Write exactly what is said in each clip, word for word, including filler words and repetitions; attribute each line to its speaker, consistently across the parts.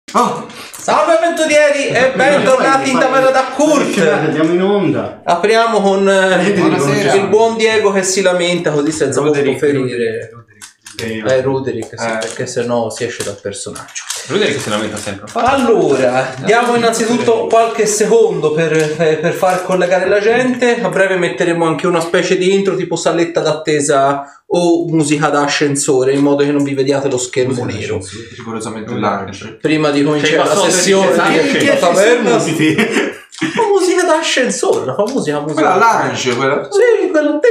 Speaker 1: Oh. Salve avventurieri e bentornati in Taverna da Kurt.
Speaker 2: Andiamo in onda.
Speaker 1: Apriamo con eh, il buon Diego che si lamenta così senza molto ferire. Eh, Ruderick, sì, eh. perché sennò si esce dal personaggio.
Speaker 3: Ruderick si lamenta sempre.
Speaker 1: Allora, diamo innanzitutto qualche secondo per, per far collegare la gente. A breve metteremo anche una specie di intro tipo salletta d'attesa o musica d'ascensore, in modo che non vi vediate lo schermo nero.
Speaker 3: Rigorosamente lunch.
Speaker 1: Prima di cominciare la sessione di la taverna. La musica d'ascensore, la famosa musica.
Speaker 3: Quella lunch, quella.
Speaker 1: Sì, quella.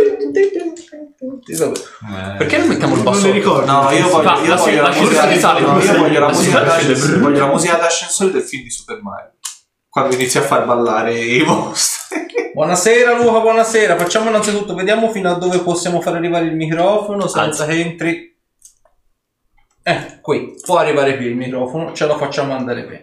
Speaker 3: Eh. Perché non mettiamo il basso? Non mi ricordo.
Speaker 4: No, io voglio, io voglio la musica di sale. Io voglio la musica d'ascensore. Voglio la musica d'ascensore del film di Super Mario. Quando inizia a far ballare i mostri.
Speaker 1: Buonasera Luca, buonasera. Facciamo innanzitutto, vediamo fino a dove possiamo far arrivare il microfono senza che entri. Eh, qui può arrivare qui il microfono, ce la facciamo andare bene.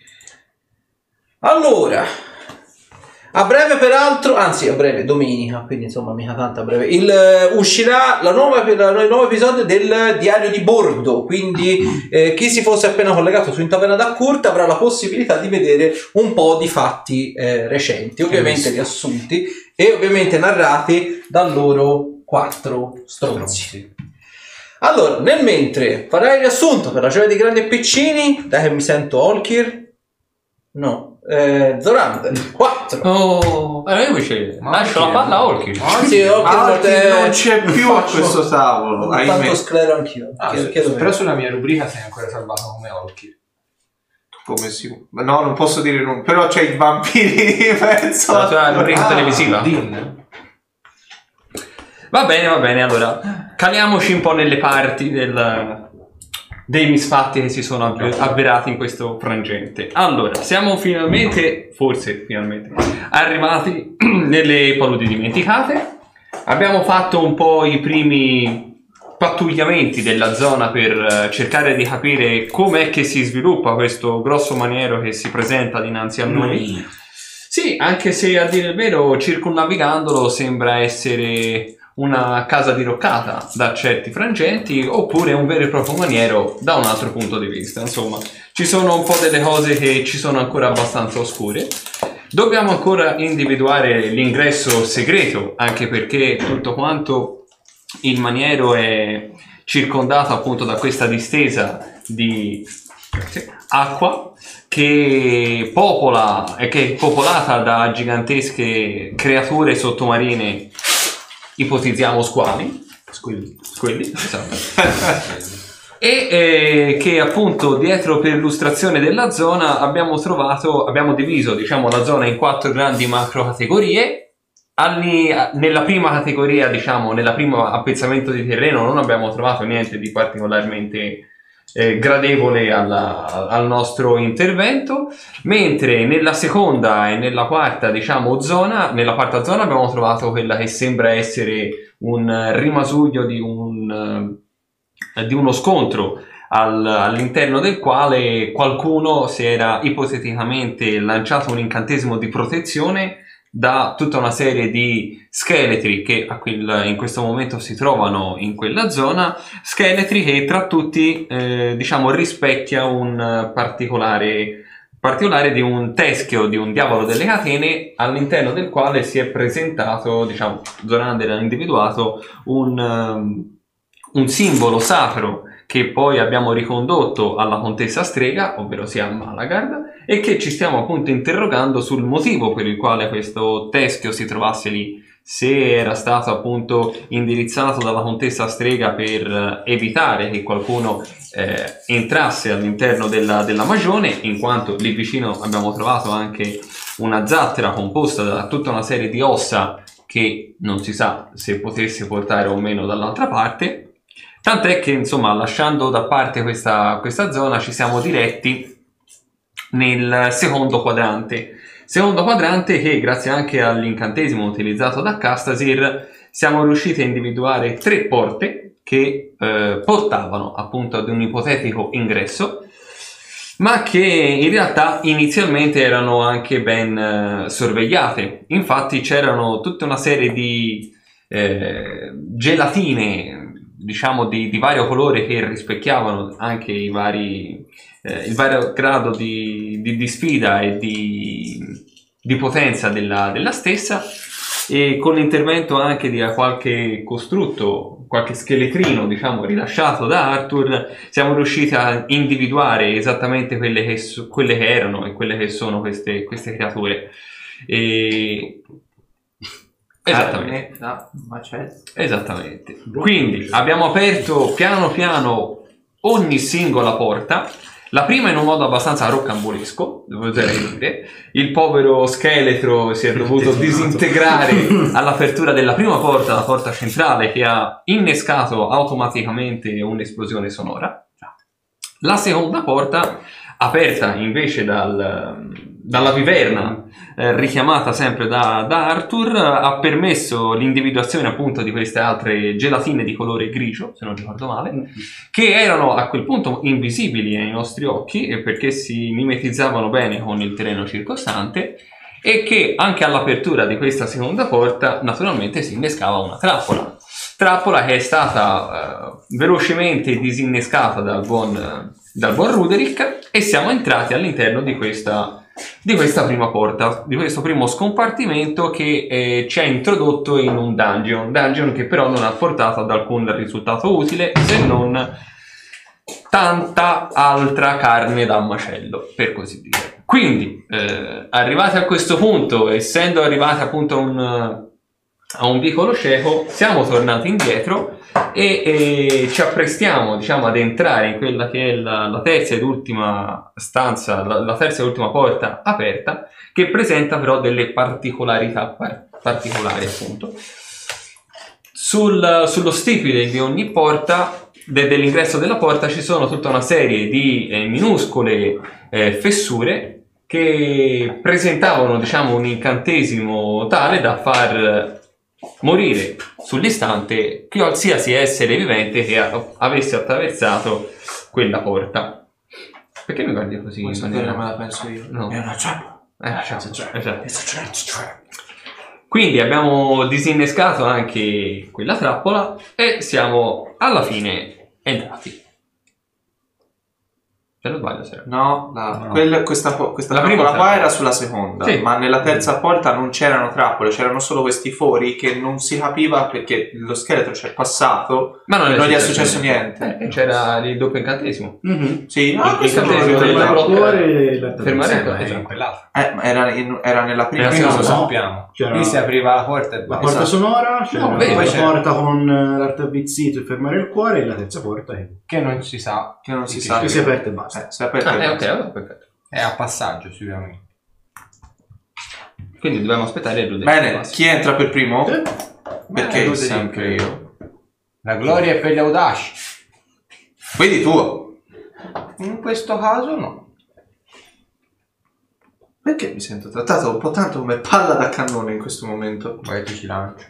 Speaker 1: Allora, a breve peraltro, anzi a breve, domenica, quindi insomma mica tanto a breve, il, uh, uscirà la nuova, la, il nuovo episodio del diario di bordo, quindi eh, chi si fosse appena collegato su In Taverna da Kurt avrà la possibilità di vedere un po' di fatti eh, recenti, ovviamente riassunti e ovviamente narrati da loro quattro stronzi. Allora, nel mentre farai il riassunto per la gioia di grandi e piccini, dai che mi sento Olkir, no. Eh, Zorander quattro.
Speaker 3: Oh, allora io invece lascio la palla a Olkir.
Speaker 1: Ah, sì,
Speaker 4: Olkir non c'è più a questo tavolo.
Speaker 1: Tanto sclero anch'io.
Speaker 4: Ah, chiedo, chiedo però sulla mia rubrica sei ancora salvato come Olkir. Come si... No, non posso dire nulla. Però c'è i vampiri di mezzo.
Speaker 3: La tua rubrica
Speaker 4: ah,
Speaker 3: televisiva.
Speaker 4: Din.
Speaker 3: Va bene, va bene. Allora, caliamoci un po' nelle parti del... dei misfatti che si sono avverati in questo frangente. Allora, siamo finalmente, forse finalmente, arrivati nelle paludi dimenticate. Abbiamo fatto un po' i primi pattugliamenti della zona per cercare di capire com'è che si sviluppa questo grosso maniero che si presenta dinanzi a noi. Sì, anche se a dire il vero, circumnavigandolo sembra essere una casa diroccata da certi frangenti oppure un vero e proprio maniero da un altro punto di vista. Insomma, ci sono un po' delle cose che ci sono ancora abbastanza oscure. Dobbiamo ancora individuare l'ingresso segreto, anche perché tutto quanto il maniero è circondato appunto da questa distesa di acqua che popola e che è popolata da gigantesche creature sottomarine. Ipotizziamo squali, squilli, squilli, esatto. e eh, che appunto dietro perlustrazione della zona abbiamo trovato, abbiamo diviso diciamo la zona in quattro grandi macro categorie. Alli, nella prima categoria, diciamo, nella prima appezzamento di terreno non abbiamo trovato niente di particolarmente Eh, gradevole alla, al nostro intervento, mentre nella seconda e nella quarta diciamo zona, nella quarta zona abbiamo trovato quella che sembra essere un rimasuglio di, un, eh, di uno scontro al, all'interno del quale qualcuno si era ipoteticamente lanciato un incantesimo di protezione da tutta una serie di scheletri che a quel, in questo momento si trovano in quella zona, scheletri che tra tutti eh, diciamo rispecchia un particolare particolare di un teschio di un diavolo delle catene all'interno del quale si è presentato, diciamo, Zorander ha individuato un, um, un simbolo sacro che poi abbiamo ricondotto alla contessa strega, ovvero sia Malagard, e che ci stiamo appunto interrogando sul motivo per il quale questo teschio si trovasse lì, se era stato appunto indirizzato dalla contessa strega per evitare che qualcuno eh, entrasse all'interno della, della magione, in quanto lì vicino abbiamo trovato anche una zattera composta da tutta una serie di ossa che non si sa se potesse portare o meno dall'altra parte. Tant'è che, insomma, lasciando da parte questa, questa zona, ci siamo diretti nel secondo quadrante. Secondo quadrante che, grazie anche all'incantesimo utilizzato da Castasir, siamo riusciti a individuare tre porte che eh, portavano appunto ad un ipotetico ingresso, ma che in realtà inizialmente erano anche ben eh, sorvegliate. Infatti c'erano tutta una serie di eh, gelatine diciamo di, di vario colore che rispecchiavano anche i vari, eh, il vario grado di, di, di sfida e di, di potenza della, della stessa, e con l'intervento anche di qualche costrutto, qualche scheletrino diciamo rilasciato da Arthur, siamo riusciti a individuare esattamente quelle che, so, quelle che erano e quelle che sono queste, queste creature. E... esattamente.
Speaker 1: Ah, ma c'è.
Speaker 3: Esattamente. Quindi abbiamo aperto piano piano ogni singola porta. La prima in un modo abbastanza roccambolesco, oserei dire. Il povero scheletro si è dovuto disintegrare all'apertura della prima porta, la porta centrale, che ha innescato automaticamente un'esplosione sonora. La seconda porta, aperta invece dal, dalla viverna, eh, richiamata sempre da, da Arthur, ha permesso l'individuazione appunto di queste altre gelatine di colore grigio, se non ricordo male, che erano a quel punto invisibili ai nostri occhi perché si mimetizzavano bene con il terreno circostante, e che anche all'apertura di questa seconda porta naturalmente si innescava una trappola. Trappola che è stata eh, velocemente disinnescata dal buon, eh, dal buon Ruderick, e siamo entrati all'interno di questa, di questa prima porta, di questo primo scompartimento che eh, ci ha introdotto in un dungeon, dungeon che però non ha portato ad alcun risultato utile, se non tanta altra carne da macello, per così dire. Quindi, eh, arrivati a questo punto, essendo arrivati appunto a un... a un vicolo cieco, siamo tornati indietro e, e ci apprestiamo diciamo ad entrare in quella che è la, la terza ed ultima stanza, la, la terza ed ultima porta aperta, che presenta però delle particolarità par- particolari appunto. Sul, sullo stipite di ogni porta, de, dell'ingresso della porta, ci sono tutta una serie di eh, minuscole eh, fessure che presentavano diciamo un incantesimo tale da far morire sull'istante qualsiasi essere vivente che avesse attraversato quella porta. Perché mi guardi così?
Speaker 4: Questa me la penso io.
Speaker 3: No.
Speaker 4: È una trappola.
Speaker 3: È una trappola. Esatto.
Speaker 4: It's a trap. It's a trap.
Speaker 3: Quindi abbiamo disinnescato anche quella trappola e siamo alla fine entrati. Se non sbaglio, se
Speaker 4: No, la,
Speaker 3: no.
Speaker 4: Quella, questa, questa
Speaker 3: La
Speaker 4: trappola
Speaker 3: prima
Speaker 4: qua
Speaker 3: trappola.
Speaker 4: era sulla seconda,
Speaker 3: Sì.
Speaker 4: ma nella terza porta non c'erano trappole, c'erano solo questi fori che non si capiva perché lo scheletro c'è passato,
Speaker 3: Ma non,
Speaker 4: non gli è
Speaker 3: successo
Speaker 4: successo niente.
Speaker 3: Eh, c'era il doppio incantesimo.
Speaker 2: Mm-hmm.
Speaker 4: Sì,
Speaker 3: Il-
Speaker 4: ah,
Speaker 3: il
Speaker 4: questo non
Speaker 3: incantesimo
Speaker 4: lo
Speaker 3: del
Speaker 4: ricordo.
Speaker 3: blocco.
Speaker 2: cuore la
Speaker 3: Fermare
Speaker 2: terza.
Speaker 3: il-
Speaker 5: Eh,
Speaker 3: esatto.
Speaker 5: in quell'altra.
Speaker 4: Eh, ma era, in- era nella prima.
Speaker 3: Era
Speaker 5: Qui non lo
Speaker 3: no.
Speaker 5: sappiamo.
Speaker 2: C'era-
Speaker 5: Qui si apriva la porta e
Speaker 2: La
Speaker 5: basta.
Speaker 2: porta
Speaker 4: Esatto.
Speaker 2: sonora, c'era
Speaker 3: No, vedi,
Speaker 2: poi
Speaker 5: c'è-
Speaker 2: porta con eh, l'arte avvizzito e fermare il cuore, e la terza porta è,
Speaker 5: Che non si sa.
Speaker 4: Che non si
Speaker 5: Che
Speaker 4: sa.
Speaker 2: che si è aperta e basta.
Speaker 4: Eh, si è aperta
Speaker 3: Ah,
Speaker 4: e
Speaker 3: eh, ok,
Speaker 4: basta.
Speaker 3: allora, perfetto.
Speaker 5: È a passaggio sicuramente.
Speaker 3: Quindi dobbiamo aspettare il Ruderick.
Speaker 4: Bene, chi entra per primo?
Speaker 2: Eh,
Speaker 4: Perché
Speaker 5: Ruderick.
Speaker 4: sempre io.
Speaker 5: La gloria è per gli audaci.
Speaker 4: Quindi tu.
Speaker 5: In questo caso no.
Speaker 4: Perché mi sento trattato un po' tanto come palla da cannone in questo momento?
Speaker 5: Poi ti ci lancio.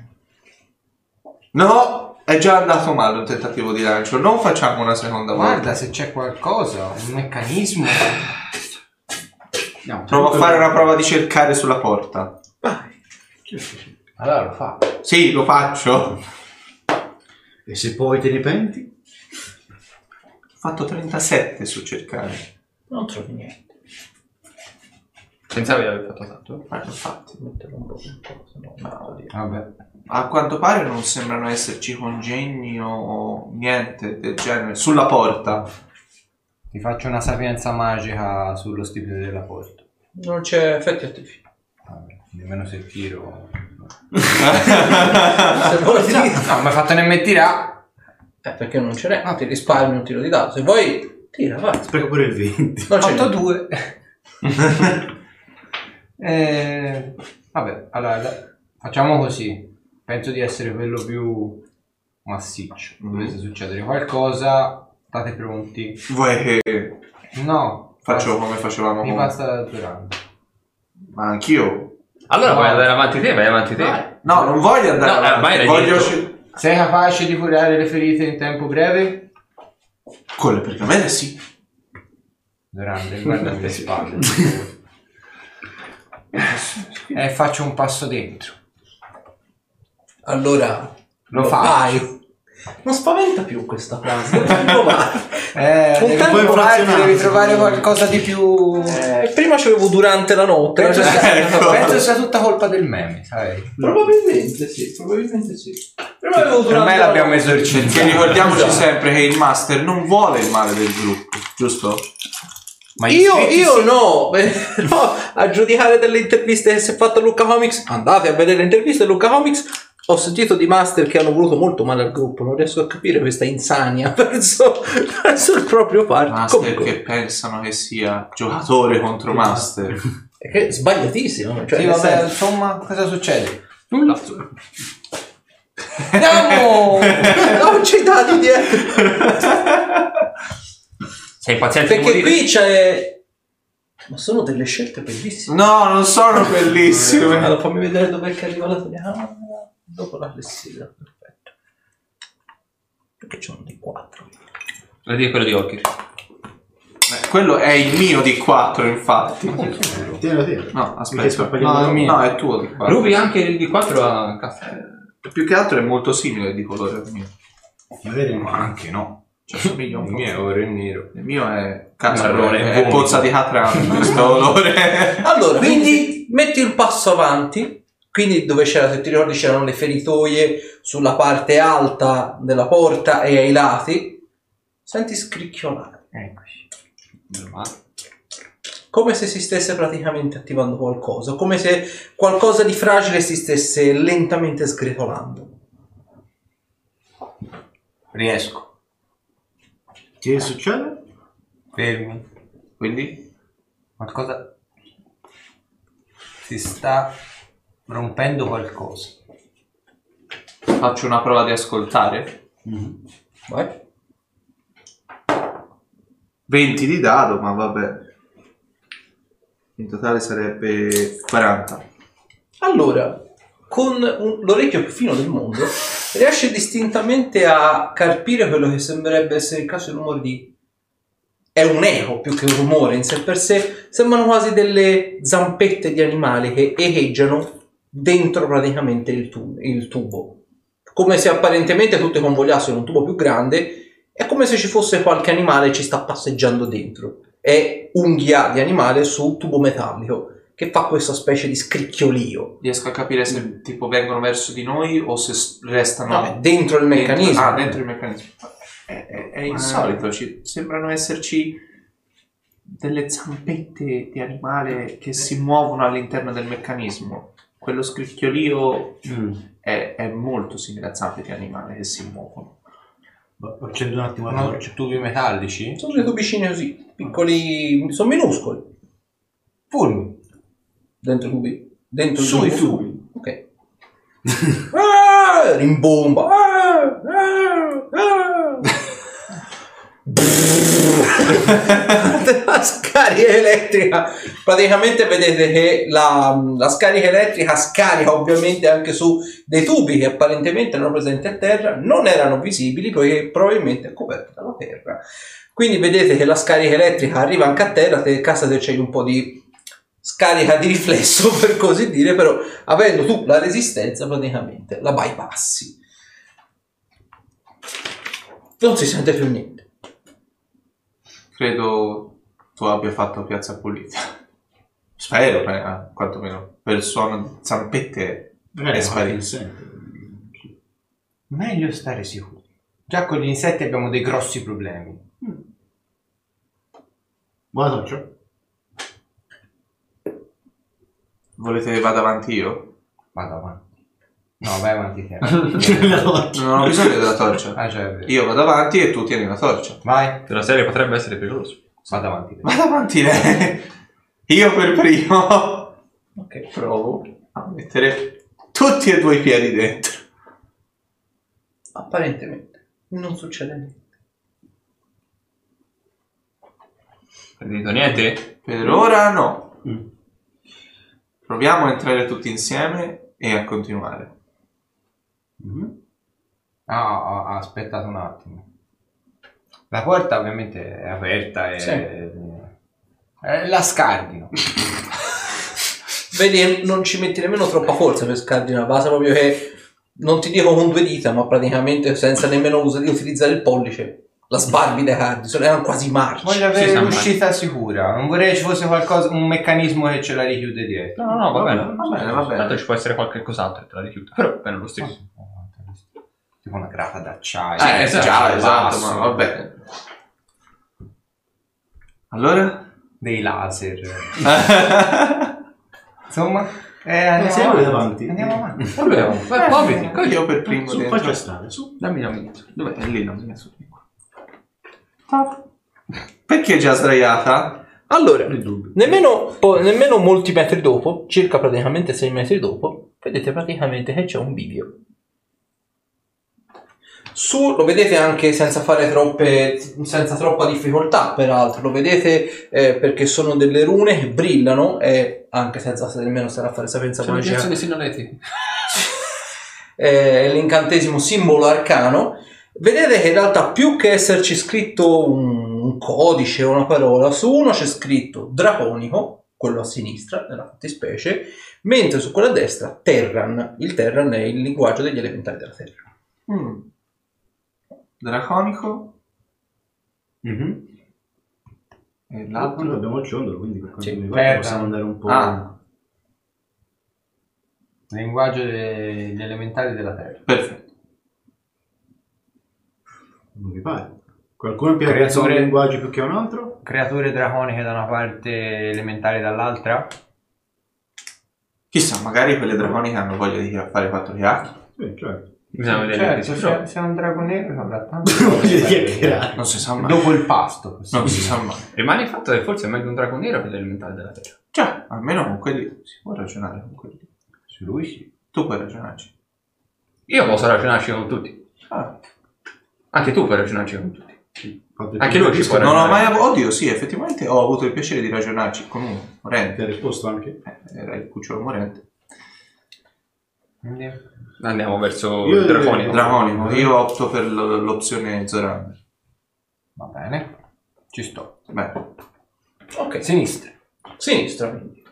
Speaker 4: No, è già andato male un tentativo di lancio. Non facciamo una seconda volta.
Speaker 5: Guarda se c'è qualcosa, un meccanismo.
Speaker 2: andiamo.
Speaker 4: Provo a fare una prova di cercare sulla porta.
Speaker 5: Allora lo fa.
Speaker 4: Sì, lo faccio.
Speaker 2: E se poi te ne penti?
Speaker 4: Ho fatto trentasette su cercare.
Speaker 1: Non trovi niente.
Speaker 3: Pensavi di aver fatto tanto?
Speaker 4: Ma l'ho fatto.
Speaker 1: Metterlo un po' un po', se no no, di-
Speaker 5: Vabbè.
Speaker 4: A quanto pare non sembrano esserci congegni o niente del genere. Sulla porta.
Speaker 5: Ti faccio una sapienza magica sullo stipite della porta.
Speaker 1: Non c'è effetti attivi.
Speaker 5: Vabbè, nemmeno se tiro.
Speaker 1: Se vuoi ti...
Speaker 5: No, non mi hai fatto nemmeno tirare.
Speaker 1: Eh, perché non ce n'è? Ti risparmi un tiro di dado. Se vuoi, tira, vai.
Speaker 2: Spreco pure il venti.
Speaker 1: Non c'è
Speaker 5: Fatto
Speaker 1: niente.
Speaker 5: due. eh, vabbè, allora da- facciamo così. Penso di essere quello più massiccio. Dovesse succedere qualcosa, state pronti.
Speaker 4: Vuoi che
Speaker 5: No,
Speaker 4: faccio come facevamo
Speaker 5: mi
Speaker 4: con...
Speaker 5: basta durante.
Speaker 4: Ma anch'io.
Speaker 3: Allora
Speaker 5: No.
Speaker 3: puoi andare avanti te, vai avanti te.
Speaker 1: Vai.
Speaker 4: No, non voglio andare
Speaker 3: No,
Speaker 4: avanti.
Speaker 3: ormai l'hai
Speaker 4: Voglio...
Speaker 3: detto.
Speaker 4: sce-
Speaker 5: Sei capace di curare le ferite in tempo breve?
Speaker 4: Con le pergamene sì.
Speaker 5: Durante, guardami le spalle. E faccio un passo dentro.
Speaker 1: Allora,
Speaker 5: Lo
Speaker 1: fai.
Speaker 5: faccio.
Speaker 1: Non spaventa più questa frase. Devo provare.
Speaker 5: Eh,
Speaker 1: Un
Speaker 5: devi,
Speaker 1: tempo
Speaker 5: poi provarti,
Speaker 2: frazionato,
Speaker 5: devi trovare
Speaker 2: secondo me.
Speaker 5: qualcosa di più.
Speaker 1: Eh, prima c'avevo durante la notte.
Speaker 5: Penso
Speaker 1: adesso-
Speaker 5: sia,
Speaker 4: ecco.
Speaker 5: penso sia tutta colpa del meme, sai?
Speaker 1: Probabilmente sì, probabilmente sì. Prima avevo
Speaker 5: Per
Speaker 1: durante
Speaker 5: me
Speaker 1: la
Speaker 5: l'abbiamo
Speaker 1: notte.
Speaker 5: esorcizzato.
Speaker 4: Perché ricordiamoci
Speaker 1: Esatto.
Speaker 4: sempre che il master non vuole il male del gruppo, giusto?
Speaker 5: Ma gli
Speaker 1: Io,
Speaker 5: iscritti
Speaker 1: io
Speaker 5: sì.
Speaker 1: no, no, a giudicare delle interviste che si è fatto a Lucca Comics, andate a vedere le interviste a Lucca Comics. Ho sentito di master che hanno voluto molto male al gruppo, non riesco a capire questa insania verso, verso il proprio party.
Speaker 4: Master
Speaker 1: Comunque,
Speaker 4: che pensano che sia giocatore contro master.
Speaker 1: è che è sbagliatissimo. Cioè,
Speaker 5: Sì,
Speaker 1: nel
Speaker 5: vabbè,
Speaker 1: senso-
Speaker 5: insomma, cosa succede?
Speaker 3: Nulla.
Speaker 5: Andiamo!
Speaker 1: non c'è dati dietro.
Speaker 3: Sei paziente di
Speaker 1: Perché
Speaker 3: morire?
Speaker 1: qui c'è. Ma sono delle scelte bellissime.
Speaker 4: No, non sono bellissime.
Speaker 1: Allora fammi vedere dov'è che arriva la telecamera. Dopo la flessibile, perfetto. Perché c'è un D quattro.
Speaker 3: Lo dico quello di Orchid.
Speaker 4: Eh, quello è il mio D quattro, infatti.
Speaker 2: Tienilo, tienilo.
Speaker 4: No,
Speaker 2: Mi
Speaker 4: aspetta.
Speaker 2: scappa
Speaker 4: No,
Speaker 2: dietro.
Speaker 4: è mio. No, è tuo D quattro.
Speaker 3: Rubi anche il D quattro a caffè.
Speaker 4: Più che altro è molto simile di colore al mio.
Speaker 2: Magari
Speaker 5: Ma anche no.
Speaker 4: Cioè, somiglia un
Speaker 5: Il
Speaker 4: po'.
Speaker 5: mio è oro e nero.
Speaker 4: Il mio è cazzo,
Speaker 3: Marrone,
Speaker 4: è, è
Speaker 3: vomito.
Speaker 4: pozza di catrame questo olore.
Speaker 1: Allora, quindi metti il passo avanti. Quindi dove c'era, se ti ricordi, c'erano le feritoie sulla parte alta della porta e ai lati. Senti scricchiolare.
Speaker 5: Eccoci.
Speaker 1: Come se si stesse praticamente attivando qualcosa. Come se qualcosa di fragile si stesse lentamente sgretolando.
Speaker 5: Riesco.
Speaker 2: Che succede?
Speaker 5: Fermi.
Speaker 4: Quindi?
Speaker 5: Qualcosa si sta rompendo qualcosa.
Speaker 4: Faccio una prova di ascoltare.
Speaker 1: Vai.
Speaker 4: venti di dado, ma vabbè. In totale sarebbe quaranta.
Speaker 1: Allora, con un- l'orecchio più fino del mondo, riesce distintamente a carpire quello che sembrerebbe essere il caso di rumore di... È un eco più che un rumore in sé per sé. Sembrano quasi delle zampette di animali che echeggiano dentro praticamente il, tu- il tubo. Come se apparentemente tutte convogliassero in un tubo più grande. È come se ci fosse qualche animale che ci sta passeggiando dentro. È unghia di animale su tubo metallico che fa questa specie di scricchiolio.
Speaker 4: Riesco a capire se tipo vengono verso di noi o se s- restano
Speaker 1: No, è dentro il meccanismo.
Speaker 4: Ah, dentro il meccanismo. È, è- è insolito, ci- sembrano esserci delle zampette di animale che si muovono all'interno del meccanismo. Quello scricchiolio è, è molto simile a zampe di animale che si muovono.
Speaker 2: Accendo un attimo la
Speaker 5: Sono
Speaker 2: torcia.
Speaker 5: tubi metallici?
Speaker 1: Sono dei tubicini così, piccoli, sono minuscoli.
Speaker 5: Fulmi.
Speaker 1: Dentro i tubi. Dentro
Speaker 2: Sui
Speaker 1: tubo.
Speaker 2: tubi.
Speaker 1: Ok. Ah, rimbomba. Ah, ah, ah. La scarica elettrica, praticamente vedete che la, la scarica elettrica scarica ovviamente anche su dei tubi che apparentemente erano presenti a terra, non erano visibili poiché probabilmente coperti dalla terra. Quindi vedete che la scarica elettrica arriva anche a terra, te casa te c'è un po' di scarica di riflesso per così dire, però avendo tu la resistenza praticamente la bypassi. Non si sente più niente.
Speaker 4: Credo tu abbia fatto piazza pulita. Spero, eh, quantomeno. Per il suono di zampette
Speaker 2: Magari
Speaker 4: è
Speaker 2: è
Speaker 4: sparito.
Speaker 2: sparito.
Speaker 5: Meglio stare sicuri. Già con gli insetti abbiamo dei grossi problemi.
Speaker 2: Buona torcia.
Speaker 4: Volete che vada avanti io?
Speaker 5: Vado avanti. No, vai avanti te.
Speaker 2: La torcia.
Speaker 4: Non ho bisogno della torcia.
Speaker 5: Ah, cioè, è vero.
Speaker 4: Io vado avanti e tu tieni la torcia.
Speaker 5: Vai.
Speaker 3: Per la serie potrebbe essere pericoloso.
Speaker 5: Vado avanti te.
Speaker 4: Vado avanti lei. Io per primo
Speaker 1: Ok.
Speaker 4: provo a mettere tutti e due i piedi dentro.
Speaker 1: Apparentemente non succede niente.
Speaker 3: Non hai detto niente?
Speaker 4: Per ora no.
Speaker 2: Mm.
Speaker 4: Proviamo a entrare tutti insieme e a continuare.
Speaker 2: Mhm.
Speaker 5: Ah, ah, ah, aspettate un attimo. La porta ovviamente è aperta e...
Speaker 1: Sì.
Speaker 5: Eh, la scardino.
Speaker 1: Vedi, non ci metti nemmeno troppa forza per scardinare, basta proprio che non ti dico con due dita, ma praticamente senza nemmeno us- utilizzare il pollice, la sbarbi dai cardi, sono- erano quasi marci.
Speaker 5: Voglio
Speaker 3: Si
Speaker 5: avere
Speaker 3: sa mai.
Speaker 5: l'uscita sicura. Non vorrei ci fosse qualcosa, un meccanismo che ce la richiude dietro.
Speaker 3: No, no, no, va bene.
Speaker 4: Va bene, va bene.
Speaker 3: Tanto ci può essere qualche cos'altro che te la rifiuta. Però bene lo stesso.
Speaker 5: Tipo una grata d'acciaio.
Speaker 4: Eh,
Speaker 3: esatto,
Speaker 4: già, esatto,
Speaker 5: basso.
Speaker 4: ma va bene. Allora?
Speaker 5: Dei laser. Insomma, eh, andiamo
Speaker 2: sempre
Speaker 5: avanti.
Speaker 2: davanti.
Speaker 5: Andiamo avanti.
Speaker 3: Vabbè, vai, muoviti. Cosa
Speaker 4: Io per primo
Speaker 2: Su,
Speaker 4: dentro.
Speaker 2: faccia stare, su.
Speaker 3: Dammi la minuto.
Speaker 4: Dov'è? È lì, non mi messo di qua. Perché è già sdraiata?
Speaker 1: Allora,
Speaker 2: Non è dubbio.
Speaker 1: nemmeno, po- nemmeno molti metri dopo, circa praticamente sei metri dopo, vedete praticamente che c'è un bivio. Su, lo vedete anche senza fare troppe, senza troppa difficoltà, peraltro, lo vedete eh, perché sono delle rune che brillano e anche senza nemmeno stare a fare sapienza
Speaker 3: Sono
Speaker 1: magica.
Speaker 3: creazioni sinoleti.
Speaker 1: È l'incantesimo simbolo arcano. Vedete che in realtà più che esserci scritto un, un codice o una parola, su uno c'è scritto draconico, quello a sinistra nella fattispecie, mentre su quella a destra Terran. Il Terran è il linguaggio degli elementari della Terra.
Speaker 4: Mm. Draconico
Speaker 2: Mhm.
Speaker 4: e
Speaker 2: Noi
Speaker 4: l'altro.
Speaker 2: abbiamo il ciondolo, quindi per quanto
Speaker 1: Sì.
Speaker 2: mi riguarda
Speaker 5: Eh,
Speaker 2: possiamo andare un po'...
Speaker 4: Ah.
Speaker 5: Linguaggio degli elementari della Terra.
Speaker 4: Perfetto.
Speaker 2: Non mi pare. Qualcuno più apprezza un
Speaker 5: Creatore-
Speaker 2: linguaggio più che un altro?
Speaker 5: Creature draconiche da una parte, elementari dall'altra.
Speaker 4: Chissà, magari quelle draconiche hanno voglia di fare quattro chiacchiere.
Speaker 2: Sì, certo.
Speaker 3: Bisogna vedere che
Speaker 5: Certo,
Speaker 3: si
Speaker 5: se,
Speaker 3: trova.
Speaker 5: se è un drago nero avrà tanto.
Speaker 2: Voglio chiacchierare.
Speaker 4: Non si sa mai.
Speaker 5: Dopo il pasto.
Speaker 4: Non si sa mai.
Speaker 3: Rimane il fatto che forse è meglio un drago nero che l'elementare della terra.
Speaker 4: Già, almeno con quelli si può ragionare con quelli.
Speaker 5: Su lui sì.
Speaker 4: Tu puoi ragionarci.
Speaker 3: Io posso ragionarci con tutti.
Speaker 4: Ah.
Speaker 3: Anche tu puoi ragionarci con tutti.
Speaker 2: Fatto
Speaker 3: Anche lui ci può
Speaker 4: Non ho
Speaker 3: ragionare.
Speaker 4: mai avuto. Oddio, sì, effettivamente ho avuto il piacere di ragionarci con un
Speaker 2: Ti
Speaker 4: morente.
Speaker 2: ha risposto anche?
Speaker 4: Eh, era il cucciolo morente.
Speaker 5: Andiamo.
Speaker 3: Andiamo verso
Speaker 2: Io-
Speaker 3: il draconico.
Speaker 4: Draconico, io opto per l- l'opzione Zoran.
Speaker 5: Va bene. Ci sto.
Speaker 4: Beh,
Speaker 1: Ok,
Speaker 5: Sinistra.
Speaker 1: sinistra. quindi.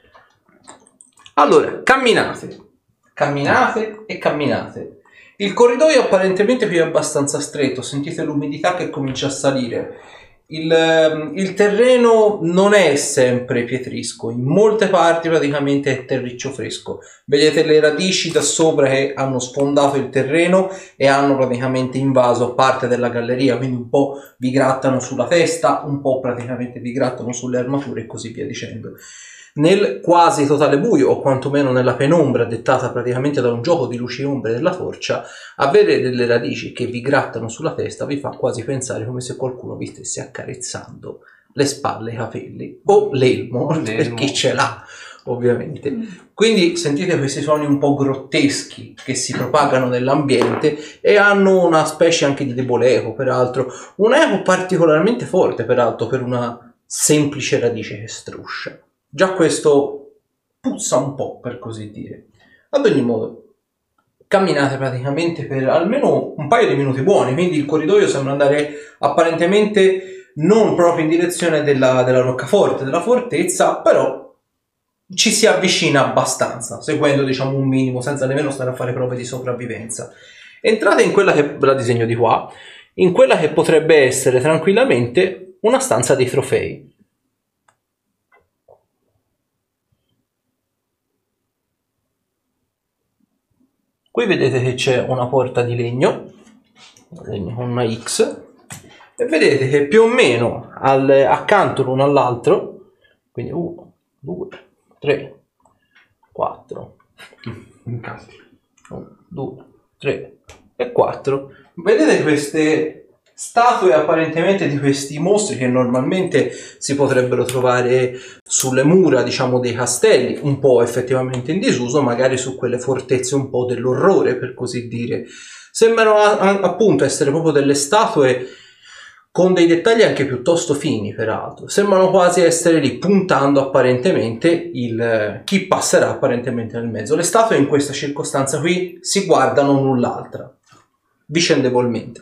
Speaker 1: Allora, camminate, camminate e camminate. Il corridoio apparentemente qui è abbastanza stretto, sentite l'umidità che comincia a salire. Il, ehm, il terreno non è sempre pietrisco, in molte parti praticamente è terriccio fresco. Vedete le radici da sopra che hanno sfondato il terreno e hanno praticamente invaso parte della galleria, quindi un po' vi grattano sulla testa, un po' praticamente vi grattano sulle armature e così via dicendo. Nel quasi totale buio, o quantomeno nella penombra dettata praticamente da un gioco di luci e ombre della torcia, avere delle radici che vi grattano sulla testa vi fa quasi pensare come se qualcuno vi stesse accarezzando le spalle, i capelli o l'elmo, per
Speaker 5: L'elmo.
Speaker 1: chi ce l'ha ovviamente. Quindi sentite questi suoni un po' grotteschi che si propagano nell'ambiente e hanno una specie anche di debole eco, peraltro un eco particolarmente forte peraltro per una semplice radice che struscia. Già questo puzza un po', per così dire. Ad ogni modo, camminate praticamente per almeno un paio di minuti buoni, quindi il corridoio sembra andare apparentemente non proprio in direzione della, della roccaforte, della fortezza, però ci si avvicina abbastanza, seguendo diciamo un minimo, senza nemmeno stare a fare prove di sopravvivenza. Entrate in quella che, ve la disegno di qua, in quella che potrebbe essere tranquillamente una stanza dei trofei. Qui vedete che c'è una porta di legno, legno con una X, e vedete che più o meno al, accanto l'uno all'altro, quindi uno, due, tre, quattro, uno, due, tre e quattro, vedete queste statue apparentemente di questi mostri che normalmente si potrebbero trovare sulle mura, diciamo, dei castelli, un po' effettivamente in disuso, magari su quelle fortezze un po' dell'orrore, per così dire. Sembrano a- a- appunto essere proprio delle statue con dei dettagli anche piuttosto fini, peraltro. Sembrano quasi essere lì puntando apparentemente il chi passerà apparentemente nel mezzo. Le statue in questa circostanza qui si guardano l'un l'altra, vicendevolmente.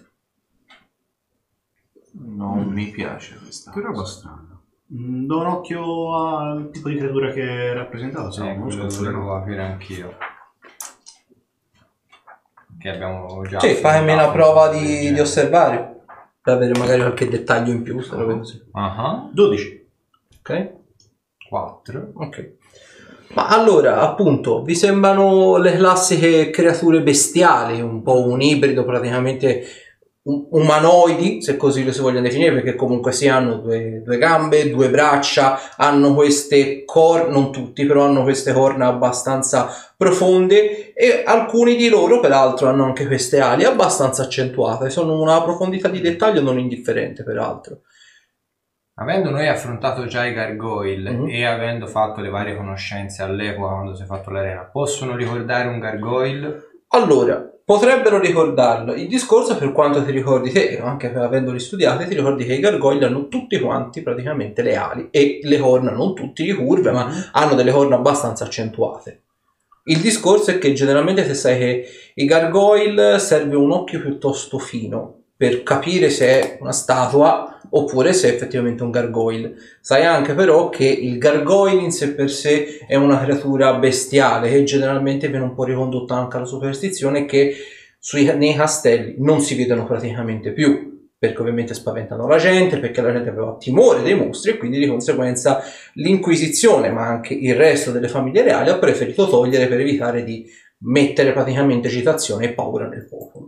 Speaker 4: non mi piace questa
Speaker 2: Che roba
Speaker 4: cosa.
Speaker 2: strana. Mm, Do un occhio al tipo di creatura che è rappresentato.
Speaker 5: Sì,
Speaker 2: se no, non
Speaker 5: quello
Speaker 2: so,
Speaker 5: volevo
Speaker 2: no.
Speaker 5: capire anch'io. che abbiamo già.
Speaker 1: Sì, fammi una
Speaker 5: affrontato
Speaker 1: prova
Speaker 5: del
Speaker 1: di,
Speaker 5: genere.
Speaker 1: di osservare. Per avere magari qualche dettaglio in più. Se robe così.
Speaker 5: Ah,
Speaker 2: dodici.
Speaker 1: Ok?
Speaker 5: quattro.
Speaker 1: Ok. Ma allora, appunto, vi sembrano le classiche creature bestiali, un po' un ibrido praticamente um- umanoidi, se così lo si vogliono definire, perché comunque si hanno due, due gambe, due braccia, hanno queste corna, non tutti, però hanno queste corna abbastanza profonde e alcuni di loro, peraltro, hanno anche queste ali abbastanza accentuate, sono una profondità di dettaglio non indifferente, peraltro.
Speaker 5: Avendo noi affrontato già i gargoyle
Speaker 1: Mhm.
Speaker 5: e avendo fatto le varie conoscenze all'epoca quando si è fatto l'arena, possono ricordare un gargoyle?
Speaker 1: Allora, potrebbero ricordarlo. Il discorso, per quanto ti ricordi te, e anche avendoli studiati, ti ricordi che i gargoyle hanno tutti quanti praticamente le ali e le corna, non tutti ricurve, ma hanno delle corna abbastanza accentuate. Il discorso è che generalmente se sai che i gargoyle serve un occhio piuttosto fino per capire se è una statua oppure se è effettivamente un gargoyle. Sai anche però che il gargoyle in sé per sé è una creatura bestiale che generalmente viene un po' ricondotta anche alla superstizione, che sui, nei castelli non si vedono praticamente più, perché ovviamente spaventano la gente, perché la gente aveva timore dei mostri e quindi di conseguenza l'Inquisizione, ma anche il resto delle famiglie reali, ha preferito togliere per evitare di mettere praticamente agitazione e paura nel popolo.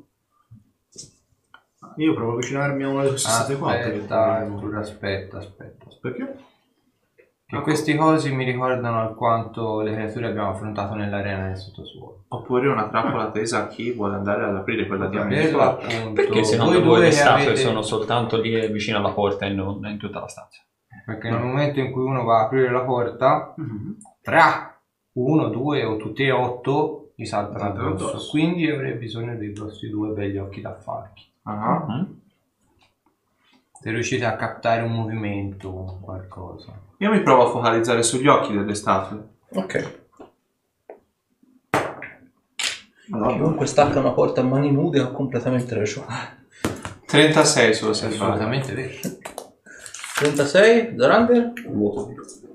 Speaker 2: Io provo a avvicinarmi a una delle sessantaquattro.
Speaker 5: Aspetta, Arthur, aspetta, aspetta.
Speaker 2: Perché?
Speaker 5: Che questi cosi mi ricordano alquanto le creature abbiamo affrontato nell'arena nel sottosuolo.
Speaker 4: Oppure una trappola tesa a chi vuole andare ad aprire quella di
Speaker 5: Capito,
Speaker 4: quattro.
Speaker 5: appunto.
Speaker 3: Perché secondo
Speaker 5: Voi
Speaker 3: voi
Speaker 5: due
Speaker 3: le
Speaker 5: che
Speaker 3: statue
Speaker 5: avete-
Speaker 3: sono soltanto lì vicino alla porta e non in tutta la stanza?
Speaker 5: Perché nel momento in cui uno va a aprire la porta, tra uno, due o tutti e otto gli saltano
Speaker 2: Saltano
Speaker 5: addosso.
Speaker 2: addosso.
Speaker 5: Quindi avrei bisogno dei vostri due begli occhi da falchi.
Speaker 4: Ah.
Speaker 5: Se riuscite a captare un movimento o qualcosa.
Speaker 4: Io mi provo a focalizzare sugli occhi delle statue.
Speaker 1: Ok. Chiunque stacca una porta a mani nude ha completamente ragione.
Speaker 4: trentasei solo se sbaglio.
Speaker 5: Assolutamente vero.
Speaker 1: trentasei, Zorander?
Speaker 6: Vuoto.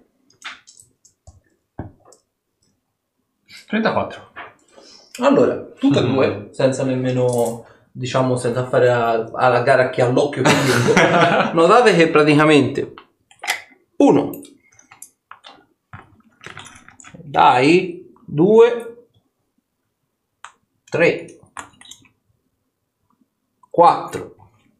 Speaker 3: trentaquattro.
Speaker 1: Allora, tutte e due, senza nemmeno, diciamo, senza fare a- alla gara a chi ha l'occhio più lungo, notate che praticamente uno, dai, due, tre, quattro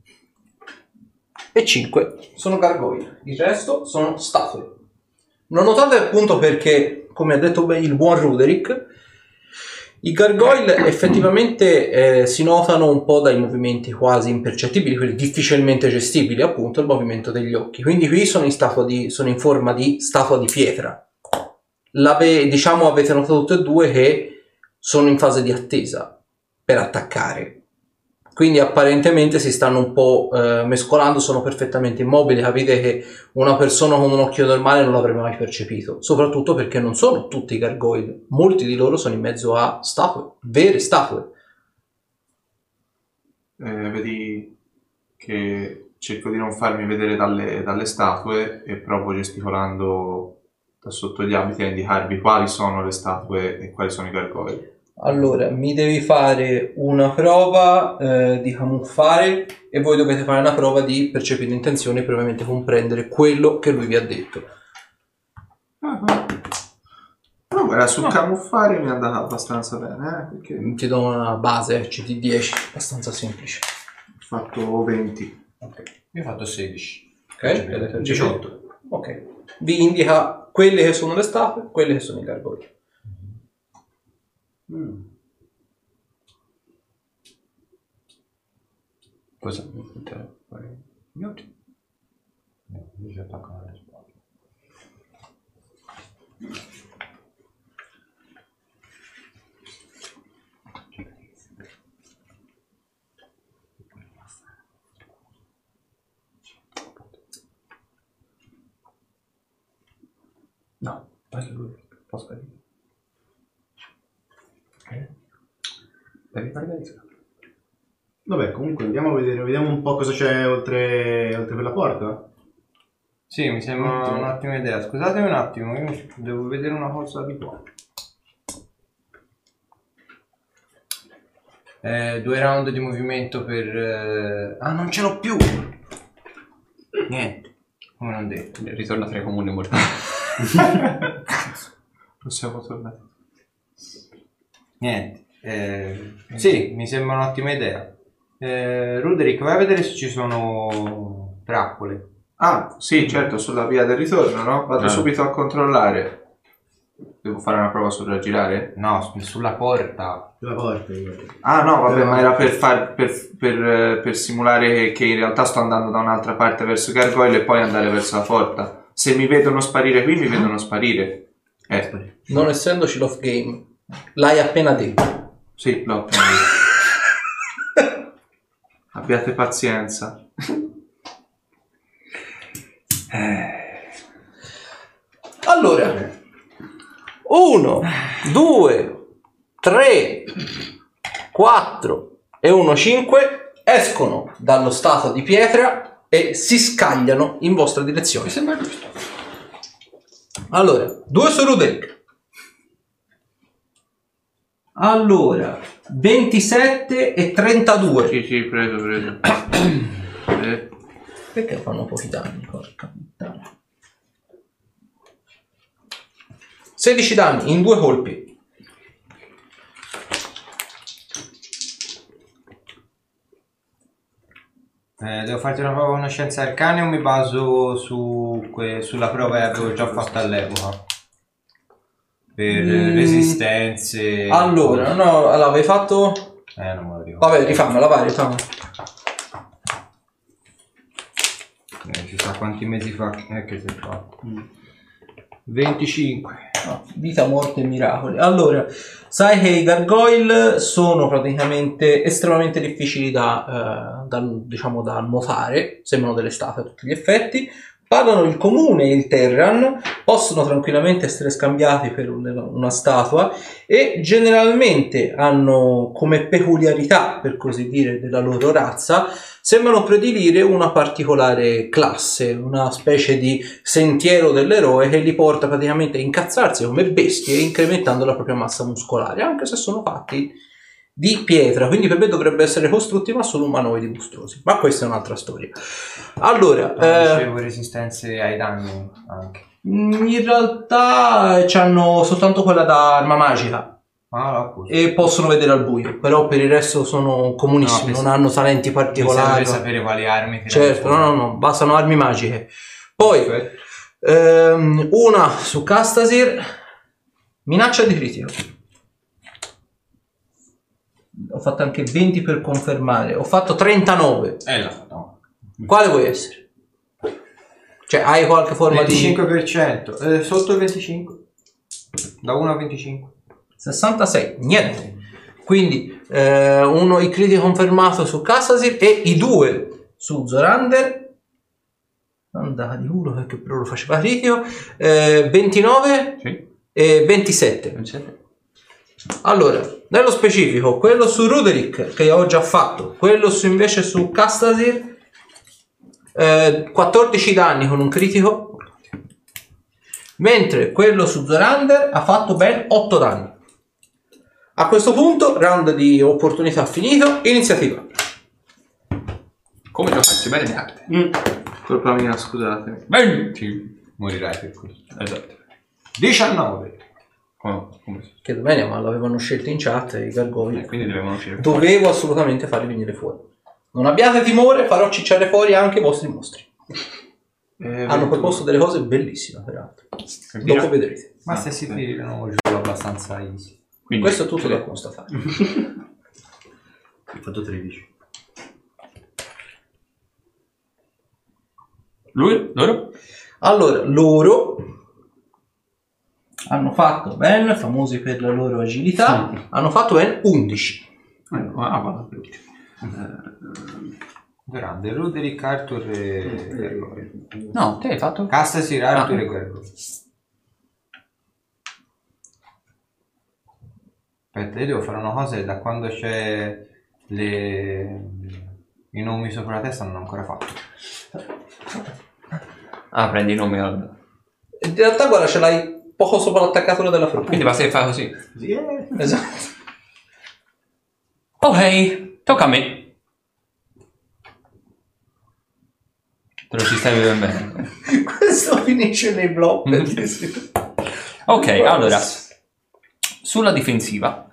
Speaker 1: e cinque sono gargoyle, il resto sono statue. Non notate appunto perché, come ha detto bene il buon Ruderick, i gargoyle effettivamente eh, si notano un po' dai movimenti quasi impercettibili, quelli difficilmente gestibili, appunto il movimento degli occhi. Quindi qui sono in, statua di, sono in forma di statua di pietra. L'ave, diciamo avete notato tutte e due che sono in fase di attesa per attaccare. Quindi apparentemente si stanno un po' eh, mescolando, sono perfettamente immobili. Capite che una persona con un occhio normale non l'avrebbe mai percepito, soprattutto perché non sono tutti gargoyle, molti di loro sono in mezzo a statue, vere statue.
Speaker 4: Eh, vedi che cerco di non farmi vedere dalle, dalle statue e provo gesticolando da sotto gli abiti a indicarvi quali sono le statue e quali sono i gargoyle.
Speaker 1: Allora, mi devi fare una prova eh, di camuffare e voi dovete fare una prova di percepire intenzioni per ovviamente comprendere quello che lui vi ha detto.
Speaker 4: Però guarda, sul camuffare mi è andata abbastanza bene, eh, perché
Speaker 1: Ti do una base C T dieci, abbastanza semplice.
Speaker 4: ho fatto venti.
Speaker 5: Io ho fatto sedici.
Speaker 1: Ok?
Speaker 5: diciotto.
Speaker 1: Ok. Vi indica quelle che sono le statue, quelle che sono i gargoyle.
Speaker 3: Cosa?
Speaker 5: Minuti. Io ci attaccano alle spalle.
Speaker 3: No, anche lui. Posso capire. Ok. Devi fare bene.
Speaker 2: Vabbè, comunque andiamo a vedere, vediamo un po' cosa c'è oltre, oltre quella porta.
Speaker 5: Sì, mi sembra
Speaker 2: Ottimo.
Speaker 5: un'ottima idea. Scusatemi un attimo, io devo vedere una cosa di qua. Eh, due round di movimento per... eh, Ah, non ce l'ho più! Niente, come non detto.
Speaker 3: Ritorna tra i comuni mortali.
Speaker 4: Possiamo tornare.
Speaker 5: Niente. Eh, sì, mi sembra un'ottima idea. Eh, Ruderick, vai a vedere se ci sono trappole.
Speaker 4: Ah, sì, certo, sulla via del ritorno, no? Vado
Speaker 3: Ah.
Speaker 4: subito a controllare. Devo fare una prova sul raggirare?
Speaker 5: No, sulla porta.
Speaker 2: La porta. io.
Speaker 4: Ah no, vabbè, ma era per, far, per, per, eh, per simulare che in realtà sto andando da un'altra parte verso i gargoyle e poi andare verso la porta. Se mi vedono sparire qui, mi vedono sparire. Eh,
Speaker 1: Non essendoci l'off game, l'hai appena detto.
Speaker 4: sì, l'ho appena detto. Abbiate pazienza.
Speaker 1: Allora, uno, due, tre, quattro e uno, cinque escono dallo stato di pietra e si scagliano in vostra direzione.
Speaker 3: Mi sembra giusto.
Speaker 1: Allora, due su Ruderick. Allora, ventisette e trentadue.
Speaker 4: Sì, sì, preso, preso. Eh,
Speaker 1: Perché fanno pochi danni? Porca puttana. sedici danni in due colpi.
Speaker 5: Eh, devo farti una prova di conoscenza arcane o mi baso su que- sulla prova che avevo già fatto all'epoca? Per
Speaker 1: Mm.
Speaker 5: resistenze...
Speaker 1: Allora, no, allora, avevi fatto...
Speaker 5: Eh, non me lo ricordo.
Speaker 1: Vabbè, rifammela, vai, rifammela.
Speaker 5: Eh, ci sa quanti mesi fa eh, che si è fatto. venticinque.
Speaker 1: No, vita, morte e miracoli. Allora, sai che i gargoyle sono praticamente estremamente difficili da, eh, da, diciamo, da nuotare, sembrano delle statue a tutti gli effetti, parlano il comune e il terran, possono tranquillamente essere scambiati per un- una statua e generalmente hanno come peculiarità, per così dire, della loro razza, sembrano predilire una particolare classe, una specie di sentiero dell'eroe che li porta praticamente a incazzarsi come bestie, incrementando la propria massa muscolare, anche se sono fatti di pietra, quindi per me dovrebbe essere costrutti ma sono umanoidi mostruosi, ma questa è un'altra storia. Allora,
Speaker 5: No,
Speaker 1: eh,
Speaker 5: dicevo resistenze ai danni anche.
Speaker 1: in realtà hanno soltanto quella da arma magica
Speaker 5: Ah, no, appunto.
Speaker 1: e possono vedere al buio, però per il resto sono comunissimi,
Speaker 5: No,
Speaker 1: non hanno talenti
Speaker 5: Mi
Speaker 1: particolari.
Speaker 5: serve sapere quali armi.
Speaker 1: Certo, no, no, no, bastano armi magiche. Poi,
Speaker 5: Perfetto.
Speaker 1: ehm, una su Castasir, minaccia di critico. Ho fatto anche venti per confermare, ho fatto trentanove.
Speaker 5: Eh, l'ha fatto. No.
Speaker 1: Quale vuoi essere? Cioè, hai qualche forma
Speaker 5: venticinque per cento. Eh, sotto il venticinque. Da uno a venticinque.
Speaker 1: di sessantasei? Niente. Quindi, eh, uno i critici confermato su Castasir e i due su Zorander. Andata di culo perché però lo faceva critico. Eh, ventinove
Speaker 3: Sì.
Speaker 1: e ventisette.
Speaker 3: Non c'è.
Speaker 1: Allora, nello specifico, quello su Ruderick che ho già fatto, quello su invece su Castasir, eh, quattordici danni con un critico, mentre quello su Zorander ha fatto ben otto danni. A questo punto, round di opportunità finito, iniziativa.
Speaker 3: Come giocarsi bene le carte.
Speaker 4: colpa mia, scusatemi.
Speaker 3: Ben! Sì.
Speaker 5: Morirai per questo.
Speaker 3: Esatto.
Speaker 5: diciannove.
Speaker 3: Come, come si-
Speaker 1: Che domenica ma l'avevano scelto in chat i
Speaker 3: eh,
Speaker 1: gargoyle.
Speaker 3: quindi dovevano uscire.
Speaker 1: Dovevo assolutamente farli venire fuori. Non abbiate timore, farò cicciare fuori anche i vostri mostri.
Speaker 4: Eh,
Speaker 1: Hanno proposto delle cose bellissime, peraltro.
Speaker 3: Quindi-
Speaker 1: Dopo vedrete.
Speaker 5: Ma se si tirano un gioco abbastanza easy.
Speaker 3: quindi-
Speaker 1: Questo è tutto da constatare.
Speaker 2: Ho fatto tredici.
Speaker 3: Lui? Loro?
Speaker 1: Allora, loro hanno fatto ben, famosi per la loro agilità, hanno fatto ben undici.
Speaker 3: Eh, ah, vado per ultimo.
Speaker 5: Grande, Ruderick, Arthur e Gargoyle.
Speaker 3: No, te hai fatto?
Speaker 5: Castasir, Arthur
Speaker 3: Ah.
Speaker 5: e Gargoyle. Aspetta, io devo fare una cosa e da quando c'è le... i nomi sopra la testa non ho ancora fatto.
Speaker 3: Ah, prendi i nomi. allora.
Speaker 1: In realtà, guarda, ce l'hai poco sopra l'attaccatura della frutta.
Speaker 3: Quindi basta che fai così.
Speaker 2: Sì, eh.
Speaker 1: Esatto.
Speaker 3: Ok, tocca a me. Te lo ci stai vedendo bene.
Speaker 1: Questo finisce nei blopper.
Speaker 3: Ok, allora. Sulla difensiva.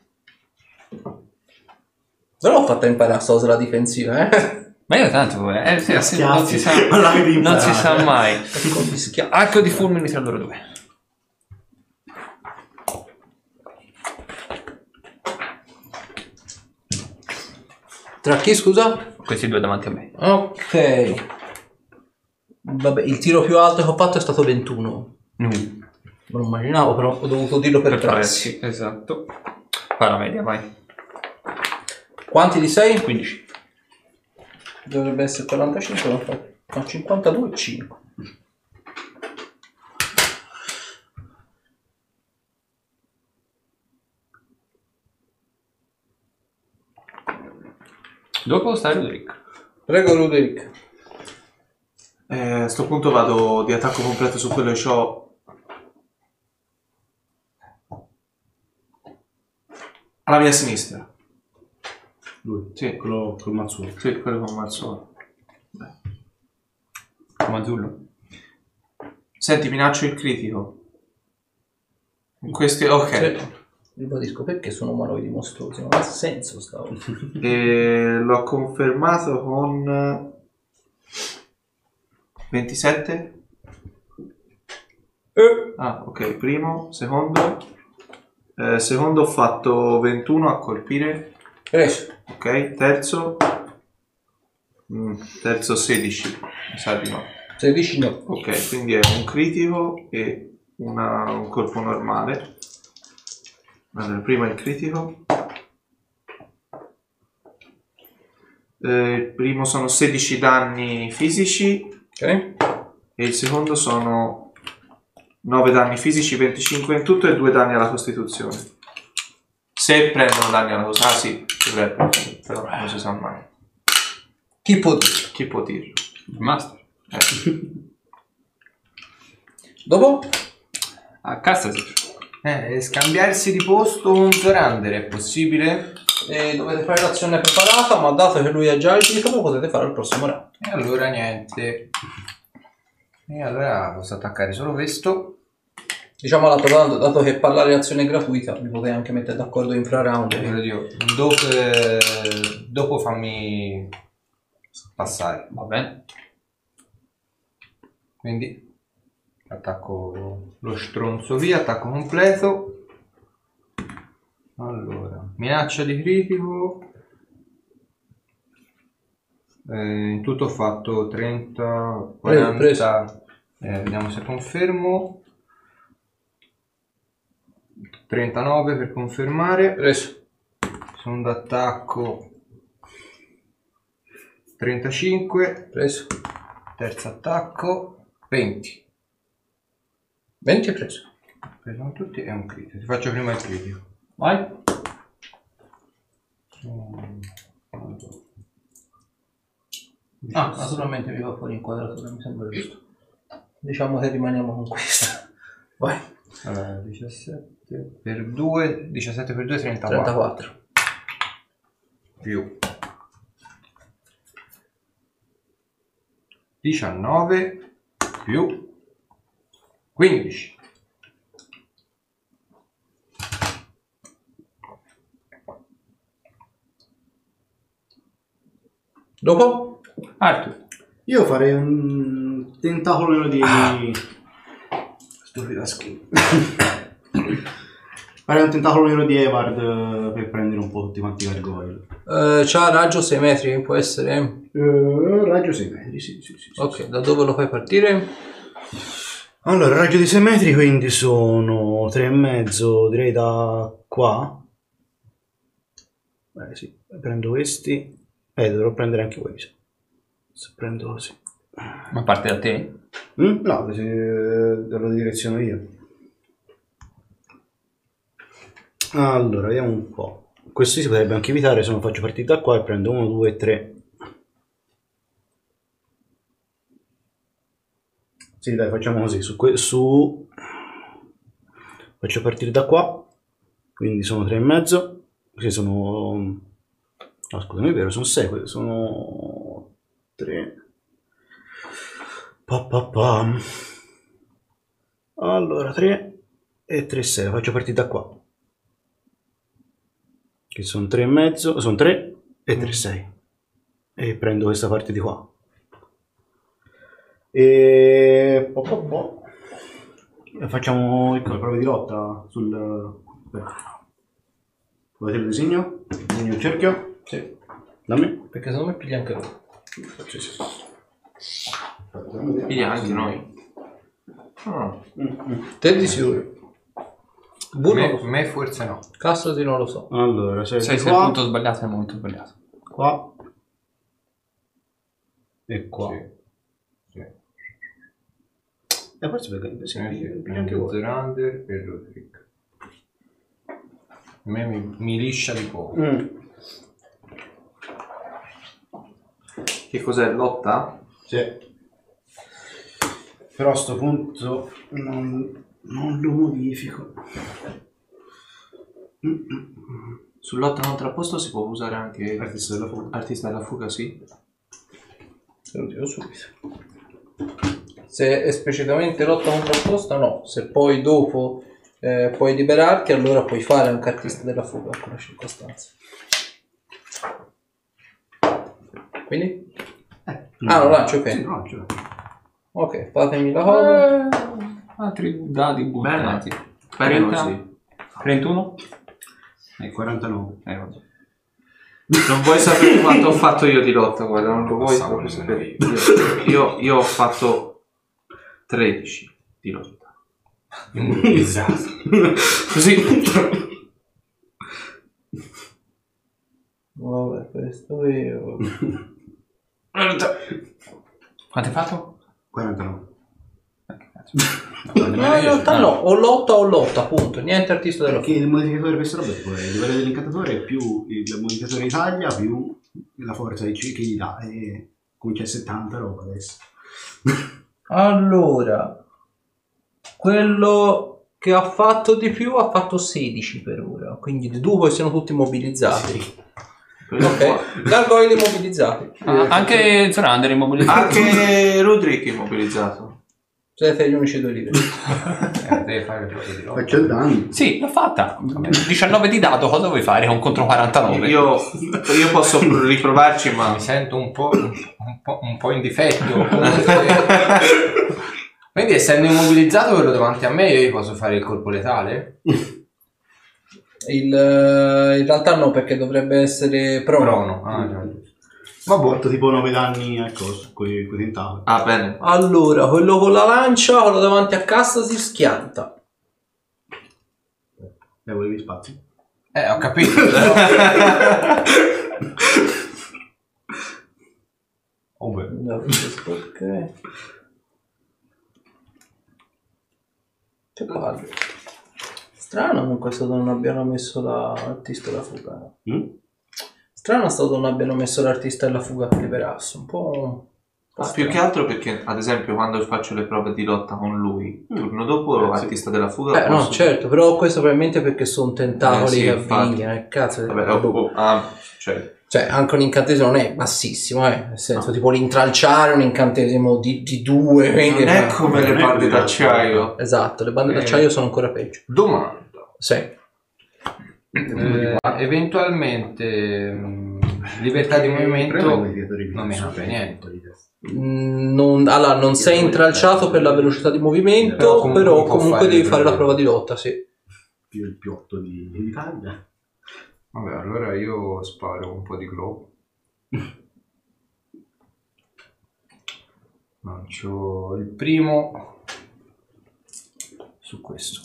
Speaker 1: Non l'ho fatta imparare sta cosa la difensiva, eh?
Speaker 3: Ma io tanto, eh, sì, sì, non si sa,
Speaker 2: Non l'avevi
Speaker 3: non si
Speaker 2: imparato.
Speaker 3: sa mai.
Speaker 1: Con gli schiaffi.
Speaker 3: Arco di fulmine tra loro due.
Speaker 1: Tra chi, scusa?
Speaker 3: Questi due davanti a me.
Speaker 1: Ok. Vabbè, il tiro più alto che ho fatto è stato ventuno.
Speaker 3: Mm.
Speaker 1: Me lo immaginavo, però ho dovuto dirlo per,
Speaker 3: Per
Speaker 1: prassi.
Speaker 3: prezzi, esatto. Fai la media, vai.
Speaker 1: Quanti di sei?
Speaker 3: quindici.
Speaker 1: Dovrebbe essere quarantacinque, l'ho fatto. No, cinquantadue e cinque.
Speaker 3: Dopo sta Roderick.
Speaker 1: Prego, Roderick.
Speaker 4: Eh, a sto punto vado di attacco completo su quello che ho alla mia sinistra.
Speaker 2: Lui,
Speaker 4: Sì,
Speaker 2: quello col mazzuolo.
Speaker 4: sì, quello con Mazzolo.
Speaker 3: Mazzullo.
Speaker 4: Senti, minaccio il critico. In questi... ok.
Speaker 1: Sì. Ribadisco perché sono umanoidi mostruosi, non ha senso sta cosa.
Speaker 4: E l'ho confermato con ventisette.
Speaker 1: Eh.
Speaker 4: Ah, ok, primo, secondo. Eh, secondo ho fatto ventuno a colpire.
Speaker 1: Preso.
Speaker 4: Ok, terzo. Mm, terzo sedici. Mi sa di no.
Speaker 1: sedici no.
Speaker 4: Ok, quindi è un critico e una- un colpo normale. Allora, prima il critico. Eh, il primo sono sedici danni fisici
Speaker 1: Ok.
Speaker 4: e il secondo sono nove danni fisici, venticinque in tutto e due danni alla costituzione. Se prendono danni alla costituzione, ah sì, dovrebbe, però non si sa mai.
Speaker 1: Chi può dire?
Speaker 4: Chi può dirlo?
Speaker 3: Il master.
Speaker 4: Eh.
Speaker 1: Dopo?
Speaker 3: A Castasir.
Speaker 5: Eh, scambiarsi di posto un Zorander è possibile?
Speaker 1: E dovete fare l'azione preparata, ma dato che lui ha già agito, lo potete fare al prossimo round.
Speaker 5: E allora niente. E allora posso attaccare solo questo.
Speaker 1: Diciamo l'altro, dato, dato che parlare è azione gratuita, vi potete anche mettere d'accordo in fra round.
Speaker 5: Ve lo dico. Dopo, eh, dopo fammi passare.
Speaker 3: Va bene.
Speaker 5: Quindi attacco lo stronzo via, attacco completo. Allora, minaccia di critico. Eh, in tutto ho fatto trenta, quaranta.
Speaker 1: Preso.
Speaker 5: Eh, vediamo se confermo. trentanove per confermare.
Speaker 1: Preso.
Speaker 5: Secondo attacco trentacinque.
Speaker 1: Preso.
Speaker 5: Terzo attacco venti.
Speaker 1: venti è preso.
Speaker 5: Presono tutti e un critico. Ti faccio prima il critico.
Speaker 1: Vai. Ah, naturalmente mi va fuori inquadratura, mi sembra giusto. Diciamo che rimaniamo con questo. Vai.
Speaker 5: Allora, diciassette per due, diciassette per due, trentaquattro.
Speaker 1: trentaquattro.
Speaker 5: Più diciannove più quindici.
Speaker 1: Dopo?
Speaker 3: Arthur.
Speaker 2: Io farei un tentacolo di... Stupida skin. Farei un tentacolo nero di Evard eh, per prendere un po' tutti quanti i gargoyle.
Speaker 1: Eh, c'ha raggio sei metri, può essere?
Speaker 2: Eh, raggio sei metri, sì, sì, sì, sì.
Speaker 1: Ok, da dove lo fai partire?
Speaker 2: Allora, raggio di sei metri, quindi sono tre e mezzo, direi da qua. Eh sì, prendo questi. Eh, dovrò prendere anche questi. Se prendo così.
Speaker 3: Ma parte da te?
Speaker 2: Mm? No, se, lo direziono io. Allora, vediamo un po'. Questo si potrebbe anche evitare se non faccio partire da qua e prendo uno, due, tre. Sì, dai, facciamo così. Su, que- su... Faccio partire da qua. Quindi sono tre e mezzo. Questi sono No, scusa, non è vero, sono sei, sono tre. Pa, pa, pa. Allora, tre e tre, sei. Faccio partire da qua. Che sono tre e mezzo, sono tre e tre, sei. E prendo questa parte di qua. E po, po, po. Facciamo ecco, la prova di lotta sul... Vuoi il disegno? Disegno il cerchio?
Speaker 1: Sì.
Speaker 2: Dammi.
Speaker 1: Perché secondo me piglia anche lui.
Speaker 2: Sì, sì.
Speaker 4: Piglia anche noi. Ah.
Speaker 1: Te di sicuro.
Speaker 5: Me, me forse no.
Speaker 1: Castrati non lo so.
Speaker 2: Allora, sei,
Speaker 3: Sei
Speaker 2: qua,
Speaker 3: il punto sbagliato è il momento sbagliato.
Speaker 2: qua e qua.
Speaker 5: Sì. Sì.
Speaker 2: E forse perché sì,
Speaker 5: Eh,
Speaker 2: piglia-
Speaker 5: sì,
Speaker 2: piglia anche
Speaker 5: prendo
Speaker 2: voi.
Speaker 5: Zorander e Roderick. A me mi, mi liscia di poco.
Speaker 2: Mm.
Speaker 4: Che cos'è? Lotta?
Speaker 2: Sì. Però a sto punto non, non lo modifico. Mm-mm.
Speaker 4: Su lotta contrapposto si può usare anche
Speaker 2: Artista della fuga.
Speaker 4: artista della fuga, sì.
Speaker 1: Te lo dico subito. Se è esplicitamente lotta contrapposta, no. Se poi dopo eh, puoi liberarti, allora puoi fare anche artista della fuga in quella circostanza. Quindi?
Speaker 2: Eh,
Speaker 1: Ah, lo lancio, ok.
Speaker 2: Sì, lo lancio.
Speaker 1: Ok, fatemi la cosa.
Speaker 3: Eh, altri dadi buttati.
Speaker 4: Bene
Speaker 3: trenta?
Speaker 4: così.
Speaker 3: trentuno?
Speaker 2: È quarantanove.
Speaker 3: Eh, vabbè.
Speaker 4: Non vuoi sapere quanto ho fatto io di lotta, guarda, non lo vuoi
Speaker 5: Passavo
Speaker 4: proprio
Speaker 5: nemmeno
Speaker 4: sapere. Io, io, io ho fatto tredici di lotta.
Speaker 5: Immunizzato.
Speaker 4: Così.
Speaker 1: Vabbè, questo io.
Speaker 3: Quanto hai fatto?
Speaker 2: quarantanove.
Speaker 1: No, in realtà no, o lotta o lotta, appunto. Niente artista della fuga.
Speaker 2: Perché il modificatore di questa roba è pure il livello dell'incantatore è più il modificatore di taglia più la forza che gli dà e comincia a settanta roba adesso.
Speaker 1: Allora, quello che ha fatto di più ha fatto sedici per ora, quindi i due siano tutti mobilizzati. Ok, gargoyle immobilizzati.
Speaker 3: Ah, anche Zorander immobilizzato.
Speaker 4: Anche Roderick è immobilizzato.
Speaker 1: Siete gli unici due livelli.
Speaker 5: Eh, devi fare le prove di lotta.
Speaker 2: Faccio il danno.
Speaker 3: Sì, l'ho fatta. diciannove di dado, cosa vuoi fare con contro quarantanove?
Speaker 4: Io, io posso riprovarci, ma
Speaker 5: Mi sento un po', un po', un po' in difetto. Comunque. Quindi essendo immobilizzato quello davanti a me io gli posso fare il colpo letale?
Speaker 1: Il, eh, in realtà no, perché dovrebbe essere prono.
Speaker 5: Prono. Ah, già.
Speaker 2: Vabbè, ho fatto tipo nove danni ecco, con i tentacoli.
Speaker 4: ah, bene.
Speaker 1: Allora, quello con la lancia, quello davanti a cassa si schianta.
Speaker 2: Eh, volevi spazio?
Speaker 5: Eh, ho capito. Oh, beh.
Speaker 1: Ok. Che palle. Strano che in questo non abbiano messo l'artista della fuga.
Speaker 2: Mm?
Speaker 1: Strano stato non abbiano messo l'artista della fuga per liberasse. Un po'. un po'
Speaker 4: Ma più
Speaker 1: strano.
Speaker 4: che altro perché, ad esempio, quando faccio le prove di lotta con lui, il turno dopo
Speaker 2: Eh, sì.
Speaker 4: l'artista della fuga.
Speaker 1: Eh no,
Speaker 4: posso-
Speaker 1: certo, però questo probabilmente perché sono tentacoli
Speaker 4: Eh, sì,
Speaker 1: che
Speaker 4: infatti.
Speaker 1: avvinghiano. Eh, cazzo.
Speaker 4: Vabbè, oh, oh, ah, cioè,
Speaker 1: Cioè, anche un incantesimo non è bassissimo, eh. Nel senso, tipo l'intralciare un incantesimo di, di due. Quindi
Speaker 4: non è come le
Speaker 2: non è
Speaker 4: bande
Speaker 2: così
Speaker 4: d'acciaio.
Speaker 1: Esatto, le bande
Speaker 5: Eh.
Speaker 1: d'acciaio sono ancora peggio.
Speaker 5: Domanda.
Speaker 1: Sì.
Speaker 5: Eh, eventualmente mh, libertà di movimento non mi cambia niente.
Speaker 1: Mm, Non, allora, non sei intralciato per la velocità di movimento,
Speaker 5: Però comunque
Speaker 1: però
Speaker 5: può
Speaker 1: comunque
Speaker 5: fare
Speaker 1: devi
Speaker 5: le
Speaker 1: fare la
Speaker 5: prove.
Speaker 1: prova di lotta, sì.
Speaker 2: Più il piotto di, di taglia.
Speaker 5: Vabbè, allora io sparo un po' di glow. Lancio il primo su questo.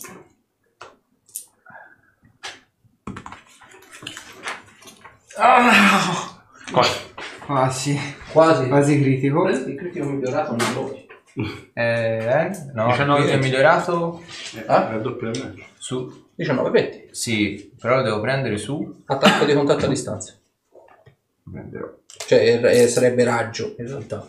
Speaker 5: Ah, quasi,
Speaker 1: Quasi.
Speaker 5: quasi critico.
Speaker 1: Il critico migliorato non lo vuoi.
Speaker 5: Eh, eh? No,
Speaker 3: diciannove
Speaker 5: è migliorato
Speaker 2: Eh,
Speaker 1: Ah?
Speaker 2: raddoppia il me.
Speaker 5: su.
Speaker 1: diciannove venti.
Speaker 5: Sì, però lo devo prendere su.
Speaker 1: Attacco di contatto a distanza.
Speaker 5: Prenderò.
Speaker 1: Cioè, eh, sarebbe raggio, in realtà.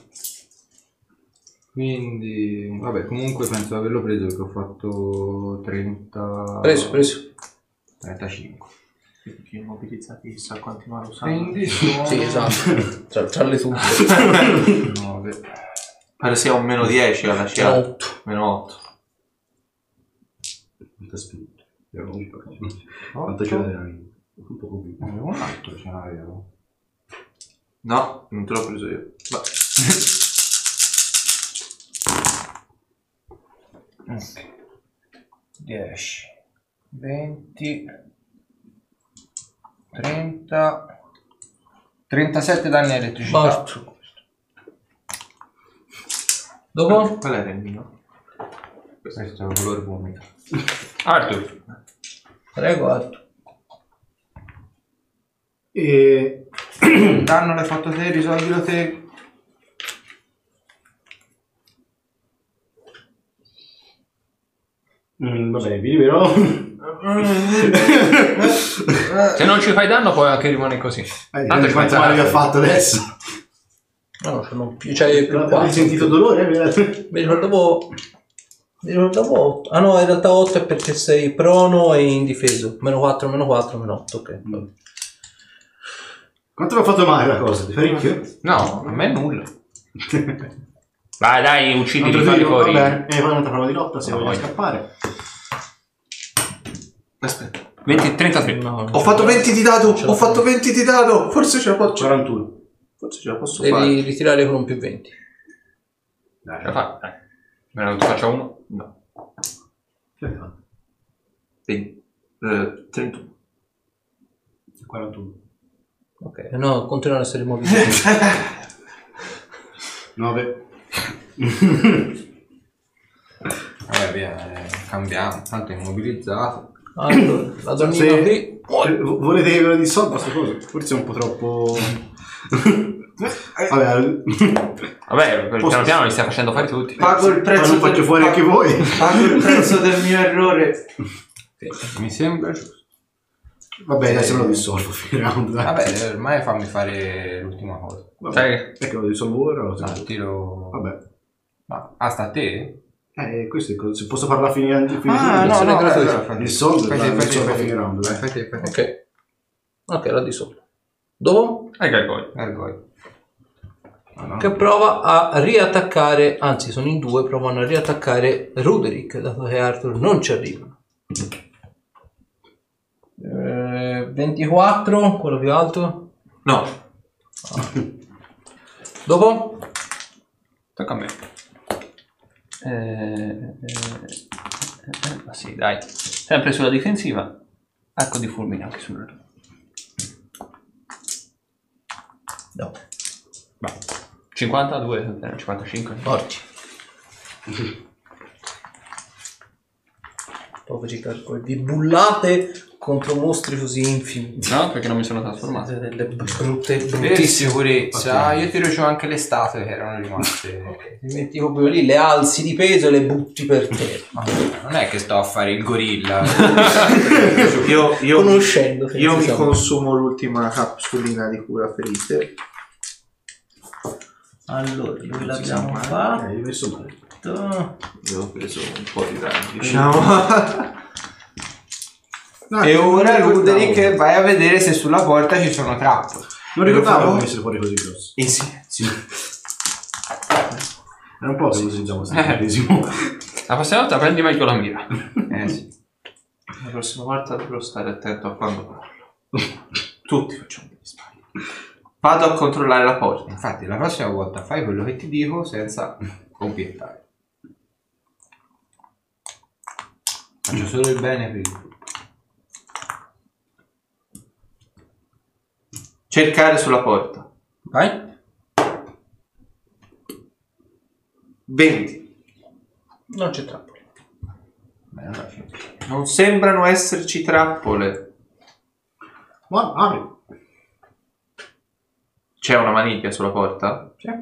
Speaker 5: Quindi, vabbè, comunque penso di averlo preso perché ho fatto trenta.
Speaker 1: Preso, preso.
Speaker 5: trentacinque.
Speaker 4: Più immobilizzati, chissà continuare a usare.
Speaker 5: Quindi sono...
Speaker 1: Sì, esatto. Tra, tra le tutte.
Speaker 5: nove.
Speaker 4: Pare sia un meno dieci alla C A.
Speaker 1: otto.
Speaker 4: Meno otto.
Speaker 2: Quanto spinto? Quanto ce l'aveva? Un po' più.
Speaker 5: Avevo un altro, ce l'avevo.
Speaker 4: No, non te l'ho preso io. Va.
Speaker 5: Ok. dieci, venti, trenta, trentasette danni elettricità.
Speaker 1: Morto. Dopo?
Speaker 4: Qual era il mio?
Speaker 5: Questo è il colore vomito.
Speaker 3: Arthur.
Speaker 1: Prego, Arthur.
Speaker 2: E...
Speaker 5: Il danno l'hai fatto te, risolvilo te.
Speaker 2: Mm, vabbè, vi libero.
Speaker 3: Se non ci fai danno poi anche rimane così.
Speaker 2: Eh,
Speaker 3: Tanto ci
Speaker 2: quanto
Speaker 3: fai
Speaker 2: male vi ha
Speaker 3: danno.
Speaker 2: fatto adesso?
Speaker 1: No, no, sono più. C'hai più
Speaker 2: Hai
Speaker 1: quattro.
Speaker 2: sentito dolore?
Speaker 1: Mi ricordavo. Mi ricordavo otto. Ah no, in realtà otto è perché sei prono e indifeso. Meno quattro, meno quattro, meno otto. Ok. vabbè.
Speaker 2: Quanto vi ha fatto male la cosa? Di parecchio?
Speaker 5: No, a me nulla.
Speaker 3: Vai, dai, uccidili,
Speaker 2: Quanto
Speaker 3: falli
Speaker 2: tiro?
Speaker 3: fuori.
Speaker 2: Vabbè, e poi un'altra prova di lotta se
Speaker 3: No,
Speaker 2: voglio
Speaker 3: voglio.
Speaker 2: scappare.
Speaker 4: Aspetta.
Speaker 3: venti, trentatré.
Speaker 1: No,
Speaker 4: Ho fatto venti di dado!
Speaker 1: Ce la
Speaker 4: Ho
Speaker 1: fai.
Speaker 4: fatto venti di dado! Forse ce la posso.
Speaker 2: quarantuno.
Speaker 4: Forse ce la posso fare.
Speaker 1: Devi ritirare con un più venti.
Speaker 2: Dai,
Speaker 3: Ce la fai, dai. Me ne faccio uno.
Speaker 4: No.
Speaker 2: che hai fatto?
Speaker 4: venti. Eh, trentuno.
Speaker 2: quarantuno.
Speaker 1: Ok, no, continuano a essere immobilizzati.
Speaker 2: nove.
Speaker 5: Vabbè, via, eh, cambiamo. Tanto è immobilizzato.
Speaker 1: Allora, la donnina
Speaker 2: Se-
Speaker 1: qui.
Speaker 2: Eh, volete che ve lo dissolva questa cosa? Forse è un po' troppo... Vabbè,
Speaker 3: Vabbè,
Speaker 2: Posso-
Speaker 3: piano piano li stai facendo fare tutti.
Speaker 4: Pago il
Speaker 2: poi
Speaker 4: prezzo
Speaker 2: non faccio
Speaker 4: del-
Speaker 2: fuori anche voi.
Speaker 4: Pago il prezzo del mio errore.
Speaker 5: Mi sembra giusto.
Speaker 2: Vabbè, adesso me lo dissolvo, fine round. dai.
Speaker 5: Vabbè, ormai fammi fare l'ultima cosa.
Speaker 2: Vabbè.
Speaker 3: Sai
Speaker 2: È che lo dissolvo ora o lo
Speaker 5: Ah,
Speaker 2: sento?
Speaker 5: tiro...
Speaker 2: Vabbè.
Speaker 5: Ma, ah, sta a te?
Speaker 2: Eh, questo è cosa. Se posso farla finire anche fine
Speaker 5: Ah, no,
Speaker 2: round?
Speaker 5: no,
Speaker 1: gratuita.
Speaker 5: allora, fai-
Speaker 2: Dissolvo,
Speaker 5: fai te,
Speaker 2: dai,
Speaker 5: fai te,
Speaker 2: dissolvo
Speaker 5: fai
Speaker 2: a
Speaker 5: te.
Speaker 2: fine round, dai.
Speaker 5: Fai te, fai te.
Speaker 1: Ok. Ok, la dissolvo. Dopo?
Speaker 3: Hai gargoglio.
Speaker 5: Gargoglio. Ah, no.
Speaker 1: Che prova a riattaccare, anzi sono in due, provano a riattaccare Ruderick, dato che Arthur non ci arriva. Eh, ventiquattro, quello più alto.
Speaker 4: No.
Speaker 1: Dopo?
Speaker 3: Tocca a me. Eh, eh, eh, eh, sì, dai. Sempre sulla difensiva. Arco di fulmine anche sulla.
Speaker 1: No.
Speaker 3: cinquantadue, eh, cinquantacinque.
Speaker 1: Morti. Poveri carcoli. Vi bullate contro mostri così infimi.
Speaker 3: No, perché non mi sono trasformato.
Speaker 1: Delle brutte,
Speaker 5: Per
Speaker 1: bruttissime.
Speaker 5: sicurezza, io tiro giù anche le statue che erano rimaste.
Speaker 1: Ti metti proprio lì, le alzi di peso e le butti per terra.
Speaker 5: Ma non è che sto a fare il gorilla.
Speaker 4: Io, io,
Speaker 1: Conoscendo.
Speaker 4: io mi
Speaker 1: diciamo.
Speaker 4: consumo l'ultima capsulina di cura ferite.
Speaker 1: Allora, dove l'abbiamo
Speaker 2: Eh,
Speaker 1: fatto?
Speaker 2: hai messo male.
Speaker 4: Io ho preso un po' di danni, diciamo.
Speaker 2: No,
Speaker 5: E ora
Speaker 2: non
Speaker 5: Ruderick
Speaker 2: ricordavo.
Speaker 5: vai a vedere se sulla porta ci sono trappole.
Speaker 2: Non ricordavo che essere fuori così grosso.
Speaker 4: Eh sì.
Speaker 2: Sì. Era un po' che usiamo questo medesimo.
Speaker 3: La prossima volta prendi meglio la mira.
Speaker 5: Eh sì.
Speaker 4: La prossima volta dovrò stare attento a quando parlo. Tutti facciamo degli sbagli. Vado a controllare la porta.
Speaker 5: Infatti la prossima volta fai quello che ti dico senza obiettare. Faccio solo il bene prima.
Speaker 4: Cercare sulla porta.
Speaker 1: Vai.
Speaker 4: venti.
Speaker 1: Non c'è trappola.
Speaker 5: Beh, allora, sì.
Speaker 4: Non sembrano esserci trappole.
Speaker 2: Ma apri.
Speaker 4: C'è una maniglia sulla porta?
Speaker 5: Sì.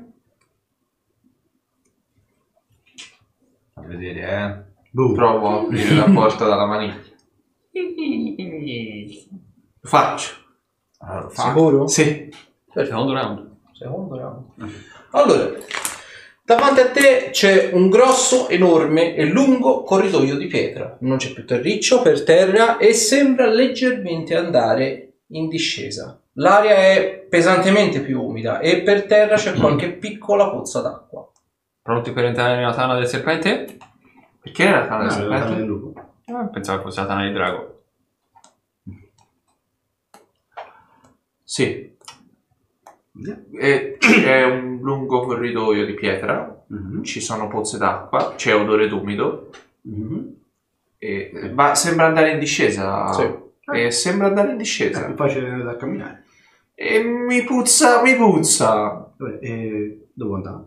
Speaker 5: Fa vedere, eh.
Speaker 2: Boom.
Speaker 4: Provo a aprire la porta dalla maniglia. Lo faccio.
Speaker 5: Allora lo fa.
Speaker 1: Sicuro?
Speaker 4: Sì.
Speaker 1: Perfetto.
Speaker 3: Secondo round.
Speaker 1: Secondo round. Allora, Davanti a te c'è un grosso, enorme e lungo corridoio di pietra. Non c'è più terriccio per terra e sembra leggermente andare in discesa. L'aria è pesantemente più umida e per terra c'è qualche piccola pozza d'acqua.
Speaker 3: Pronti per entrare nella tana del serpente?
Speaker 4: Perché era la tana del
Speaker 2: Ah, la tana del
Speaker 4: serpente?
Speaker 2: lupo.
Speaker 3: Ah, pensavo fosse la tana del drago.
Speaker 4: Sì.
Speaker 2: Yeah.
Speaker 4: E c'è un lungo corridoio di pietra,
Speaker 2: Mhm.
Speaker 4: ci sono pozze d'acqua, c'è odore d'umido,
Speaker 2: Mhm.
Speaker 4: e, ma sembra andare in discesa.
Speaker 1: Sì.
Speaker 4: E sembra andare in
Speaker 2: È
Speaker 4: discesa.
Speaker 2: più facile da camminare.
Speaker 4: E mi puzza, mi puzza.
Speaker 2: Vabbè, e dove andare?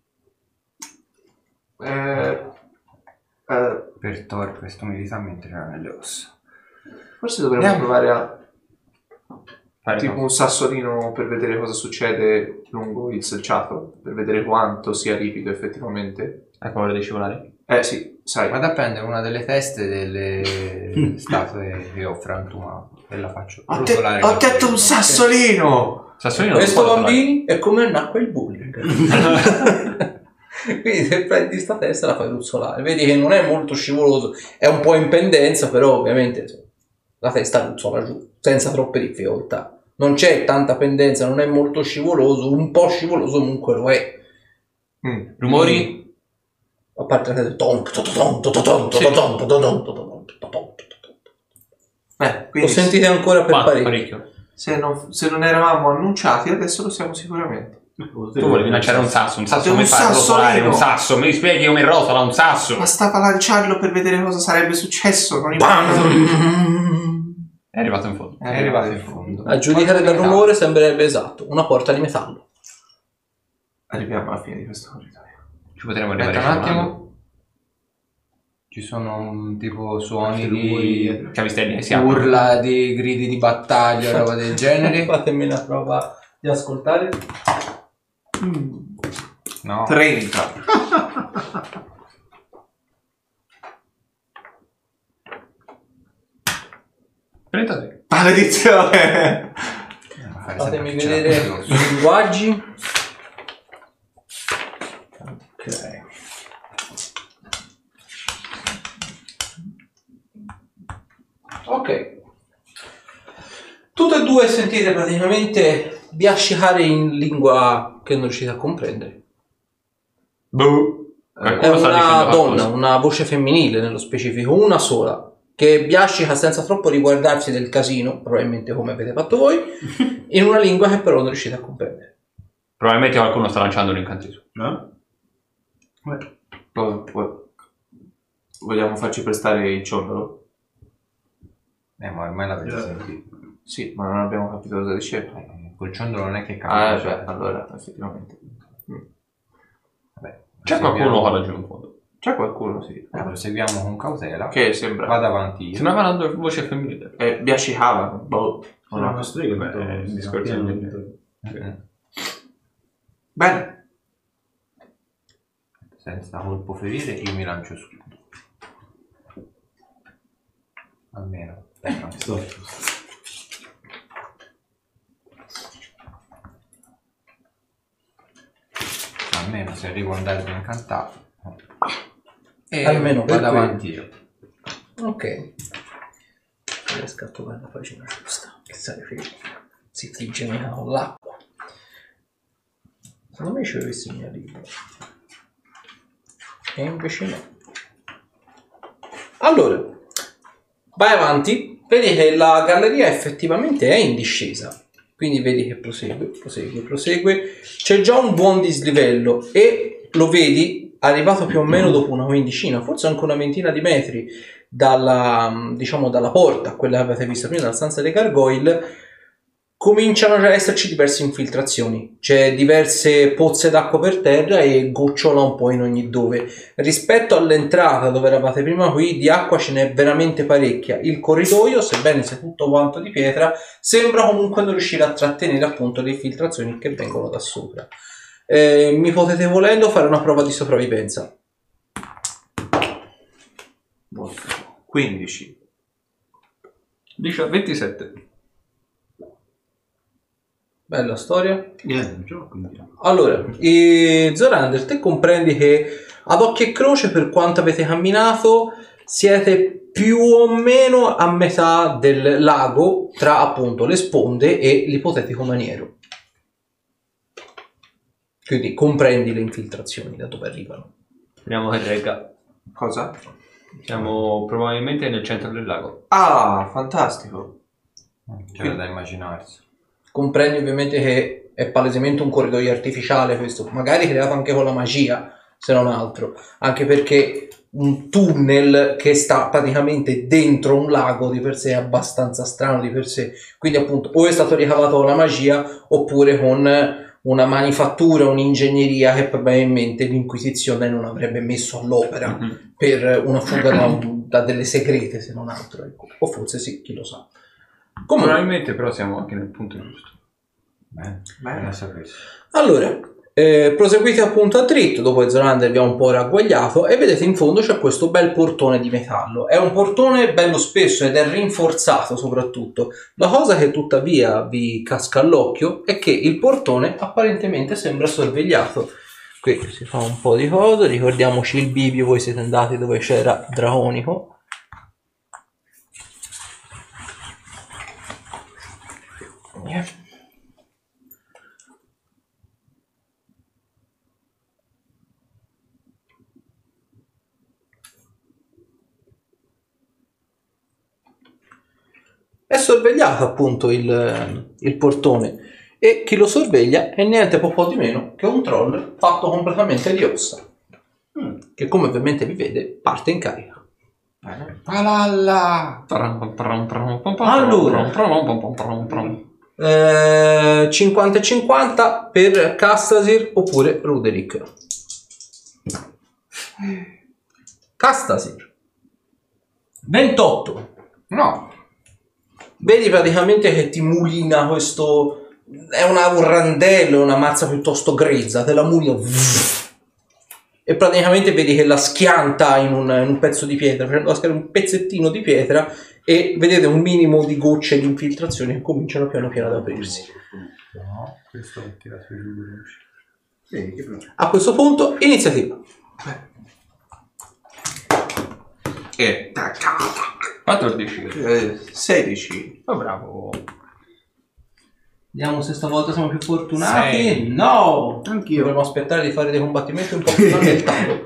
Speaker 4: Eh, eh,
Speaker 5: Per Thor questo meditamente c'era nelle ossa.
Speaker 4: forse dovremmo
Speaker 5: Andiamo.
Speaker 4: provare a
Speaker 3: Fare
Speaker 4: tipo
Speaker 3: cosa?
Speaker 4: un sassolino per vedere cosa succede lungo il selciato, per vedere quanto sia ripido effettivamente.
Speaker 3: Hai paura di scivolare?
Speaker 4: Eh sì, sai.
Speaker 5: Vado a prendere una delle teste delle statue che ho frantumato e la faccio
Speaker 4: Ho, te-
Speaker 5: rotolare.
Speaker 4: ho
Speaker 5: nel
Speaker 4: detto
Speaker 5: freddo.
Speaker 4: un sassolino!
Speaker 3: Sassolino non
Speaker 1: Questo
Speaker 3: può rotolare.
Speaker 1: bambini è come nacque il bullying. Quindi se prendi sta testa la fai ruzzolare. Vedi che non è molto scivoloso, è un po' in pendenza, però ovviamente insomma, la testa ruzzola giù, senza troppe difficoltà. Non c'è tanta pendenza, non è molto scivoloso, un po' scivoloso comunque lo è.
Speaker 4: Mm.
Speaker 3: Rumori?
Speaker 1: A parte la tonk, tototonk, tototonk, tototonk, tototonk, tototonk, tototonk.
Speaker 4: Eh,
Speaker 1: Lo
Speaker 4: quindi
Speaker 1: sentite ancora per
Speaker 3: Quanto?
Speaker 1: parecchio.
Speaker 3: Parecchio.
Speaker 4: se non, se non eravamo annunciati, adesso lo siamo sicuramente.
Speaker 3: Tu volevi lanciare un sasso, un sasso
Speaker 4: Un
Speaker 3: come fai a rotolare
Speaker 4: sassolino.
Speaker 3: un sasso? Mi spieghi come rotola un sasso?
Speaker 4: Bastava lanciarlo per vedere cosa sarebbe successo. Non importa.
Speaker 3: È arrivato in fondo.
Speaker 5: È arrivato in fondo.
Speaker 1: A giudicare dal rumore sembrerebbe esatto, una porta di metallo.
Speaker 4: Arriviamo alla fine di questo corridoio.
Speaker 3: Ci potremmo arrivare
Speaker 5: Aspetta un
Speaker 3: scivolando.
Speaker 5: attimo. Ci sono un tipo suoni
Speaker 2: Rumori
Speaker 5: di
Speaker 2: dietro.
Speaker 3: Chiavistelli si aprono.
Speaker 5: urla, di gridi di battaglia, roba del genere.
Speaker 1: Fatemi una prova di ascoltare.
Speaker 5: No.
Speaker 4: trenta.
Speaker 3: trentasei.
Speaker 4: Maledizione!
Speaker 1: Fatemi vedere i linguaggi. Ok. Ok. Tutte e due sentite praticamente biascicare in lingua che non riuscite a comprendere.
Speaker 3: Boh.
Speaker 1: È
Speaker 3: Qualcuno sta dicendo
Speaker 1: una
Speaker 3: qualcosa.
Speaker 1: donna, una voce femminile nello specifico, una sola, che biascica senza troppo riguardarsi del casino, probabilmente come avete fatto voi, in una lingua che però non riuscite a comprendere.
Speaker 3: Probabilmente qualcuno sta lanciando un incantesimo.
Speaker 2: No? Vabbè.
Speaker 4: Vo- vo- Vogliamo farci prestare il ciondolo?
Speaker 5: Eh, ma ormai l'avete
Speaker 2: Eh.
Speaker 5: sentito.
Speaker 4: Sì, ma non abbiamo capito cosa diceva.
Speaker 5: Eh, Col ciondolo non è che
Speaker 4: Ah,
Speaker 5: capita.
Speaker 4: cioè, allora, effettivamente. Mm.
Speaker 5: Vabbè,
Speaker 3: C'è qualcuno qua laggiù in fondo.
Speaker 4: C'è qualcuno, sì.
Speaker 5: Eh, lo seguiamo con cautela.
Speaker 4: Che sembra...
Speaker 5: Vado avanti io.
Speaker 3: Sembra parlando voce femminile.
Speaker 4: Eh, biascicava. Boh.
Speaker 2: Sono
Speaker 4: No.
Speaker 2: una strega.
Speaker 3: Beh,
Speaker 2: tutto-
Speaker 3: il
Speaker 2: si
Speaker 3: discorso
Speaker 2: sa,
Speaker 3: è
Speaker 2: pieno
Speaker 3: di-
Speaker 2: di-
Speaker 5: Eh,
Speaker 4: Bene.
Speaker 5: Senza colpo ferire io mi lancio su. Almeno.
Speaker 2: Sto-
Speaker 5: Almeno se arrivo a andare incantato. E
Speaker 1: Almeno per
Speaker 5: vado
Speaker 1: quello.
Speaker 5: avanti io.
Speaker 1: Ok. Riesco a trovare la pagina giusta. Che sarebbe si friggeva con l'acqua. Secondo me ci avessi il mio libro. E invece no. Allora, vai avanti. Vedi che la galleria effettivamente è in discesa. Quindi vedi che prosegue, prosegue, prosegue. C'è già un buon dislivello e lo vedi arrivato più o meno dopo una quindicina, forse anche una ventina di metri dalla, diciamo, dalla porta, quella che avete visto prima, dalla stanza dei gargoyle, cominciano già ad esserci diverse infiltrazioni. C'è diverse pozze d'acqua per terra e gocciola un po' in ogni dove. Rispetto all'entrata dove eravate prima qui, di acqua ce n'è veramente parecchia. Il corridoio, sebbene sia tutto quanto di pietra, sembra comunque non riuscire a trattenere appunto le infiltrazioni che vengono da sopra. Eh, mi potete volendo fare una prova di sopravvivenza.
Speaker 4: quindici.
Speaker 3: Dice ventisette.
Speaker 1: Bella storia.
Speaker 2: Niente, non gioco, quindi.
Speaker 1: Allora, e Zorander, te comprendi che ad occhio e croce, per quanto avete camminato, siete più o meno a metà del lago tra appunto le sponde e l'ipotetico maniero. Quindi comprendi le infiltrazioni da dove arrivano.
Speaker 3: Speriamo che regga.
Speaker 4: Cosa?
Speaker 3: Siamo probabilmente nel centro del lago.
Speaker 4: Ah, fantastico.
Speaker 5: C'era da immaginarsi.
Speaker 1: Comprendi ovviamente che è palesemente un corridoio artificiale questo, magari creato anche con la magia, se non altro, anche perché un tunnel che sta praticamente dentro un lago di per sé è abbastanza strano di per sé, quindi appunto o è stato ricavato con la magia oppure con una manifattura, un'ingegneria che probabilmente l'Inquisizione non avrebbe messo all'opera
Speaker 3: Mm-hmm.
Speaker 1: per una fuga da, da delle segrete, se non altro, ecco. O forse sì, chi lo sa. Comunque,
Speaker 3: Probabilmente però siamo anche nel punto giusto.
Speaker 5: Beh,
Speaker 4: Beh.
Speaker 5: non sapessi.
Speaker 1: allora, eh, proseguite appunto a dritto, dopo che Zorander vi ha un po' ragguagliato e vedete in fondo c'è questo bel portone di metallo. È un portone bello spesso ed è rinforzato soprattutto. La cosa che tuttavia vi casca all'occhio è che il portone apparentemente sembra sorvegliato. Qui si fa un po' di cose, ricordiamoci il bivio, voi siete andati dove c'era Draconico. È sorvegliato appunto il, il portone e chi lo sorveglia è niente po' di meno che un troll fatto completamente di ossa, che come ovviamente vi vede parte in carica.
Speaker 5: Palalla!
Speaker 1: Eh, cinquanta e cinquanta per Castasir oppure Ruderick. Castasir ventotto.
Speaker 5: No!
Speaker 1: Vedi praticamente che ti mulina questo. È una, un randello, una mazza piuttosto grezza, te la mulina e praticamente vedi che la schianta in un, in un pezzo di pietra, facendo cascare un pezzettino di pietra e vedete un minimo di gocce di infiltrazione che cominciano piano piano ad aprirsi.
Speaker 5: No, questo è tirato giù.
Speaker 2: Sì, che però.
Speaker 1: A questo punto, iniziativa.
Speaker 4: E taccata.
Speaker 3: quattordici.
Speaker 4: Eh, sedici.
Speaker 3: Oh, bravo.
Speaker 1: Vediamo se stavolta siamo più fortunati.
Speaker 3: Sei.
Speaker 1: No!
Speaker 2: Anch'io.
Speaker 1: Dovremmo aspettare di fare dei combattimenti un po' più nel tavolo.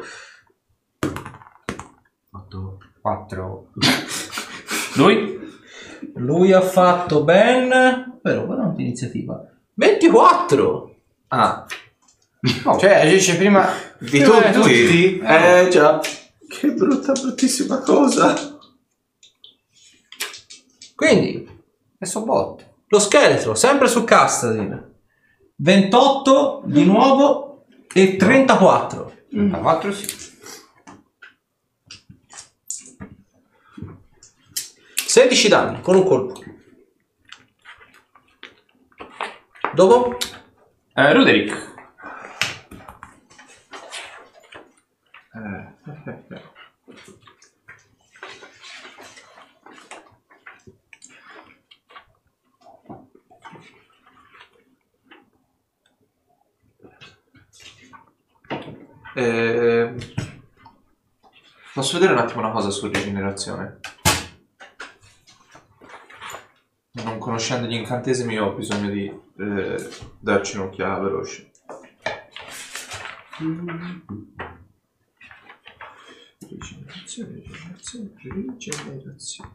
Speaker 2: otto.
Speaker 5: quattro.
Speaker 3: Lui?
Speaker 1: Lui ha fatto ben. Però guarda iniziativa. ventiquattro!
Speaker 4: Ah,
Speaker 5: No, cioè agisce prima
Speaker 4: di
Speaker 5: Eh,
Speaker 4: tutti?
Speaker 5: tutti?
Speaker 4: Eh già. Che brutta, bruttissima cosa.
Speaker 1: Quindi,
Speaker 5: messo botto.
Speaker 1: lo scheletro, sempre su Castasir. ventotto di nuovo e trentaquattro.
Speaker 5: quattro sì.
Speaker 1: sedici danni con un colpo. Dopo?
Speaker 3: Eh, Ruderick.
Speaker 4: Eh, posso vedere un attimo una cosa su rigenerazione? Non conoscendo gli incantesimi ho bisogno di eh, darci un'occhiata veloce. Rigenerazione, rigenerazione, rigenerazione.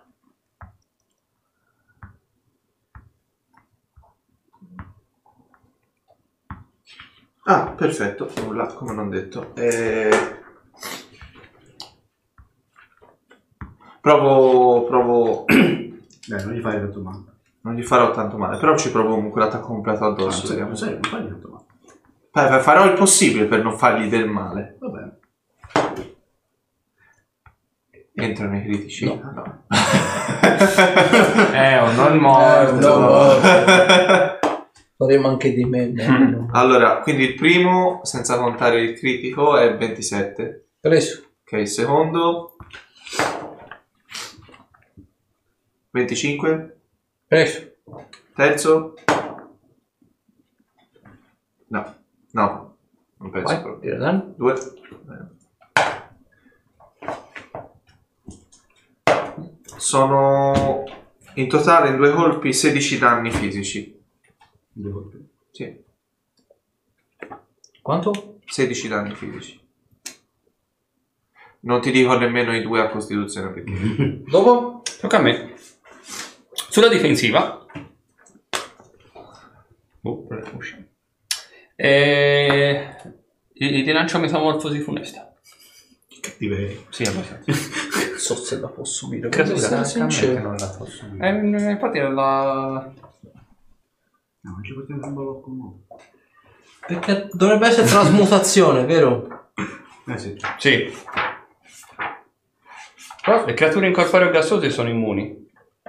Speaker 4: Ah, perfetto, nulla, come non detto. Eh... Provo, provo...
Speaker 2: Dai, non gli fai tanto male.
Speaker 4: Non gli farò tanto male, però ci provo comunque l'attacco completo
Speaker 2: Ah,
Speaker 4: addosso.
Speaker 2: non sai,
Speaker 4: vediamo.
Speaker 2: non sai, non fai tanto male.
Speaker 4: Beh, farò il possibile per non fargli del male.
Speaker 2: Va bene.
Speaker 4: Entrano i critici?
Speaker 1: No.
Speaker 4: no.
Speaker 5: Eh, oh, non morto.
Speaker 1: Eh, no. Faremo anche di me. no.
Speaker 4: Allora, quindi il primo, senza contare il critico, è ventisette.
Speaker 1: Preso.
Speaker 4: Ok, il secondo... venticinque.
Speaker 1: Preso.
Speaker 4: Terzo... No, no, non penso
Speaker 1: Vai,
Speaker 4: proprio.
Speaker 1: tira danni.
Speaker 4: Due. Sono in totale in due colpi sedici danni fisici.
Speaker 2: Due colpi.
Speaker 4: Sì,
Speaker 1: Quanto?
Speaker 4: sedici danni fisici. Non ti dico nemmeno i due a costituzione perché...
Speaker 1: Dopo?
Speaker 3: Tocca a me. Sulla difensiva. Oh, usci. E... Ti, ti lancio metamorfosi funesta.
Speaker 2: Cattiveria.
Speaker 3: Sì, abbastanza.
Speaker 1: Non so se la posso subire.
Speaker 3: Creatura.
Speaker 1: Sono sincero.
Speaker 5: non la posso dire.
Speaker 3: Eh, infatti è la...
Speaker 2: No, non ci portiamo un blocco nuovo.
Speaker 1: Perché dovrebbe essere trasmutazione, vero?
Speaker 2: Eh sì.
Speaker 3: Sì. Però le creature incorporee gassose sono immuni.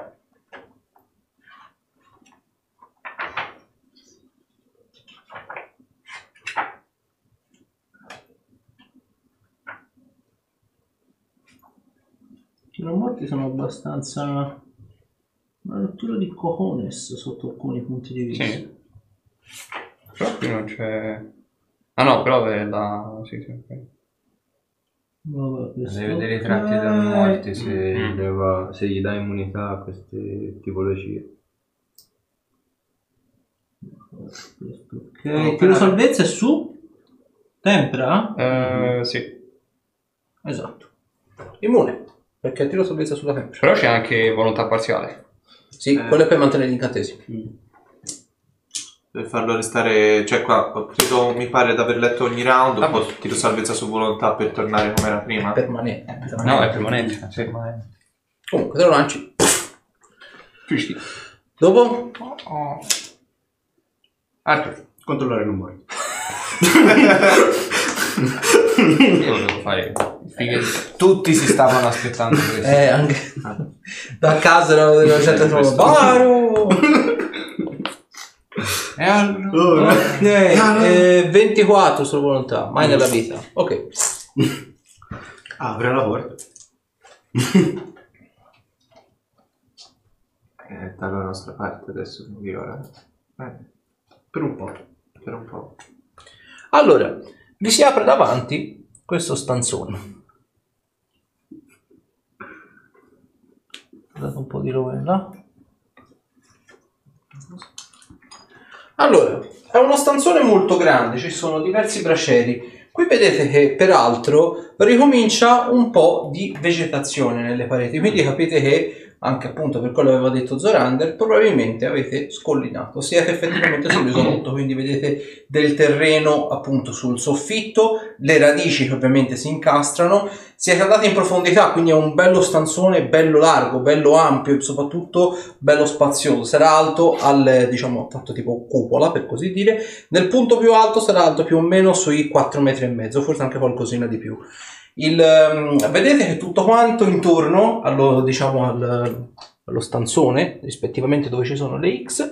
Speaker 1: I non morti sono abbastanza... una rottura di cojones sotto alcuni punti di vista.
Speaker 3: Sì. Però qui non c'è... Ah no, però è la... Sì, sì, ok.
Speaker 1: Vabbè, questo-
Speaker 5: Devi vedere i tratti dei non morti se,
Speaker 3: Mm.
Speaker 5: gli va- se gli dà immunità a queste tipologie.
Speaker 1: Questo, ok, tiro salvezza è su? Tempra?
Speaker 3: Eh, sì.
Speaker 1: Esatto. Immune. Perché tiro salvezza sulla tempra.
Speaker 3: Però c'è anche volontà parziale.
Speaker 1: Sì,
Speaker 4: Eh.
Speaker 1: quello è per mantenere gli incantesimi.
Speaker 4: Per farlo restare... Cioè qua, ho preso, mi pare di aver letto ogni round,
Speaker 3: Ah.
Speaker 4: poi tiro salvezza su volontà per tornare come era prima.
Speaker 1: Permanente.
Speaker 3: No, è permanente. Sì.
Speaker 1: Comunque, te lo lanci.
Speaker 3: Fischi.
Speaker 1: Dopo?
Speaker 3: Oh. Arthur.
Speaker 2: Controllare i non morti.
Speaker 3: Io volevo fare il fighetto.
Speaker 5: Tutti si stavano aspettando questo.
Speaker 1: Eh, anche... da casa erano delle gente troppo... Baro!
Speaker 5: E allora...
Speaker 1: Ok, eh, ventiquattro sulla volontà. Mai nella vita. Ok.
Speaker 2: Ah, apre la porta.
Speaker 4: È dalla nostra parte adesso, non vi ora. Bene,
Speaker 2: Per un po'.
Speaker 4: per un po'.
Speaker 1: Allora, vi si apre davanti questo stanzone. Date un po' di rovella. Allora, è uno stanzone molto grande, ci sono diversi bracieri. Qui vedete che peraltro ricomincia un po' di vegetazione nelle pareti, quindi capite che anche appunto per quello che aveva detto Zorander, probabilmente avete scollinato, siete effettivamente sull'isolotto, quindi vedete del terreno appunto sul soffitto, le radici che ovviamente si incastrano, siete andati in profondità, quindi è un bello stanzone, bello largo, bello ampio e soprattutto bello spazioso, sarà alto al, diciamo, tanto tipo cupola per così dire, nel punto più alto sarà alto più o meno sui quattro metri e mezzo, forse anche qualcosina di più. Il, um, vedete che tutto quanto intorno allo, diciamo, al, allo stanzone, rispettivamente dove ci sono le X,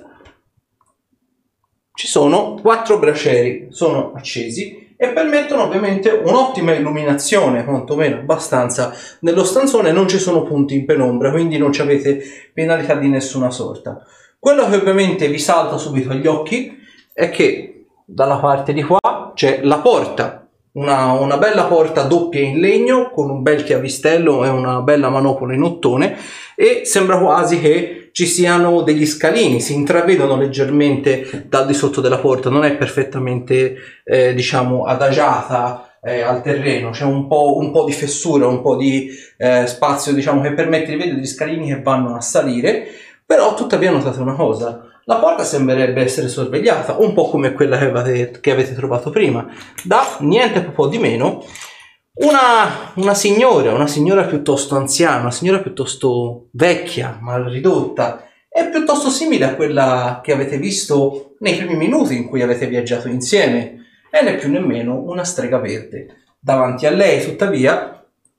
Speaker 1: ci sono quattro bracieri, sono accesi e permettono ovviamente un'ottima illuminazione, quantomeno abbastanza. Nello stanzone non ci sono punti in penombra, quindi non ci avete penalità di nessuna sorta. Quello che ovviamente vi salta subito agli occhi è che dalla parte di qua c'è la porta. Una, una bella porta doppia in legno con un bel chiavistello e una bella manopola in ottone e sembra quasi che ci siano degli scalini, si intravedono leggermente dal di sotto della porta, non è perfettamente eh, diciamo adagiata eh, al terreno, c'è un po', un po' di fessura, un po' di eh, spazio diciamo che permette di vedere gli scalini che vanno a salire, però tuttavia notate una cosa. La porta sembrerebbe essere sorvegliata, un po' come quella che avete, che avete trovato prima, da niente po' di meno una, una signora, una signora piuttosto anziana, una signora piuttosto vecchia, mal ridotta, e piuttosto simile a quella che avete visto nei primi minuti in cui avete viaggiato insieme, e né più nemmeno una strega verde. Davanti a lei, tuttavia,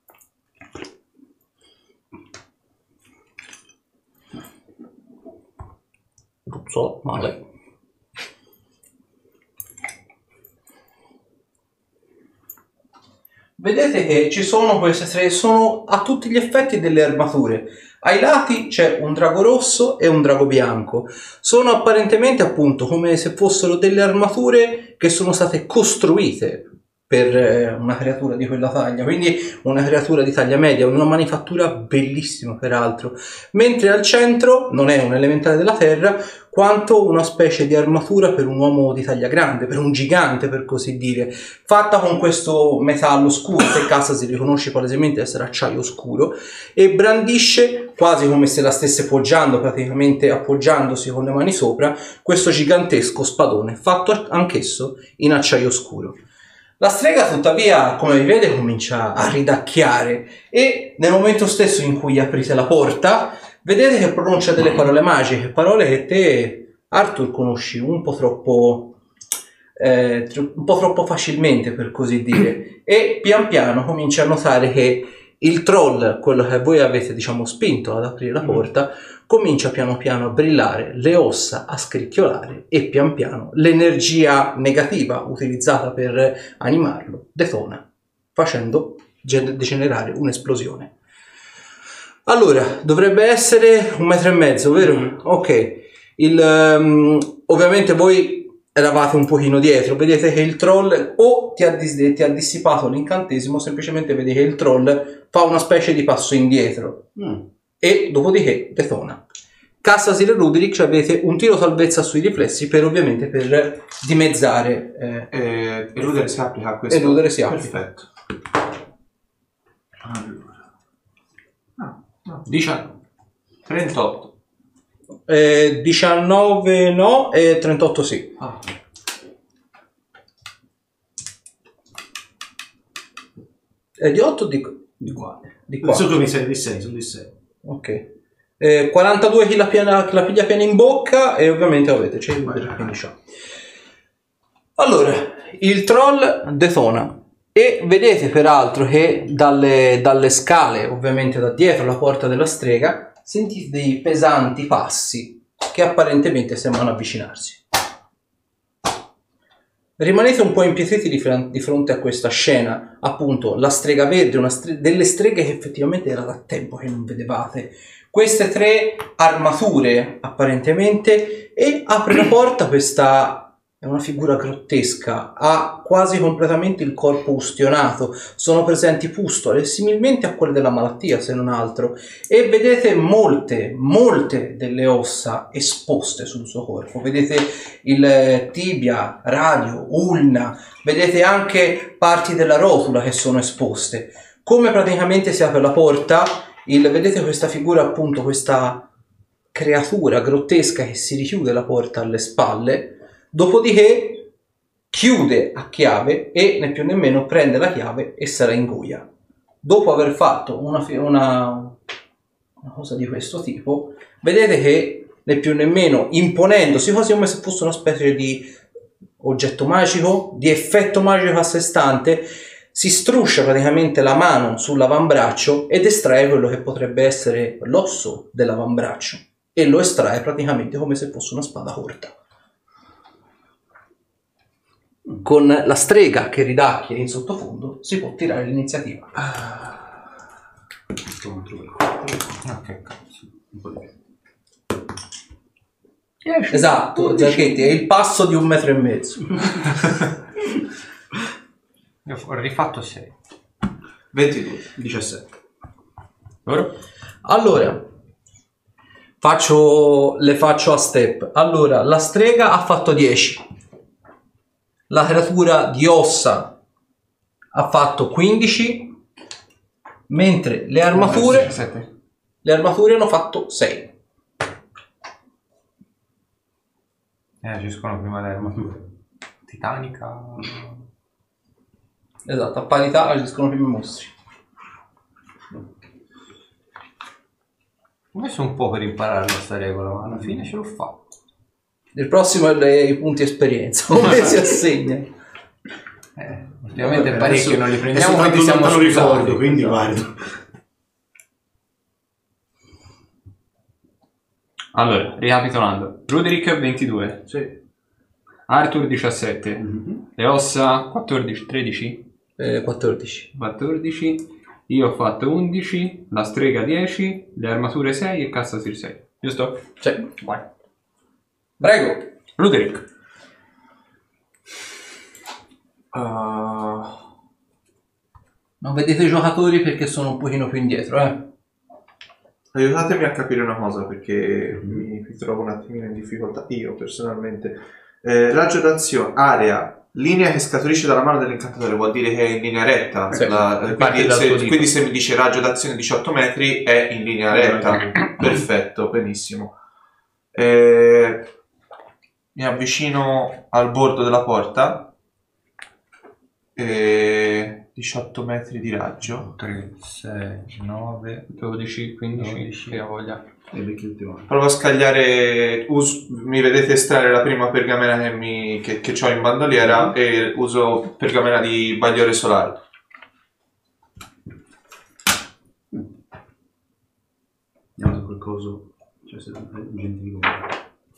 Speaker 1: so, male. vedete che ci sono queste tre, sono a tutti gli effetti delle armature. Ai lati c'è un drago rosso e un drago bianco. Sono apparentemente appunto come se fossero delle armature che sono state costruite per una creatura di quella taglia, quindi una creatura di taglia media, una manifattura bellissima peraltro, mentre al centro non è un elementare della terra quanto una specie di armatura per un uomo di taglia grande, per un gigante per così dire, fatta con questo metallo scuro, se casa si riconosce palesemente essere acciaio scuro, e brandisce quasi come se la stesse poggiando, praticamente appoggiandosi con le mani sopra, questo gigantesco spadone fatto anch'esso in acciaio scuro. La strega tuttavia, come vi vede, comincia a ridacchiare e nel momento stesso in cui aprite la porta vedete che pronuncia delle parole magiche, parole che te, Arthur, conosci un po' troppo eh, un po' troppo facilmente per così dire, e pian piano comincia a notare che il troll, quello che voi avete diciamo spinto ad aprire la porta, comincia piano piano a brillare, le ossa a scricchiolare e pian piano l'energia negativa utilizzata per animarlo detona, facendo degenerare un'esplosione. Allora, dovrebbe essere un metro e mezzo, vero? Ok. Il, um, ovviamente voi eravate un pochino dietro, vedete che il troll o ti ha, dis- ti ha dissipato l'incantesimo, semplicemente vedi che il troll fa una specie di passo indietro. Mm. E dopodiché detona. Cassasir e Ruderick, cioè avete un tiro salvezza sui riflessi per ovviamente per dimezzare
Speaker 4: eh, eh, eludere si applica a questo.
Speaker 1: Eludere si applica.
Speaker 4: Perfetto. Allora. No, no.
Speaker 3: diciannove.
Speaker 4: trentotto.
Speaker 1: Eh, diciannove no e trentotto sì.
Speaker 4: Ah.
Speaker 1: È di otto di,
Speaker 2: Di qua.
Speaker 1: di qua.
Speaker 2: Sono di sei, di sei, sono di sei.
Speaker 1: Ok. Eh, quarantadue chi la, piana, la piglia piena in bocca e ovviamente avete c'è il finisce. Allora, il troll detona e vedete peraltro che dalle, dalle scale, ovviamente da dietro la porta della strega, sentite dei pesanti passi che apparentemente sembrano avvicinarsi. Rimanete un po' impietriti di, fr- di fronte a questa scena, appunto la strega verde, una stre- delle streghe che effettivamente era da tempo che non vedevate. Queste tre armature apparentemente, e apre la porta questa, è una figura grottesca, ha quasi completamente il corpo ustionato, sono presenti pustole similmente a quelle della malattia se non altro, e vedete molte, molte delle ossa esposte sul suo corpo, vedete il tibia, radio, ulna, vedete anche parti della rotula che sono esposte. Come praticamente si apre la porta, il, vedete questa figura appunto, questa creatura grottesca che si richiude la porta alle spalle, dopodiché chiude a chiave e né più né meno prende la chiave e se la ingoia. Dopo aver fatto una, una, una cosa di questo tipo, vedete che né più né meno imponendosi quasi come se fosse una specie di oggetto magico, di effetto magico a sé stante, si struscia praticamente la mano sull'avambraccio ed estrae quello che potrebbe essere l'osso dell'avambraccio e lo estrae praticamente come se fosse una spada corta. Con la strega che ridacchia in sottofondo si può tirare l'iniziativa.
Speaker 5: Ok, cazzo.
Speaker 1: Esatto, Giacchetti, è il passo di un metro e mezzo.
Speaker 5: Io ho rifatto sei.
Speaker 2: ventidue, diciassette.
Speaker 3: Ora?
Speaker 1: Allora, faccio, le faccio a step. Allora, la strega ha fatto dieci. La creatura di ossa ha fatto quindici, mentre le armature, le armature hanno fatto sei.
Speaker 5: Eh, agiscono prima le armature. Titanica.
Speaker 1: Esatto, a parità agiscono prima i mostri.
Speaker 5: Ho messo un po' per imparare questa regola, ma alla fine ce l'ho fatto.
Speaker 1: Il prossimo è le, i punti esperienza, come si assegna.
Speaker 5: Eh, ultimamente
Speaker 2: Vabbè,
Speaker 5: parecchio
Speaker 2: adesso-
Speaker 5: non li
Speaker 2: adesso
Speaker 5: prendiamo,
Speaker 2: tanto
Speaker 5: quindi siamo
Speaker 2: non te lo
Speaker 5: scusati.
Speaker 2: ricordo, quindi guarda.
Speaker 3: Allora, ricapitolando. Ruderick ventidue,
Speaker 2: Sì.
Speaker 3: Arthur diciassette,
Speaker 2: Mhm.
Speaker 3: le ossa quattordici, tredici,
Speaker 1: Eh, quattordici.
Speaker 3: quattordici. Io ho fatto undici, la strega dieci, le armature sei e Cassasir sei. Giusto?
Speaker 1: Sì.
Speaker 3: Vai.
Speaker 1: Prego.
Speaker 3: Luderick.
Speaker 4: Uh,
Speaker 1: Non vedete i giocatori perché sono un pochino più indietro, eh.
Speaker 4: aiutatemi a capire una cosa perché mi, mi trovo un attimino in difficoltà io personalmente. Eh, raggio d'azione, area, linea che scaturisce dalla mano dell'incantatore, vuol dire che è in linea retta.
Speaker 1: Sì,
Speaker 4: La-
Speaker 3: parte
Speaker 4: quindi,
Speaker 3: dal
Speaker 4: se,
Speaker 3: tuo dito.
Speaker 4: quindi se mi dice raggio d'azione diciotto metri è in linea retta. Perfetto, benissimo. Eh, mi avvicino al bordo della porta. Eh, diciotto metri di raggio.
Speaker 5: tre, sei, nove,
Speaker 3: dodici, quindici,
Speaker 5: dodici.
Speaker 3: che voglia.
Speaker 2: E perché ultimo?
Speaker 4: Provo a scagliare, us- mi vedete estrarre la prima pergamena che, mi, che, che ho in bandoliera e uso pergamena di Bagliore Solare.
Speaker 2: Andiamo da quel coso. Cioè, se non gente di come.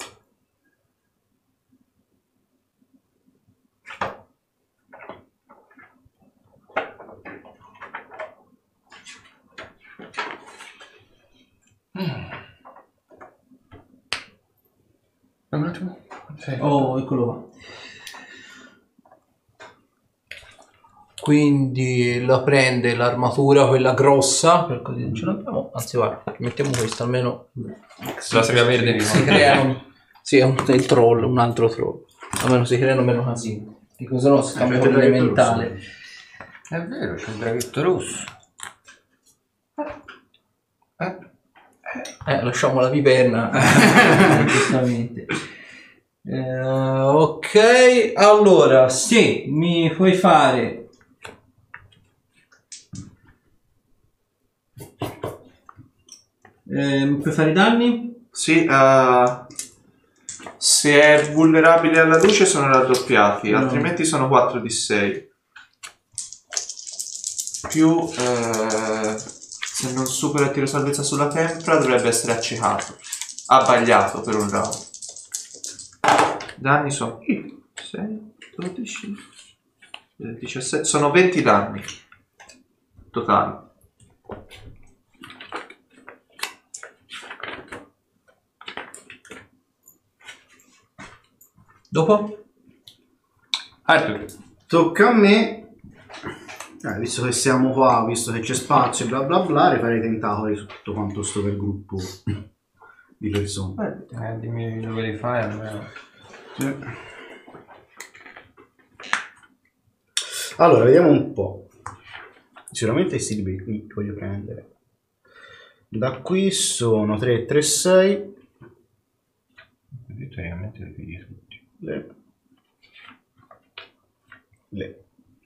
Speaker 3: Un attimo. Sì.
Speaker 1: Oh, eccolo qua. Quindi la prende l'armatura, quella grossa, per così non ce l'abbiamo. Anzi, guarda, mettiamo questa almeno.
Speaker 3: La strega verde.
Speaker 1: Si creano. Sì, è un, è il troll, un altro troll. Almeno si creano meno casini. Perché sennò si cambia con l'elementale.
Speaker 5: È vero, c'è il draghetto rosso.
Speaker 1: Eh, lasciamo la viperna. Giustamente. Eh, ok, allora, sì, mi puoi fare. Eh, mi puoi fare i danni?
Speaker 4: Sì, eh, se è vulnerabile alla luce sono raddoppiati,
Speaker 1: No.
Speaker 4: altrimenti sono quattro di sei. Più, eh, se non supera il tiro salvezza sulla tempra dovrebbe essere accecato. Abbagliato per un round. Danni sono sei, dodici, diciassette, sono venti danni totali.
Speaker 1: Dopo?
Speaker 3: Arthur.
Speaker 2: Tocca a me. Eh, visto che siamo qua, visto che c'è spazio e bla bla bla, rifare i tentacoli su tutto quanto sto per gruppo di persone.
Speaker 5: Eh, dimmi dove li fai almeno.
Speaker 2: Sì. Allora, vediamo un po'. Sicuramente questi libri qui li voglio prendere. Da qui sono tre, tre, sei.
Speaker 5: Teoricamente li vedi tutti.
Speaker 2: Le. Le.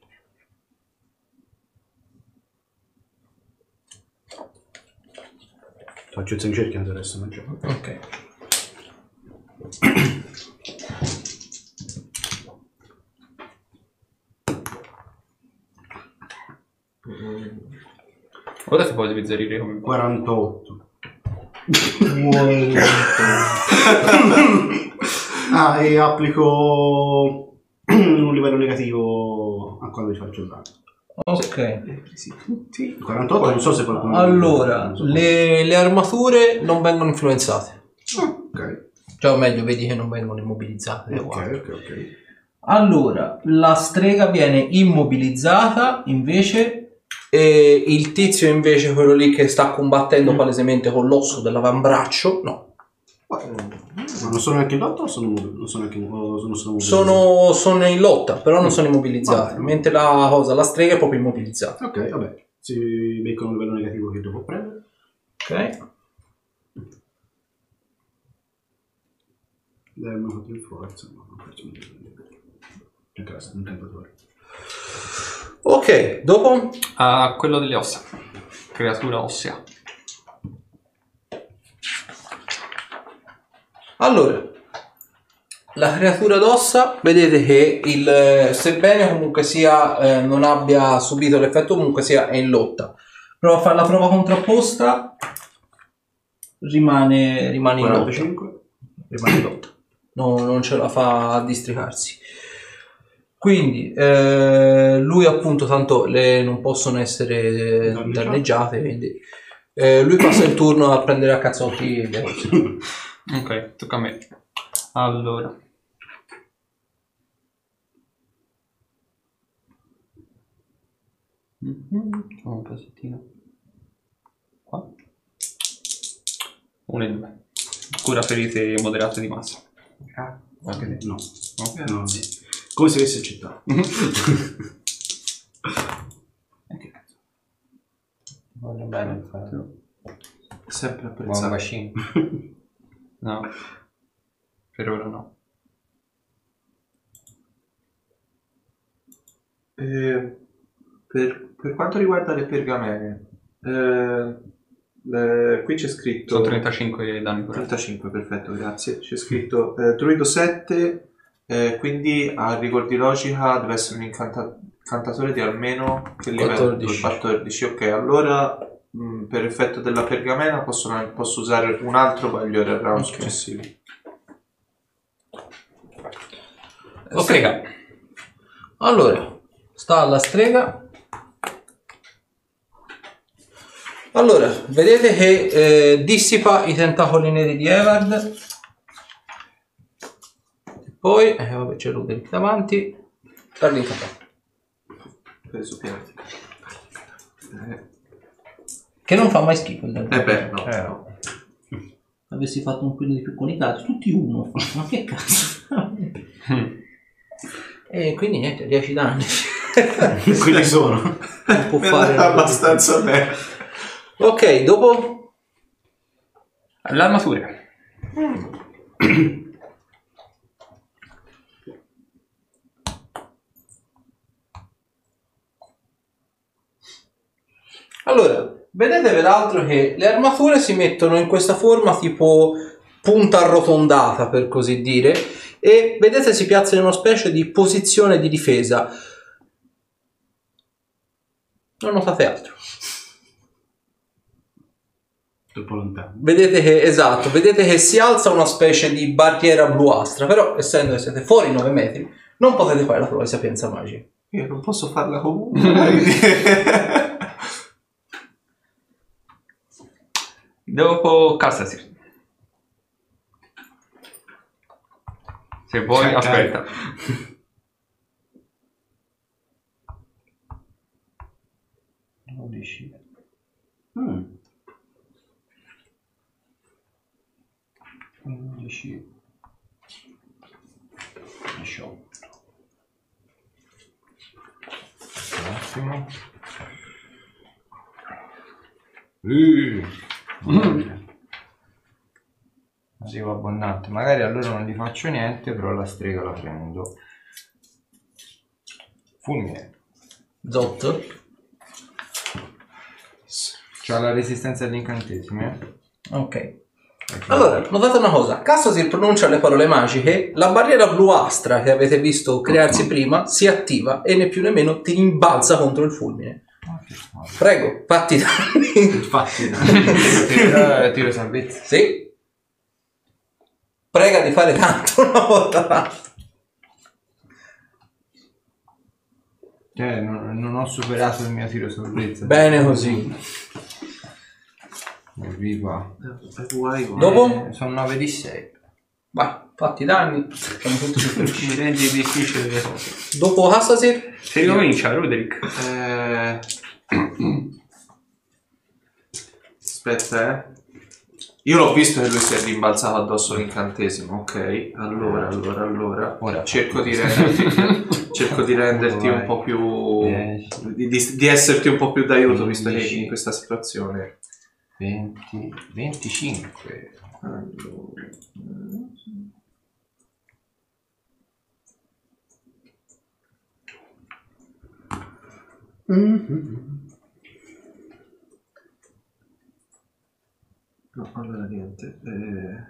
Speaker 2: Faccio il semicerchio adesso, non c'è.
Speaker 1: Ok.
Speaker 3: Ora si può bizzarrire come
Speaker 2: quarantotto. Ah, e applico un livello negativo a quando vi faccio il danno.
Speaker 1: Ok.
Speaker 2: quarantotto, non so se qualcuno.
Speaker 1: Allora,
Speaker 2: non so.
Speaker 1: le, le armature non vengono influenzate.
Speaker 2: Ah, ok.
Speaker 1: Cioè, o meglio, vedi che non vengono immobilizzate.
Speaker 2: Ok,
Speaker 1: guarda.
Speaker 2: ok, ok.
Speaker 1: Allora, la strega viene immobilizzata invece e il tizio invece, quello lì che sta combattendo palesemente con l'osso dell'avambraccio, no.
Speaker 2: Ma non sono neanche in lotta o sono, non sono neanche in, o non sono
Speaker 1: Sono, sono in lotta, però non sono immobilizzati,
Speaker 2: Vabbè.
Speaker 1: mentre la cosa, la strega è proprio immobilizzata.
Speaker 2: Ok, vabbè. Si beccano un livello negativo che devo prendere.
Speaker 1: Ok.
Speaker 2: Dai, mi ha fatto in forza, ma non faccio niente. C'è questo, un tentatore.
Speaker 1: Ok, dopo?
Speaker 3: a quello delle ossa. Creatura ossea.
Speaker 1: Allora, la creatura d'ossa, vedete che il, sebbene comunque sia eh, non abbia subito l'effetto, comunque sia è in lotta. Prova a fare la prova contrapposta, rimane, rimane in lotta.
Speaker 2: quarantacinque.
Speaker 1: Rimane in lotta. No, non ce la fa a districarsi. Quindi eh, lui appunto tanto le non possono essere
Speaker 2: Danneggiate.
Speaker 1: danneggiate, quindi eh, lui passa il turno a prendere a cazzotti le cose.
Speaker 3: Ok, tocca a me. Allora. Mhm, un passettino. Qua. Uno e due. Cura ferite moderate di massa.
Speaker 5: Ah, anche te.
Speaker 2: No.
Speaker 3: Ok.
Speaker 2: No, sì. Come se avessi accettato.
Speaker 5: Voglio bene farlo.
Speaker 4: Sempre
Speaker 5: Buon
Speaker 4: apprezzato.
Speaker 5: bacino.
Speaker 3: No. Per ora no.
Speaker 4: Eh, per, per quanto riguarda le pergamene, eh, le- qui c'è scritto
Speaker 3: Sono trentacinque danni curati.
Speaker 4: trentacinque, perfetto, grazie. C'è scritto eh, druido sette, eh, quindi a rigor di logica deve essere un incanta- incantatore di almeno che livello?
Speaker 1: quattordici.
Speaker 4: quattordici. Ok, allora mh, per effetto della pergamena posso, posso usare un altro bagliore al round
Speaker 1: Ok.
Speaker 4: successivo.
Speaker 1: Ok.
Speaker 3: Strega.
Speaker 1: Allora, sta alla strega. Allora, vedete che eh, dissipa i tentacoli neri di Evard. Poi, eh, vabbè, c'è Ruderick davanti. Per l'incantato.
Speaker 4: Preso piano. Eh,
Speaker 1: Che non fa mai schifo. il
Speaker 4: eh beh, no.
Speaker 5: Eh,
Speaker 4: no.
Speaker 1: Avessi fatto un pugno di più con i dati, tutti uno. Ma che cazzo? E quindi niente, dieci danni.
Speaker 2: Quelli sono.
Speaker 1: Non può
Speaker 4: Mi è
Speaker 1: fare
Speaker 4: andata abbastanza bene.
Speaker 1: Ok, dopo
Speaker 3: L'armatura.
Speaker 1: allora, vedete peraltro che le armature si mettono in questa forma tipo punta arrotondata, per così dire, e vedete si piazza in una specie di posizione di difesa. Non notate altro.
Speaker 2: Troppo lontano.
Speaker 1: Vedete che, esatto, vedete che si alza una specie di barriera bluastra, però essendo che siete fuori nove metri, non potete fare la prova di sapienza magica.
Speaker 4: Io non posso farla comunque.
Speaker 3: Dopo Cassasir. Se vuoi,
Speaker 2: Cioè,
Speaker 3: aspetta.
Speaker 5: dodici.
Speaker 2: Mm.
Speaker 5: quindici. diciotto. Un attimo. Uh. Arrivo abbondante. Magari allora non gli faccio niente, però la strega la prendo. Fulmine.
Speaker 1: Zot.
Speaker 5: C'ha la resistenza agli incantesimi. eh?
Speaker 1: Ok. Allora, notate una cosa, Casso si pronuncia le parole magiche, la barriera bluastra che avete visto crearsi prima si attiva e né più né meno ti rimbalza contro il fulmine. Prego, fatti i danni.
Speaker 2: Infatti,
Speaker 5: tiro, tiro salvezza.
Speaker 1: Sì. Prega di fare tanto una volta tanto.
Speaker 5: Cioè, non, non ho superato il mio tiro salvezza.
Speaker 1: Bene così.
Speaker 5: Viva.
Speaker 1: Dopo?
Speaker 5: Eh, sono nove di sei.
Speaker 1: Vai, fatti i danni. Siamo tutti felici.
Speaker 3: Mi rendi difficile le cose.
Speaker 1: Dopo Hassasir?
Speaker 3: Si ricomincia, Ruderick.
Speaker 4: Eh... Aspetta, eh. Io l'ho visto che lui si è rimbalzato addosso l'incantesimo, ok? Allora, allora, allora.
Speaker 5: Ora.
Speaker 4: Cerco di renderti, cerco di renderti un po' più...
Speaker 5: dieci.
Speaker 4: Di, di, di esserti un po' più d'aiuto, visto che
Speaker 5: quindici.
Speaker 4: in questa situazione...
Speaker 5: venti, venticinque.
Speaker 4: Allora... No, allora niente. Eh...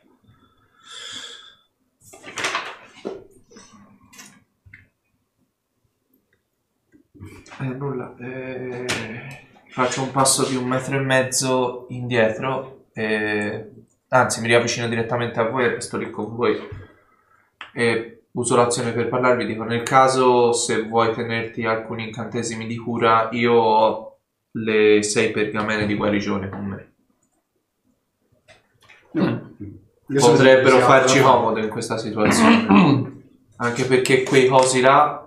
Speaker 4: Eh, nulla. Eh... Faccio un passo di un metro e mezzo indietro. E... Anzi, mi riavvicino direttamente a voi e sto lì con voi. E uso l'azione per parlarvi, dico nel caso se vuoi tenerti alcuni incantesimi di cura, io ho le sei pergamene di guarigione con me.
Speaker 2: Mm.
Speaker 4: Potrebbero farci comodo in questa situazione. Anche perché quei cosi là...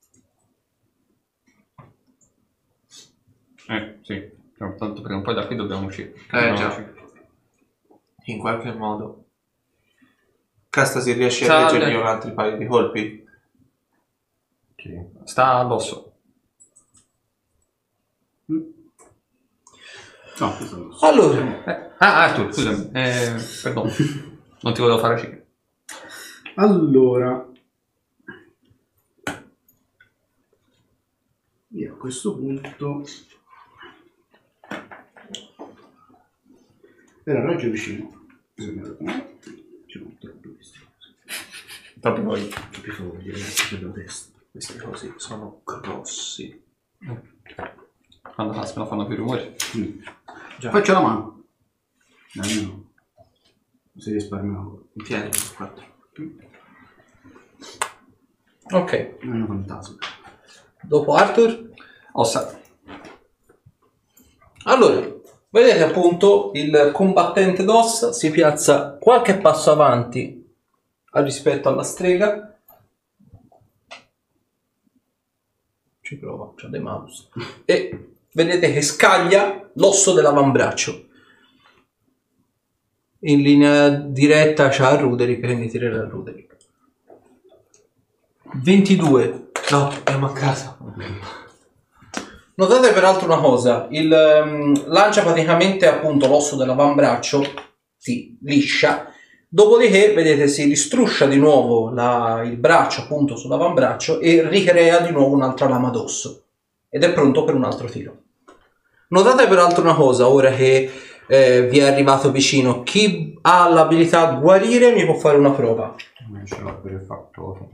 Speaker 3: Eh, sì. No, tanto prima o poi da qui dobbiamo uscire.
Speaker 4: Eh
Speaker 3: No,
Speaker 4: già.
Speaker 3: uscire.
Speaker 4: In qualche modo. Casta, si riesce a
Speaker 3: Salve.
Speaker 4: leggermi un altro paio di colpi?
Speaker 5: Sì.
Speaker 3: Sta all'osso.
Speaker 2: No, questo lo so.
Speaker 1: Allora,
Speaker 3: Eh, ah, Arthur, scusami. Eh, perdono. Non ti volevo fare uscire.
Speaker 2: Allora, io a questo punto era il raggio vicino. Bisogna c'è un troppo questi
Speaker 3: Proprio voi.
Speaker 2: troppi fogli, ragazzi, per la testa.
Speaker 4: Questi cosi sono grossi.
Speaker 3: Quando cascano fanno più rumore.
Speaker 2: Mm.
Speaker 4: Già.
Speaker 2: Faccio la mano. Dai, no. Si risparmia.
Speaker 4: Tieni, quattro.
Speaker 1: ok.
Speaker 2: Non è un fantasma.
Speaker 1: Dopo Arthur.
Speaker 3: Ossa.
Speaker 1: Allora, vedete appunto il combattente d'ossa si piazza qualche passo avanti rispetto alla strega. Ci prova, c'ha dei mouse. E vedete che scaglia l'osso dell'avambraccio. In linea diretta c'ha Ruderick, quindi tirerà Ruderick. ventidue.
Speaker 4: No, è mancato.
Speaker 1: Notate peraltro una cosa, il um, lancia praticamente appunto l'osso dell'avambraccio, si liscia, dopodiché vedete si ristruscia di nuovo la, il braccio appunto sull'avambraccio e ricrea di nuovo un'altra lama d'osso ed è pronto per un altro tiro. Notate peraltro una cosa, ora che eh, vi è arrivato vicino, chi ha l'abilità a guarire mi può fare una prova.
Speaker 5: Non ce l'ho per il fattore.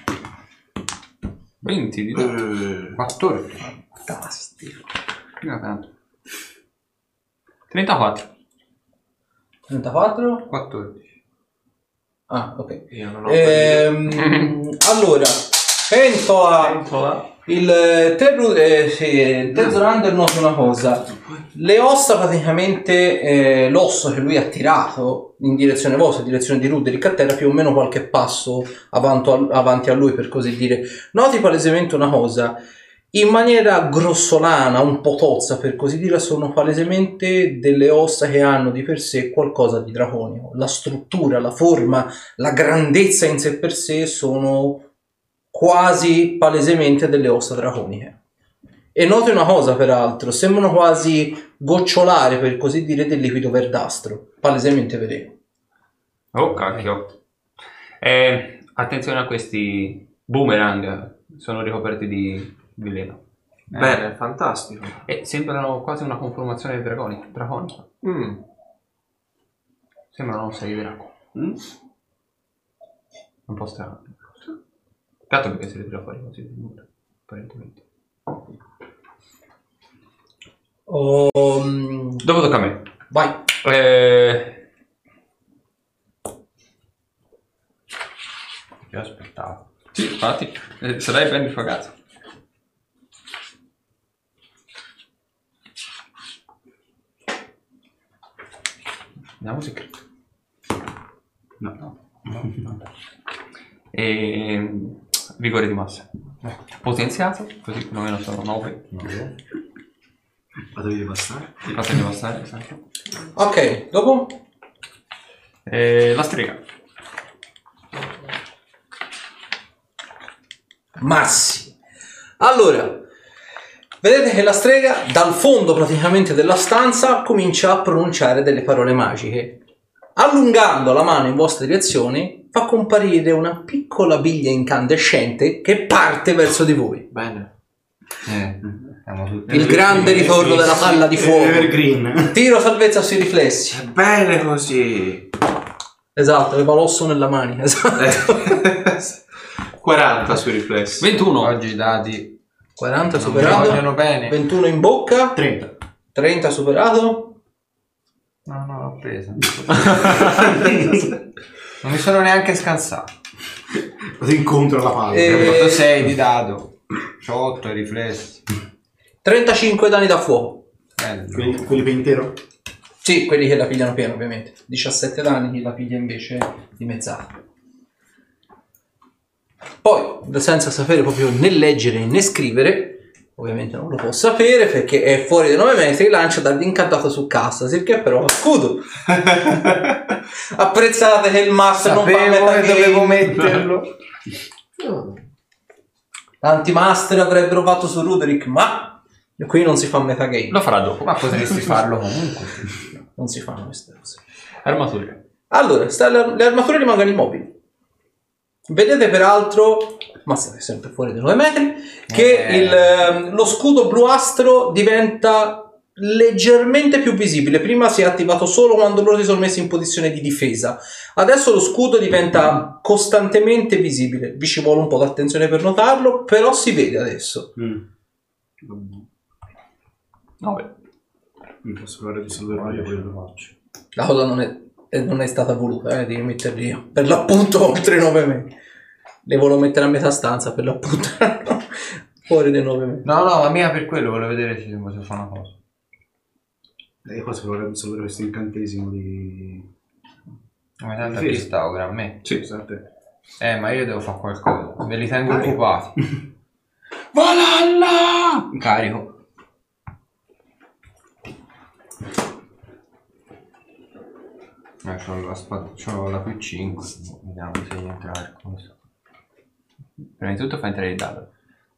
Speaker 3: venti di
Speaker 4: Eh,
Speaker 5: quattordici.
Speaker 1: Fantastico.
Speaker 3: Prima tanto. trentaquattro.
Speaker 1: trentaquattro?
Speaker 5: quattordici.
Speaker 1: Ah, ok.
Speaker 4: io non ho
Speaker 1: Ehm, allora, pentola
Speaker 4: Pentola.
Speaker 1: il Terru, eh, sì, Tezorander nota una cosa. Le ossa praticamente eh, l'osso che lui ha tirato in direzione vostra, in direzione di Ruderick a terra, più o meno qualche passo avanti a, avanti a lui, per così dire. Noti palesemente una cosa. In maniera grossolana, un po' tozza per così dire, sono palesemente delle ossa che hanno di per sé qualcosa di draconico. La struttura, la forma, la grandezza in sé per sé sono quasi palesemente delle ossa draconiche. E noti una cosa peraltro, sembrano quasi gocciolare per così dire del liquido verdastro, palesemente veleno.
Speaker 3: Oh cacchio. Eh, attenzione a questi boomerang, sono ricoperti di veleno. Eh,
Speaker 4: Bene, fantastico.
Speaker 3: E sembrano quasi una conformazione dragoni- draconica.
Speaker 4: Mm.
Speaker 3: Sembrano sei drago.
Speaker 2: Mm?
Speaker 3: Un po' strano. Peccato perché si ritira fuori così di nulla, apparentemente.
Speaker 1: Um,
Speaker 3: Dopo tocca a me.
Speaker 1: vai.
Speaker 3: Eh,
Speaker 5: Io aspettavo.
Speaker 3: sì, infatti, eh, sarai ben rifagato. Vediamo se credo.
Speaker 2: No, no.
Speaker 3: E vigore di massa. Potenziato, così più o meno sono nove.
Speaker 2: La devi passare?
Speaker 3: Fatemi passare, esatto.
Speaker 1: Ok, dopo?
Speaker 3: E la strega.
Speaker 1: Massi. Allora, vedete che la strega dal fondo praticamente della stanza comincia a pronunciare delle parole magiche. Allungando la mano in vostra direzione fa comparire una piccola biglia incandescente che parte verso di voi.
Speaker 4: Bene.
Speaker 5: Eh, siamo tutti
Speaker 1: Il grande ritorno della palla di fuoco.
Speaker 2: Evergreen.
Speaker 1: Tiro salvezza sui riflessi.
Speaker 4: Bene così.
Speaker 1: Esatto, aveva l'osso nella manica. Esatto.
Speaker 4: quaranta sui riflessi.
Speaker 3: ventuno.
Speaker 5: Oggi i dati
Speaker 1: quaranta
Speaker 5: non mi
Speaker 1: superato.
Speaker 5: vogliono bene.
Speaker 1: ventuno in bocca.
Speaker 2: trenta.
Speaker 1: trenta superato.
Speaker 5: No, no, l'ho presa. Non mi sono neanche scansato.
Speaker 2: Vado incontro alla palla.
Speaker 1: Eh,
Speaker 5: Ho fatto sei di dado. C'ho otto i riflessi.
Speaker 1: trentacinque danni da fuoco.
Speaker 5: Bello.
Speaker 2: Quelli, quelli per intero?
Speaker 1: Sì, quelli che la pigliano pieno ovviamente. diciassette danni, chi la piglia invece dimezzata. Poi, senza sapere proprio né leggere né scrivere, ovviamente non lo può sapere perché è fuori dai nove metri, lancia dall'incantato su cassa, il che però ha scudo. Apprezzate che il master non fa
Speaker 5: Sapevo che
Speaker 1: metagame.
Speaker 5: dovevo metterlo.
Speaker 1: Tanti master avrebbero fatto su Ruderick, ma qui non si fa metagame.
Speaker 3: Lo farà dopo.
Speaker 5: Ma potresti farlo comunque.
Speaker 1: Non si fanno queste cose.
Speaker 3: Armature.
Speaker 1: Allora, sta- le armature rimangono immobili. Vedete peraltro, ma siete sempre fuori dai nove metri, che
Speaker 5: Eh.
Speaker 1: il, ehm, lo scudo bluastro diventa leggermente più visibile. Prima si è attivato solo quando loro si sono messi in posizione di difesa. Adesso lo scudo diventa costantemente visibile. Vi ci vuole un po' d'attenzione per notarlo, però si vede adesso.
Speaker 2: Mm.
Speaker 3: nove.
Speaker 2: Non posso provare di salvare io, poi lo faccio.
Speaker 1: La cosa non è, eh, non è stata voluta, eh, devi metterli io. Per l'appunto oltre i nove metri. Le volevo mettere a metà stanza, per l'appunto fuori dai nove metri.
Speaker 5: No, no, ma mia per quello volevo vedere se potevo fare una cosa.
Speaker 2: E poi se proverei a risolvere questo incantesimo di...
Speaker 5: Ma in realtà
Speaker 2: Difesa.
Speaker 5: qui stavo gran me.
Speaker 2: Sì, esatto.
Speaker 5: Eh, ma io devo fare qualcosa. Ve li tengo
Speaker 2: Ah,
Speaker 5: occupati. Valhalla! Carico. Eh, c'ho la spada, c'ho la Q cinque. Vediamo se entra qualcosa.
Speaker 3: Prima di tutto fa entrare il dado.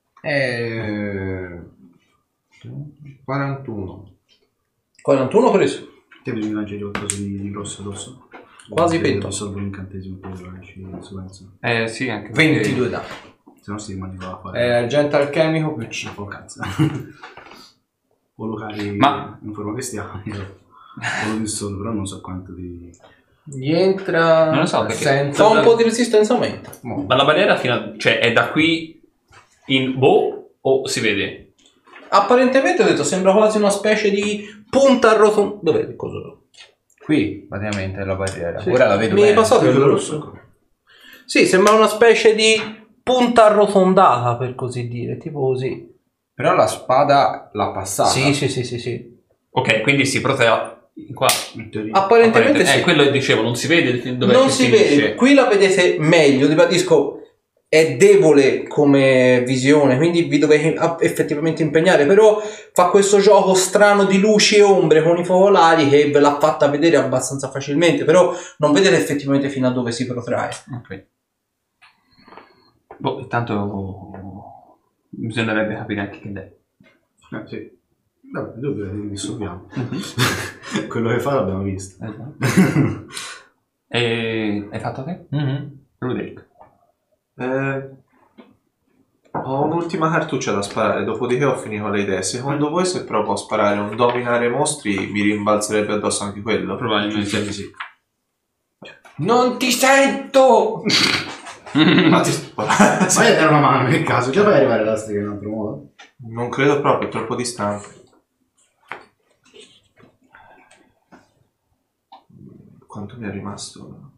Speaker 5: Eh... quarantuno.
Speaker 1: quarantuno preso.
Speaker 2: Te bisogna lanciare qualcosa di, di grosso addosso.
Speaker 1: Quasi
Speaker 2: Devo
Speaker 1: petto.
Speaker 2: risolvere un incantesimo per lanci di conseguenza.
Speaker 3: Eh sì, anche perché-
Speaker 5: ventidue danni.
Speaker 2: Se no si rimane qua a fare...
Speaker 5: Eh, argento alchemico più cinque.
Speaker 2: Oh cazzo. O locali
Speaker 3: Ma-
Speaker 2: in forma bestiale. O di solo, però non so quanto di...
Speaker 5: Gli entra...
Speaker 3: Non lo so, perché-
Speaker 5: senza...
Speaker 1: Fa un po' di resistenza aumenta.
Speaker 3: Ma la barriera fino a... cioè è da qui in boh o si vede?
Speaker 1: Apparentemente ho detto sembra quasi una specie di punta arrotondata. Dov'è il coso?
Speaker 5: Qui, praticamente, è la barriera.
Speaker 1: Sì.
Speaker 5: Ora la vedo
Speaker 1: Mi è
Speaker 5: bene.
Speaker 1: passato il
Speaker 2: Quello
Speaker 1: rosso.
Speaker 2: rosso.
Speaker 1: Sì, sembra una specie di punta arrotondata, per così dire, tipo così.
Speaker 5: Però la spada l'ha passata.
Speaker 1: Sì, sì, sì, sì, sì.
Speaker 3: Ok, quindi si protea qua.
Speaker 2: In teoria.
Speaker 1: Apparentemente
Speaker 3: Apparente-
Speaker 1: sì.
Speaker 3: Eh, quello che dicevo, non si vede dove
Speaker 1: Non si vede, qui la vedete meglio, ribadisco, è debole come visione, quindi vi dovete effettivamente impegnare, però fa questo gioco strano di luci e ombre con i focolari che ve l'ha fatta vedere abbastanza facilmente, però non vedete effettivamente fino a dove si protrae.
Speaker 3: Ok. Boh, intanto bisognerebbe capire anche che è.
Speaker 2: Eh, sì. Vabbè, il dubbio è che risolviamo. Quello che fa l'abbiamo visto.
Speaker 3: Esatto. E hai fatto te?
Speaker 5: Mhm.
Speaker 3: Ruderick.
Speaker 4: Eh, ho un'ultima cartuccia da sparare, dopodiché ho finito le idee. Secondo voi se provo a sparare un dominare mostri mi rimbalzerebbe addosso anche quello?
Speaker 3: Probabilmente
Speaker 2: Sì, sì.
Speaker 5: Non ti sento!
Speaker 4: Ma ti
Speaker 2: Vai a dare una mano nel caso, già fai arrivare l'astica in un altro modo.
Speaker 4: non credo proprio, è troppo distante. Quanto mi è rimasto?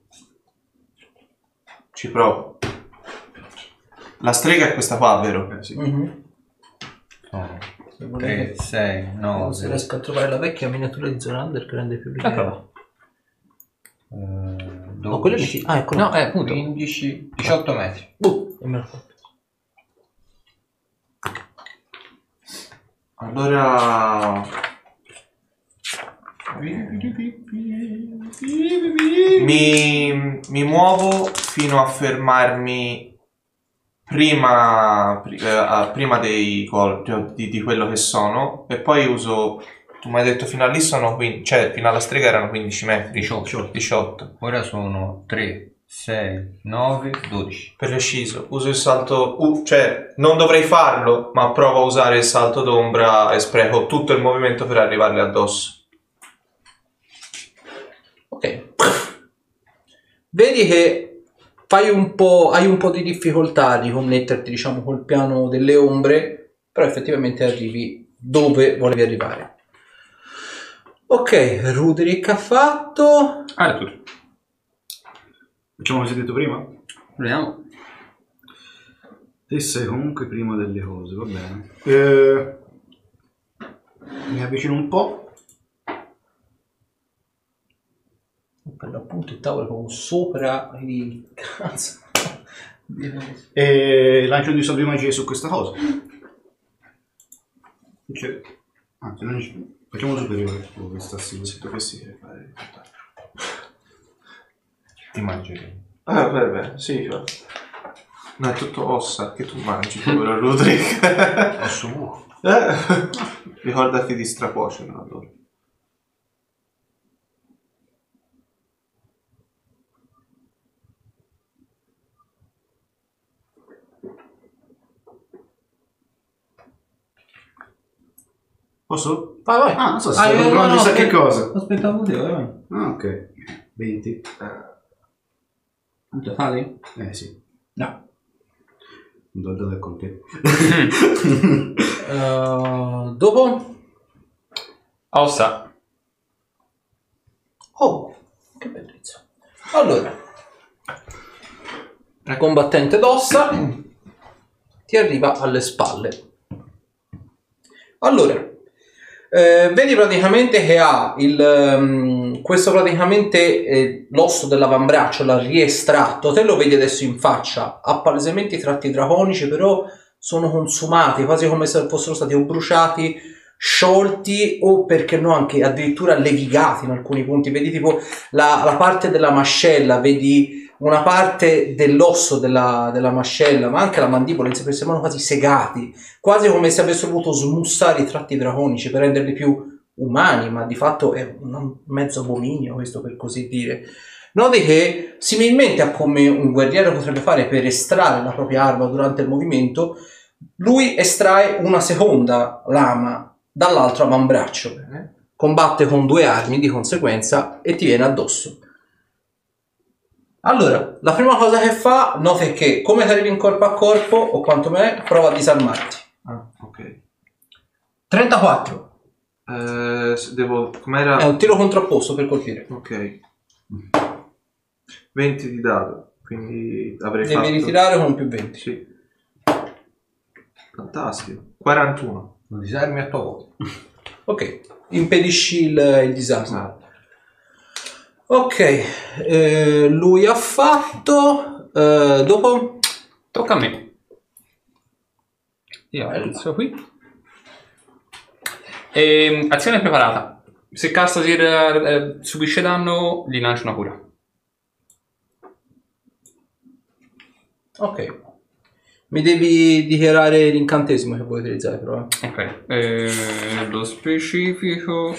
Speaker 4: Ci provo. La strega è questa qua, vero?
Speaker 2: Eh, sì.
Speaker 1: Mhm.
Speaker 5: Sono
Speaker 1: Se volete-
Speaker 5: tre, sei,
Speaker 1: No, se
Speaker 5: nove,
Speaker 1: riesco a trovare la vecchia miniatura di Zorander che rende più
Speaker 3: Eccola.
Speaker 1: rilievo.
Speaker 5: eh,
Speaker 1: No, quello è
Speaker 5: dodici,
Speaker 1: Ah, ecco.
Speaker 3: No, eh, appunto.
Speaker 5: quindici, diciotto metri.
Speaker 1: Uh, e me l'ho fatto.
Speaker 4: Allora... Mi, mi muovo fino a fermarmi prima, pri- eh, a- prima dei colpi, cioè di, di quello che sono, e poi uso... Tu mi hai detto fino a lì sono quindici, cioè fino alla strega erano quindici metri.
Speaker 5: diciotto.
Speaker 4: diciotto.
Speaker 5: Ora sono tre, sei, nove, dodici.
Speaker 4: Preciso, uso il salto, uh, cioè non dovrei farlo, ma provo a usare il salto d'ombra e spreco tutto il movimento per arrivarle addosso.
Speaker 1: Ok. Vedi che fai un po', hai un po' di difficoltà di connetterti, diciamo, col piano delle ombre, però effettivamente arrivi dove volevi arrivare. Ok, Ruderick ha fatto.
Speaker 3: Ah, è tutto.
Speaker 2: Facciamo come si è detto prima?
Speaker 3: Proviamo.
Speaker 2: Te sei comunque prima delle cose, va bene. Eh, mi avvicino un po'.
Speaker 1: Per l'appunto il tavolo è proprio sopra il cazzo.
Speaker 2: E lancio di sopra magia su questa cosa. Cioè, anzi, non ci- facciamo superiore. Oh, questa sì,
Speaker 4: Se dovessi fare...
Speaker 5: Ti mangi.
Speaker 4: Ah, beh, beh, sì, cioè. No, è tutto ossa che tu mangi, povero Rudrick.
Speaker 5: Assumo.
Speaker 4: Eh? Ricordati di stracuocere allora.
Speaker 2: Posso?
Speaker 1: Vai, vai.
Speaker 2: Ah, non so se
Speaker 1: Ah,
Speaker 2: stai
Speaker 1: io-
Speaker 2: controllando
Speaker 1: no, no,
Speaker 2: chissà che
Speaker 1: aspetta.
Speaker 2: cosa.
Speaker 1: Aspettavo te, vai, vai.
Speaker 2: Ah, ok. venti.
Speaker 1: Non te fai?
Speaker 2: Eh sì.
Speaker 1: No.
Speaker 2: Non do del con te.
Speaker 1: Uh, dopo?
Speaker 3: Ossa.
Speaker 1: Oh, che bellezza. Allora, la combattente d'ossa ti arriva alle spalle. Allora, eh, vedi praticamente che ha il, um, questo praticamente eh, l'osso dell'avambraccio l'ha riestratto, te lo vedi adesso in faccia, ha palesemente i tratti draconici, però sono consumati, quasi come se fossero stati o bruciati, sciolti o perché no anche addirittura levigati in alcuni punti. Vedi tipo la, la parte della mascella, vedi una parte dell'osso della, della mascella, ma anche la mandibola in sé per sé sembrano quasi segati, quasi come se avessero voluto smussare i tratti draconici per renderli più umani, ma di fatto è un mezzo abominio questo, per così dire. Noti che similmente a come un guerriero potrebbe fare per estrarre la propria arma durante il movimento, lui estrae una seconda lama dall'altro avambraccio, combatte con due armi di conseguenza e ti viene addosso. Allora, la prima cosa che fa, nota è che come ti arrivi in corpo a corpo, o quantomeno prova a disarmarti.
Speaker 4: Ah, ok.
Speaker 1: trentaquattro.
Speaker 4: Eh, se devo... com'era?
Speaker 1: È un tiro contrapposto per colpire.
Speaker 4: Ok. venti di dado, quindi avrei
Speaker 1: Devi
Speaker 4: fatto...
Speaker 1: ritirare con un più venti.
Speaker 4: Sì. Fantastico. quarantuno.
Speaker 5: Non disarmi a tua volta.
Speaker 1: Ok, impedisci il, il disarmo.
Speaker 4: Esatto.
Speaker 1: Ok, eh, lui ha fatto... eh, dopo...
Speaker 3: Tocca a me. Io
Speaker 1: Bello.
Speaker 3: inizio qui. E, azione preparata. Se Castasir eh, subisce danno, gli lancio una cura.
Speaker 1: Ok. Mi devi dichiarare l'incantesimo che vuoi utilizzare, però. Eh.
Speaker 3: Ok. Eh, lo specifico...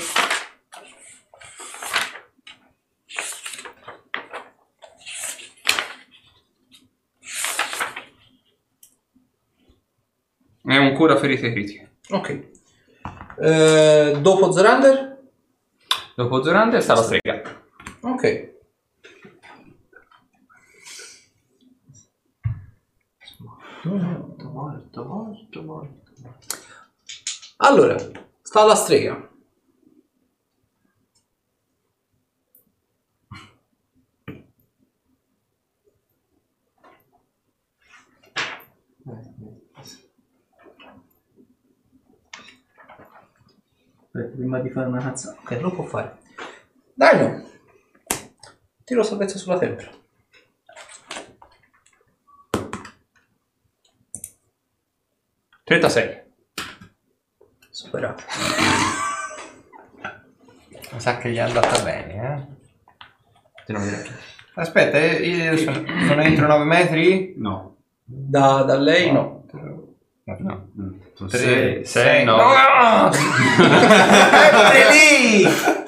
Speaker 3: È un cura ferite critiche.
Speaker 1: Ok. Eh, dopo Zorander?
Speaker 3: Dopo Zorander sta la strega.
Speaker 1: Ok.
Speaker 4: Morto, morto, morto, morto.
Speaker 1: Allora, sta la strega. Aspetta, prima di fare una cazzata. Ok, lo può fare. Dai, no. Tiro salvezza sulla tempra.
Speaker 3: trentasei.
Speaker 1: Superato.
Speaker 5: Mi sa che gli è andata bene, eh?
Speaker 3: Ti non mi piace.
Speaker 5: Aspetta, eh, io sono, sono entro nove metri?
Speaker 2: No.
Speaker 1: Da, da lei no.
Speaker 3: No.
Speaker 2: Mm, sono
Speaker 5: tre,
Speaker 2: sei.
Speaker 3: sei, no.
Speaker 5: No! Sempre lì!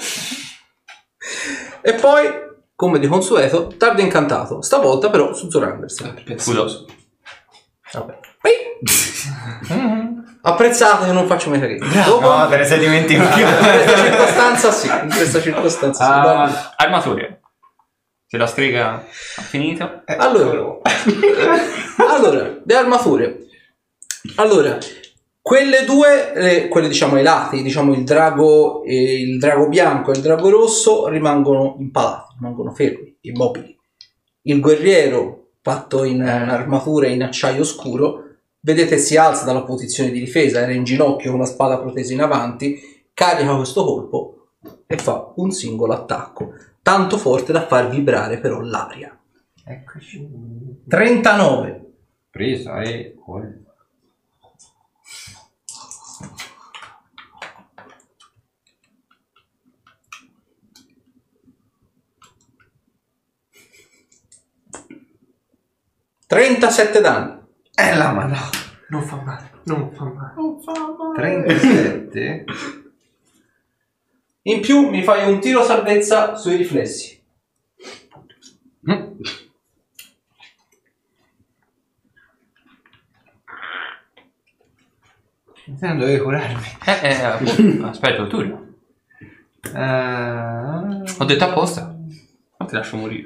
Speaker 1: E poi, come di consueto, tardo incantato. Stavolta però su Zorander.
Speaker 3: Scusa.
Speaker 1: Vabbè. Apprezzate che non faccio mai capire. Dopo,
Speaker 5: No, te ne sei dimenticato.
Speaker 1: in questa circostanza sì, in questa circostanza sì.
Speaker 3: Ah, armature. Se la strega ha finito.
Speaker 1: Allora, allora, le armature. Allora, quelle due, eh, quelle diciamo ai lati, diciamo il drago, eh, il drago bianco e il drago rosso rimangono impalati, rimangono fermi, immobili. Il guerriero fatto in armatura in acciaio scuro. Vedete si alza dalla posizione di difesa, era in ginocchio con la spada protesa in avanti, carica questo colpo e fa un singolo attacco, tanto forte da far vibrare però l'aria.
Speaker 5: Eccoci.
Speaker 1: trentanove.
Speaker 5: Presa e gol.
Speaker 1: trentasette danni.
Speaker 4: Eh la ma no, non fa male, non fa male. Non fa male.
Speaker 5: trentasette.
Speaker 1: In più mi fai un tiro salvezza sui riflessi.
Speaker 5: Mm. Non dovevo curarmi.
Speaker 3: Eh, eh, appunto. Aspetta il turno.
Speaker 5: Uh,
Speaker 3: Ho detto apposta. Non ti lascio morire.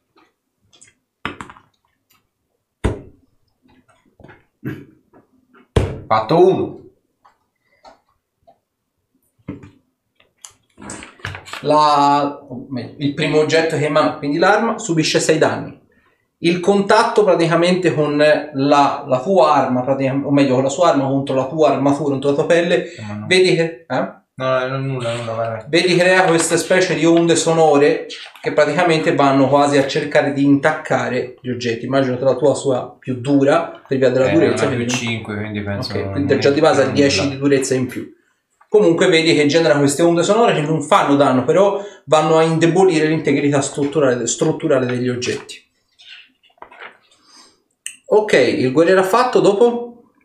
Speaker 5: Fatto uno.
Speaker 1: La, o meglio, il primo oggetto che emana, quindi l'arma, subisce sei danni. Il contatto praticamente con la, la tua arma, o meglio con la sua arma contro la tua armatura, contro la tua pelle,
Speaker 5: No, no.
Speaker 1: vedi che... Eh?
Speaker 5: No, no, nulla, nulla, vai, vai.
Speaker 1: Vedi crea queste specie di onde sonore che praticamente vanno quasi a cercare di intaccare gli oggetti. Immagino che la tua sia più dura per via della
Speaker 5: Eh,
Speaker 1: durezza.
Speaker 5: non è più
Speaker 1: quindi-
Speaker 5: cinque, quindi penso...
Speaker 1: Ok,
Speaker 5: non-
Speaker 1: quindi già di base ha dieci di durezza in più. Comunque vedi che genera queste onde sonore che non fanno danno, però vanno a indebolire l'integrità strutturale, strutturale degli oggetti. Ok, il guerriero ha fatto dopo?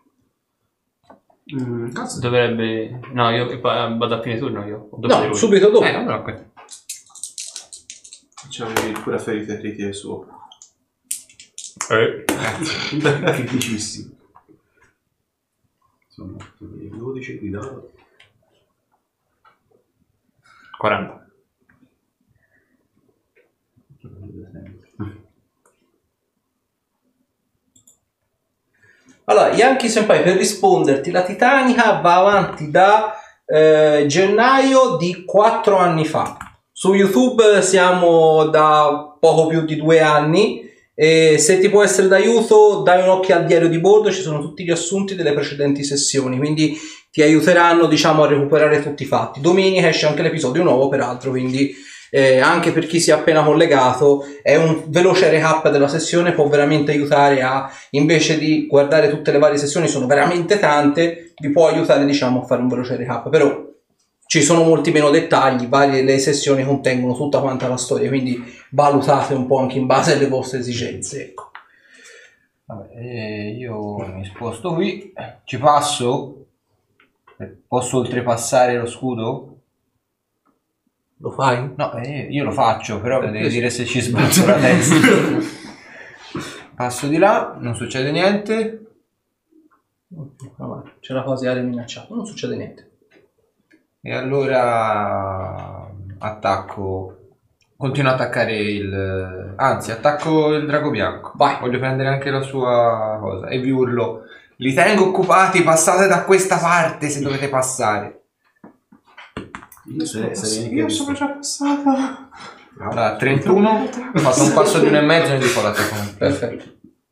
Speaker 2: Mm, cazzo.
Speaker 3: Dovrebbe... No, io vado a fine turno io. O dopo di
Speaker 1: No,
Speaker 3: lui?
Speaker 1: subito dopo.
Speaker 3: Eh, allora ok.
Speaker 4: Facciamo il cura ferite ferite suo.
Speaker 3: Eh.
Speaker 2: Criticissimo. Sono dodici di dado.
Speaker 3: quaranta.
Speaker 1: Allora, Yankee Senpai, per risponderti, la Titanica va avanti da eh, gennaio di quattro anni fa. Su YouTube siamo da poco più di due anni e se ti può essere d'aiuto dai un occhio al diario di bordo, ci sono tutti gli assunti delle precedenti sessioni, quindi ti aiuteranno, diciamo, a recuperare tutti i fatti. Domenica esce anche l'episodio nuovo, peraltro, quindi eh, anche per chi si è appena collegato è un veloce recap della sessione, può veramente aiutare a, invece di guardare tutte le varie sessioni, sono veramente tante, vi può aiutare, diciamo, a fare un veloce recap, però ci sono molti meno dettagli, varie le sessioni contengono tutta quanta la storia, quindi valutate un po' anche in base alle vostre esigenze, ecco.
Speaker 5: Vabbè, eh, io mi sposto qui, ci passo. Posso oltrepassare lo scudo?
Speaker 1: Lo fai?
Speaker 5: No, eh, io lo faccio, però mi devi
Speaker 1: sì.
Speaker 5: dire se ci sbalzo la testa. Passo di là, non succede niente.
Speaker 1: Vabbè, c'è la fase aria minacciata, non succede niente.
Speaker 5: E allora attacco. Continuo a attaccare il. Anzi, attacco il drago bianco.
Speaker 1: Vai.
Speaker 5: Voglio prendere anche la sua cosa. E vi urlo. Li tengo occupati, passate da questa parte se dovete passare.
Speaker 2: Io sarei, sarei anche
Speaker 4: Io
Speaker 2: visto.
Speaker 4: sono già passata.
Speaker 5: Allora, trentuno, ho fatto un passo di uno e mezzo e ne dico l'attacco.
Speaker 1: Perfetto.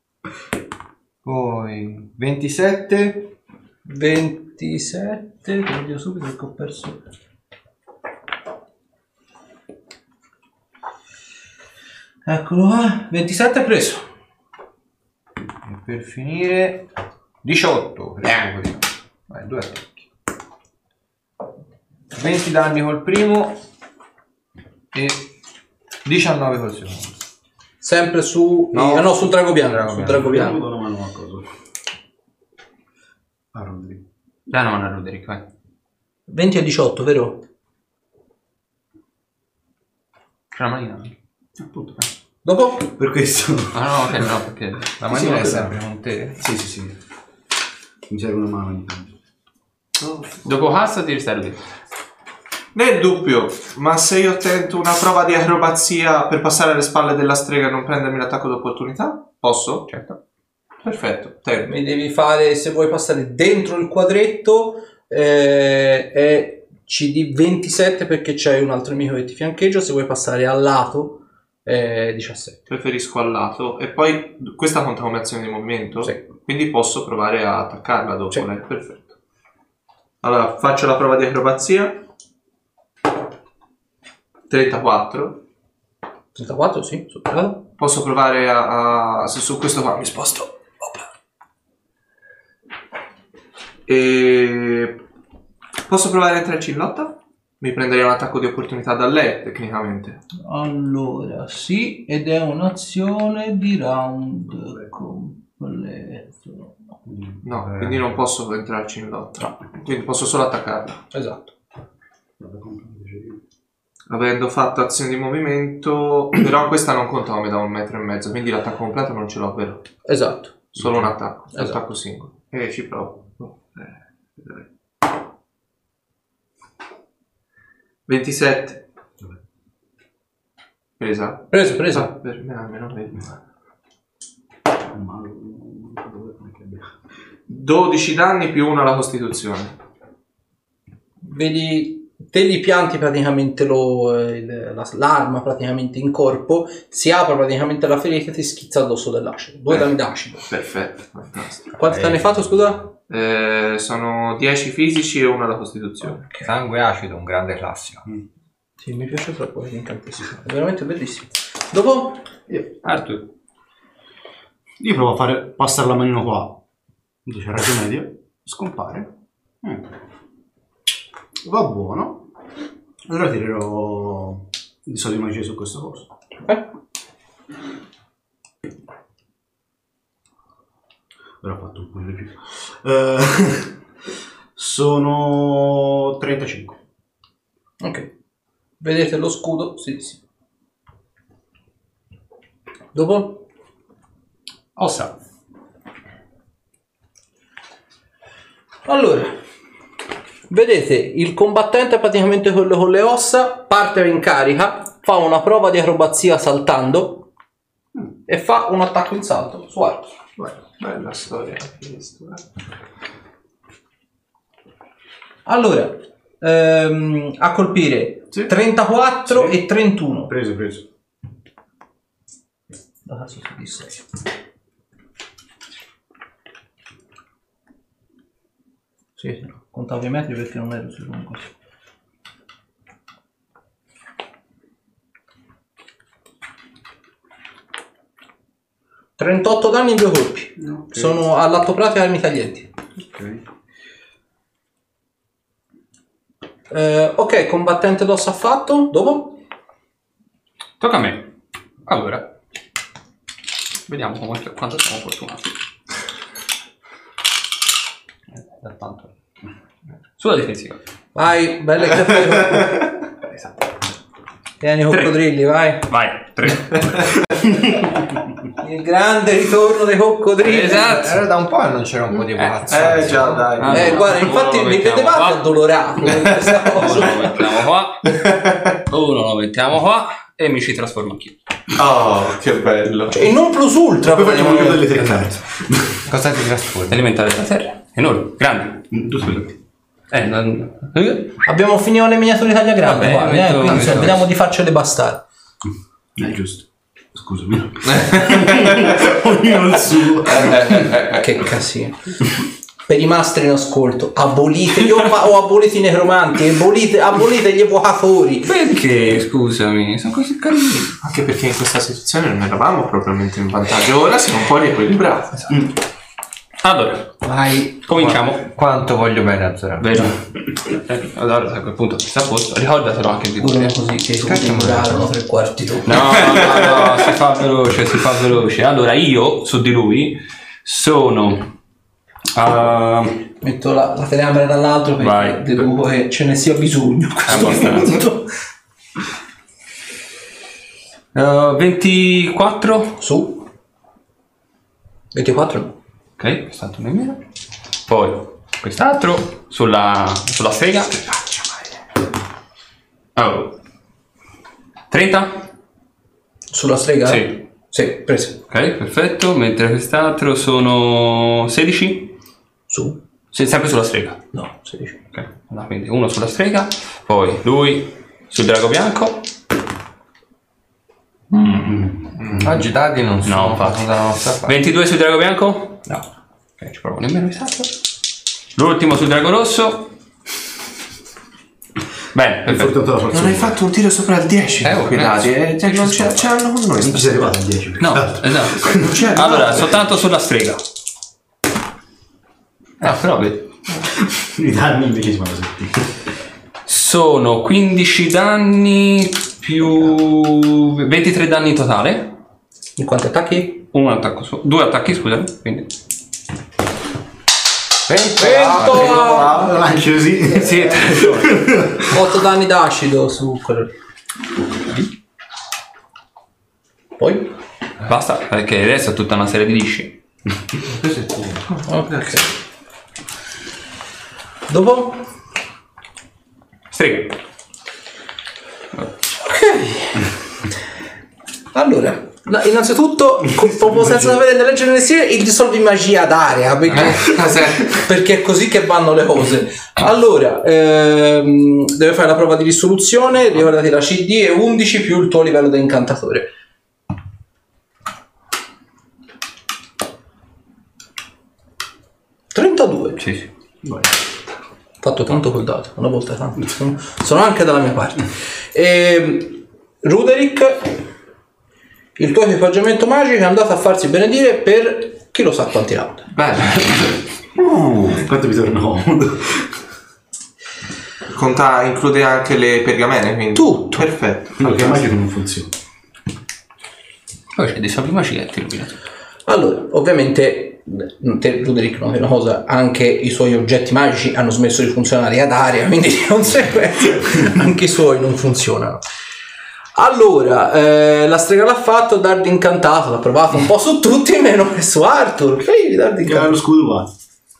Speaker 5: Poi ventisette.
Speaker 1: ventisette, ti vedo subito perché ho perso. Eccolo qua, ventisette preso.
Speaker 5: E per finire diciotto. Preso così. Vai, due attacchi. venti danni col primo e diciannove col secondo.
Speaker 1: Sempre su
Speaker 5: No.
Speaker 1: eh, no, sul drago bianco,
Speaker 5: Drago
Speaker 1: sul
Speaker 5: bianco.
Speaker 1: drago
Speaker 2: Vediamo
Speaker 1: bianco.
Speaker 2: una mano a cosa. A Rodri.
Speaker 3: Dai una mano a Roderick, vai.
Speaker 1: venti a diciotto, vero?
Speaker 3: C'è la manina.
Speaker 2: Appunto.
Speaker 1: Dopo?
Speaker 2: Per questo.
Speaker 3: Ah no, ok, no, perché...
Speaker 5: La
Speaker 2: Sì,
Speaker 5: manina è
Speaker 2: sì,
Speaker 5: sempre con te.
Speaker 2: Sì, sì, sì. Mi serve una mano intanto.
Speaker 3: Dopo cassa ti resta Roderick.
Speaker 4: Nel dubbio, ma se io tento una prova di acrobazia per passare alle spalle della strega e non prendermi l'attacco d'opportunità? Posso?
Speaker 3: Certo.
Speaker 4: Perfetto, termine.
Speaker 1: Mi devi fare, se vuoi passare dentro il quadretto, eh, è C D ventisette perché c'è un altro amico che ti fiancheggia, se vuoi passare al lato, è eh, diciassette.
Speaker 4: Preferisco al lato. E poi questa conta come azione di movimento?
Speaker 1: Sì.
Speaker 4: Quindi posso provare a attaccarla dopo
Speaker 1: Sì.
Speaker 4: lei. Perfetto. Allora faccio la prova di acrobazia. trentaquattro.
Speaker 1: trentaquattro, sì, superato.
Speaker 4: Posso provare a, a se su questo qua mi sposto. E posso provare a entrarci in lotta? Mi prenderei un attacco di opportunità da lei, tecnicamente.
Speaker 1: Allora, sì, ed è un'azione di round completo.
Speaker 4: No, quindi non posso entrarci in lotta. Quindi posso solo attaccarla.
Speaker 1: Esatto.
Speaker 4: Avendo fatto azione di movimento, però questa non conta come da un metro e mezzo, quindi l'attacco completo non ce l'ho, vero?
Speaker 1: Esatto.
Speaker 4: Solo un attacco, un
Speaker 1: Esatto.
Speaker 4: attacco singolo. E ci provo. Eh, vedrei. ventisette. Presa?
Speaker 1: Preso, preso.
Speaker 4: Ah, per me almeno vedi. dodici danni più uno alla costituzione.
Speaker 1: Vedi, te li pianti praticamente lo, eh, il- la- l'arma praticamente in corpo, si apre praticamente la ferita e ti schizza addosso dell'acido. Due
Speaker 4: Eh.
Speaker 1: danni d'acido.
Speaker 4: Perfetto, fantastico.
Speaker 1: Quanti
Speaker 5: Eh.
Speaker 1: danni hai fatto, scusa?
Speaker 4: Eh, sono dieci fisici e uno alla costituzione.
Speaker 5: Sangue acido, un grande classico.
Speaker 1: Sì, mi piace troppo l'incantesimo. È veramente bellissimo. Dopo?
Speaker 3: Arthur.
Speaker 2: Io provo a fare passare la manino qua. Dice raggio medio. Scompare. Mm. Va buono. Allora tirerò di solito di magia su questo coso.
Speaker 1: Eh?
Speaker 2: Però ho fatto un po' di più. Eh, sono trentacinque.
Speaker 1: Ok. Vedete lo scudo? Sì, sì. Dopo?
Speaker 3: Ossa.
Speaker 1: Allora, vedete il combattente praticamente quello con le ossa parte in carica, fa una prova di acrobazia saltando e fa un attacco in salto su Arthur.
Speaker 4: Beh, bella storia anche questo, eh.
Speaker 1: Allora, ehm, a colpire
Speaker 2: Sì.
Speaker 1: trentaquattro
Speaker 2: Sì.
Speaker 1: e trentuno.
Speaker 2: Preso, preso.
Speaker 1: Da cazzo si disse? Sì, sì, contavo i metri perché non ero sicuro così. trentotto danni in due colpi.
Speaker 2: Ok.
Speaker 1: Sono all'atto pratico armi taglienti.
Speaker 2: Ok.
Speaker 1: Eh, ok, combattente d'ossa affatto. Dopo?
Speaker 3: Tocca a me. Allora. Vediamo come, quanto siamo fortunati. Eh, da tanto. Sulla difensiva.
Speaker 1: Vai, belle cappe.
Speaker 3: Esatto.
Speaker 1: Tieni i coccodrilli, vai.
Speaker 3: Vai, tre.
Speaker 1: Il grande ritorno dei coccodrilli.
Speaker 3: Esatto.
Speaker 5: Era da un po' e non c'era un po' di evocazione.
Speaker 4: Eh già, dai.
Speaker 3: Ah,
Speaker 1: Eh,
Speaker 3: no,
Speaker 1: guarda,
Speaker 3: uno
Speaker 1: infatti
Speaker 3: lo
Speaker 1: mi
Speaker 3: mettiamo
Speaker 1: vedevate
Speaker 3: qua.
Speaker 1: addolorato in questa
Speaker 3: Uno
Speaker 1: cosa.
Speaker 3: lo mettiamo qua. Uno lo mettiamo qua. E mi ci trasformo anch'io.
Speaker 4: Oh, che bello.
Speaker 1: Cioè, il non plus ultra.
Speaker 2: Poi facciamo
Speaker 1: praticamente.
Speaker 2: delle tre carte.
Speaker 5: Cosa ti trasformi?
Speaker 3: Elementare della terra. Enorme, grande.
Speaker 2: Due minuti.
Speaker 3: Eh, non... eh?
Speaker 1: Abbiamo finito le miniature tagliagrame,
Speaker 3: Vabbè,
Speaker 1: qua, eh,
Speaker 3: metto-
Speaker 1: quindi
Speaker 3: metto-
Speaker 1: se vediamo di farcele bastare.
Speaker 2: Eh, giusto. Scusami. Ognuno il suo.
Speaker 1: Che casino. Per i mastri in ascolto, abolite, io fa- ho abolito i necromanti, abolite, abolite gli evocatori.
Speaker 3: Perché, scusami, sono così carini.
Speaker 4: Anche perché in questa situazione non eravamo propriamente in vantaggio. Ora siamo un po' riequilibrati.
Speaker 3: Allora,
Speaker 1: Vai.
Speaker 3: cominciamo.
Speaker 5: Quanto voglio bene a Zora.
Speaker 3: Vero. Eh, allora, a quel punto si sta a posto. Ricordatelo anche di
Speaker 1: Durano
Speaker 3: te.
Speaker 1: così che
Speaker 5: Cacchio,
Speaker 1: durarono tre quarti d'ora.
Speaker 3: No, no, no, si fa veloce, si fa veloce. Allora, io su di lui sono... Uh,
Speaker 1: Metto la, la telecamera dall'altro perché
Speaker 3: Vai.
Speaker 1: deduco che ce ne sia bisogno a questo
Speaker 3: Abbastanza.
Speaker 1: punto.
Speaker 3: uh, ventiquattro.
Speaker 1: Su. ventiquattro no.
Speaker 3: Ok, quest'altro nemmeno. Poi quest'altro sulla, sulla strega. Oh. trenta?
Speaker 1: Sulla strega?
Speaker 3: Sì.
Speaker 1: Sì, preso.
Speaker 3: Ok, perfetto. Mentre quest'altro sono sedici.
Speaker 1: Su.
Speaker 3: Sì, sempre sulla strega.
Speaker 1: No, sedici.
Speaker 3: Ok, allora, quindi uno sulla strega. Poi lui sul drago bianco. Mm.
Speaker 5: Agitati non sono
Speaker 3: No, infatti.
Speaker 5: dalla nostra parte.
Speaker 3: ventidue sul drago bianco?
Speaker 5: No.
Speaker 3: Ok, ci provo nemmeno esatto. L'ultimo sul drago rosso. Bene, perfetto.
Speaker 4: Non hai fatto un tiro sopra il dieci.
Speaker 3: Eh, oh,
Speaker 4: quei dadi, eh, cioè, non ce ce l'hanno con noi.
Speaker 2: Non ci sei arrivato al dieci.
Speaker 3: No, esatto.
Speaker 4: Non c'è
Speaker 3: Allora, soltanto sulla strega. Ah, però vedi.
Speaker 2: I danni invece si fanno sentire.
Speaker 3: Sono quindici danni più ventitré danni in totale.
Speaker 1: In quanti attacchi?
Speaker 3: Un attacco su. Due attacchi, scusami. Quindi.
Speaker 2: Ah, lanci così.
Speaker 3: Sì,
Speaker 1: otto danni d'acido su quello lì. Poi?
Speaker 3: basta, perché adesso è tutta una serie di lisci.
Speaker 5: Questo è tuo.
Speaker 1: Ok. Dopo?
Speaker 3: Strega.
Speaker 1: Allora, no, innanzitutto, co- proprio senza sapere né leggere né scrivere, il dissolvi magia d'area, perché, perché è così che vanno le cose. Allora, ehm, deve fare la prova di risoluzione, ricordati la C D è undici più il tuo livello da incantatore. trentadue.
Speaker 3: Sì, sì.
Speaker 1: Fatto tanto col dato, una volta tanto. Sono, sono anche dalla mia parte. E, Ruderick, il tuo equipaggiamento magico è andato a farsi benedire per chi lo sa quanti round.
Speaker 4: Bene.
Speaker 2: Uh, quanto mi torna comodo.
Speaker 4: Conta, include anche le pergamene, quindi.
Speaker 1: Tutto.
Speaker 4: Perfetto.
Speaker 2: No, che magico non funziona.
Speaker 3: Poi c'è dei soldi magia e ti illumina.
Speaker 1: Allora, ovviamente, te, Ruderick, noti una cosa, anche i suoi oggetti magici hanno smesso di funzionare ad area, quindi di conseguenza anche i suoi non funzionano. Allora, eh, la strega l'ha fatto, dardo incantato, l'ha provato un po' su tutti, meno che su Arthur. Fai dardo
Speaker 2: Che ha
Speaker 1: incantato.
Speaker 2: lo scudo qua.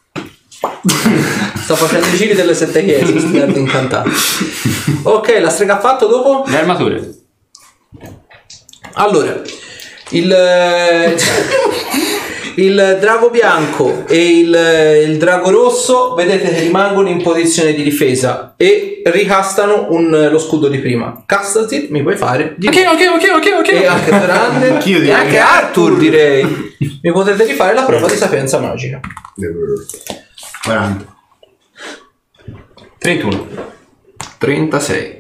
Speaker 1: Sto facendo i giri delle sette chiese, sti dardo incantato. Ok, la strega ha fatto dopo?
Speaker 3: Le armature.
Speaker 1: Allora, il, il drago bianco e il, il drago rosso vedete che rimangono in posizione di difesa e ricastano un, lo scudo di prima. Castati, mi puoi fare? Di
Speaker 3: Ok, ok, ok, ok, ok.
Speaker 1: e anche Zorander
Speaker 2: Anch'io
Speaker 1: e
Speaker 2: direi.
Speaker 1: anche Arthur, direi. Mi potete rifare la prova di sapienza magica.
Speaker 2: quaranta.
Speaker 3: trentuno.
Speaker 5: trentasei.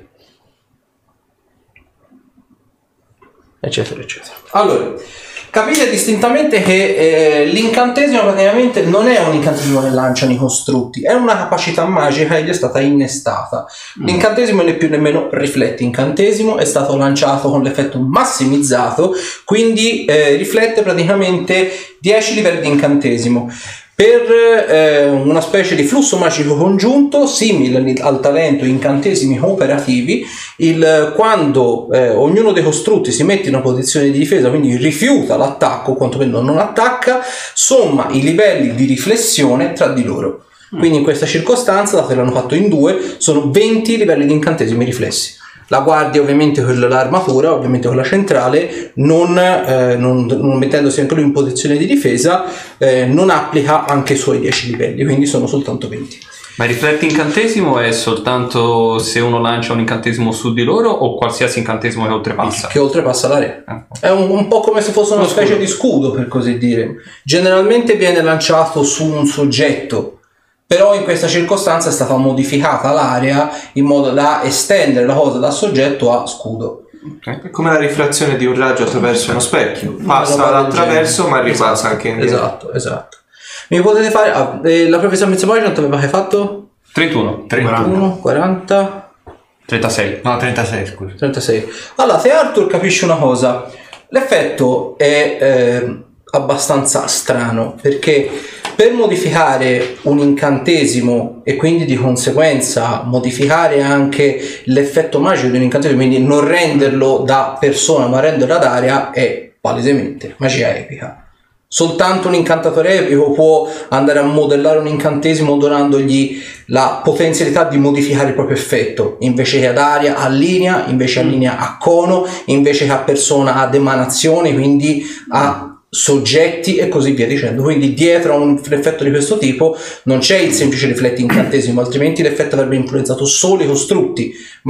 Speaker 1: Eccetera, eccetera. Allora, capite distintamente che eh, l'incantesimo praticamente non è un incantesimo che lanciano i costrutti, è una capacità magica che gli è stata innestata. L'incantesimo né più nemmeno riflette incantesimo, è stato lanciato con l'effetto massimizzato, quindi eh, riflette praticamente dieci livelli di incantesimo. Per eh, una specie di flusso magico congiunto simile al talento incantesimi cooperativi, il, quando eh, ognuno dei costrutti si mette in una posizione di difesa, quindi rifiuta l'attacco, quantomeno non attacca, somma i livelli di riflessione tra di loro. Quindi in questa circostanza, dato che l'hanno fatto in due, sono venti livelli di incantesimi riflessi. La guardia, ovviamente con l'armatura, ovviamente con la centrale, non, eh, non, non mettendosi anche lui in posizione di difesa, eh, non applica anche i suoi dieci livelli, quindi sono soltanto venti.
Speaker 3: Ma il rifletti incantesimo è soltanto se uno lancia un incantesimo su di loro o qualsiasi incantesimo che oltrepassa?
Speaker 1: Che oltrepassa l'area.
Speaker 3: Ah,
Speaker 1: È un, un po' come se fosse una
Speaker 3: Uno
Speaker 1: specie
Speaker 3: scudo.
Speaker 1: di scudo, per così dire. Generalmente viene lanciato su un soggetto, però in questa circostanza è stata modificata l'area in modo da estendere la cosa da soggetto a scudo.
Speaker 4: È come la rifrazione di un raggio attraverso uno specchio. Passa
Speaker 1: Una roba del
Speaker 4: attraverso,
Speaker 1: genere.
Speaker 4: ma ripassa
Speaker 1: Esatto,
Speaker 4: anche indietro.
Speaker 1: Esatto, esatto. Mi potete fare... ah, eh, la professione poi quanto aveva fatto?
Speaker 3: trentuno.
Speaker 1: trentuno, quaranta,
Speaker 3: trentasei.
Speaker 5: No, trentasei, scusa.
Speaker 1: trentasei. Allora, se Arthur capisce una cosa, l'effetto è eh, abbastanza strano, perché per modificare un incantesimo e quindi di conseguenza modificare anche l'effetto magico di un incantesimo, quindi non renderlo da persona ma renderlo ad area, è palesemente magia epica. Soltanto un incantatore epico può andare a modellare un incantesimo donandogli la potenzialità di modificare il proprio effetto, invece che ad aria a linea, invece a linea a cono, invece che a persona ad emanazione, quindi a soggetti e così via dicendo. Quindi dietro a un effetto di questo tipo non c'è il semplice rifletti incantesimo, altrimenti l'effetto avrebbe influenzato solo i costrutti, ma è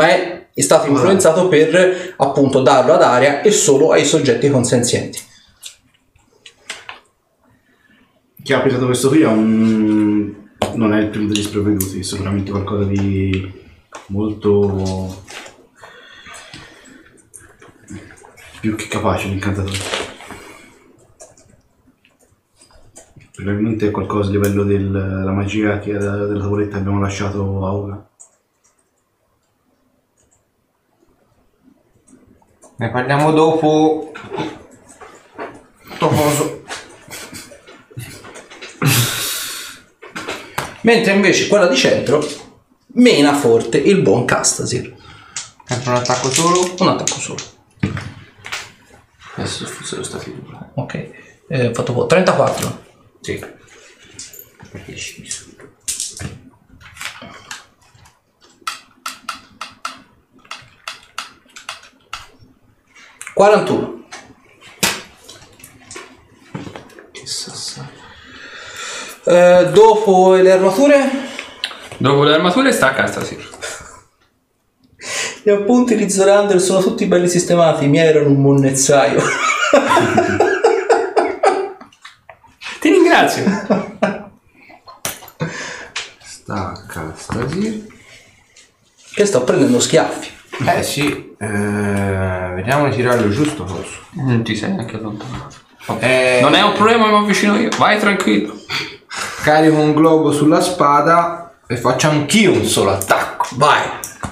Speaker 1: è stato influenzato per appunto darlo ad Aria e solo ai soggetti consenzienti.
Speaker 2: Chi ha pensato questo qui è un... non è il primo degli sprovveduti, è sicuramente qualcosa di molto più che capace l'incantatore. Probabilmente è qualcosa a livello della magia che era della tavoletta abbiamo lasciato a Oga.
Speaker 5: Ne parliamo dopo. Toposo.
Speaker 1: Mentre invece quella di centro mena forte il buon Castasir.
Speaker 5: Sempre un attacco solo?
Speaker 1: Un attacco solo.
Speaker 4: Adesso fossero stati due.
Speaker 1: Ok. Eh, ho fatto po'. trentaquattro.
Speaker 5: Sì. Perché sceso.
Speaker 1: quarantuno.
Speaker 4: Che sassano.
Speaker 1: Eh, dopo le armature?
Speaker 3: Dopo le armature sta a Castasir.
Speaker 1: Gli appunti di Zorander sono tutti belli sistemati, i miei erano un monnezzaio.
Speaker 3: Ti ringrazio.
Speaker 5: Stacca Castasir.
Speaker 1: Che sto prendendo schiaffi.
Speaker 5: Eh sì. Eh, vediamo di tirarlo giusto forse.
Speaker 3: Non ti sei neanche allontanato.
Speaker 5: Eh,
Speaker 3: Non è un problema, mi avvicino io. Vai tranquillo.
Speaker 5: Carico un globo sulla spada e faccio anch'io un solo attacco.
Speaker 1: Vai.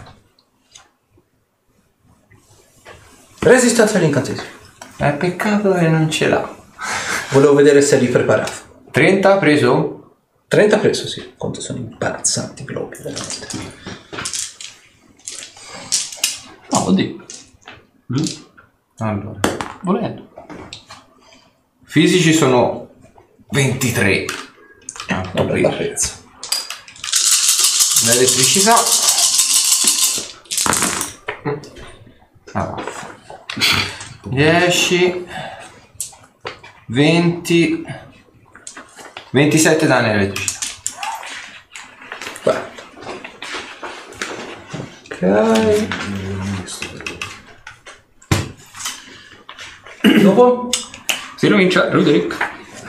Speaker 1: Resistenza all'incantesimo.
Speaker 5: È peccato che non ce l'ha.
Speaker 1: Volevo vedere se eri preparato.
Speaker 5: trenta preso?
Speaker 1: trenta preso, sì. Quanto sono imbarazzanti globi, veramente.
Speaker 3: No, oddio.
Speaker 5: Allora.
Speaker 3: Volendo.
Speaker 5: Fisici sono ventitré.
Speaker 1: Una bella pezza.
Speaker 5: L'elettricità. Ah, dieci. venti. ventisette danni all'elettricità.
Speaker 1: Guarda. Ok. Dopo?
Speaker 3: Si ricomincia, Ruderick.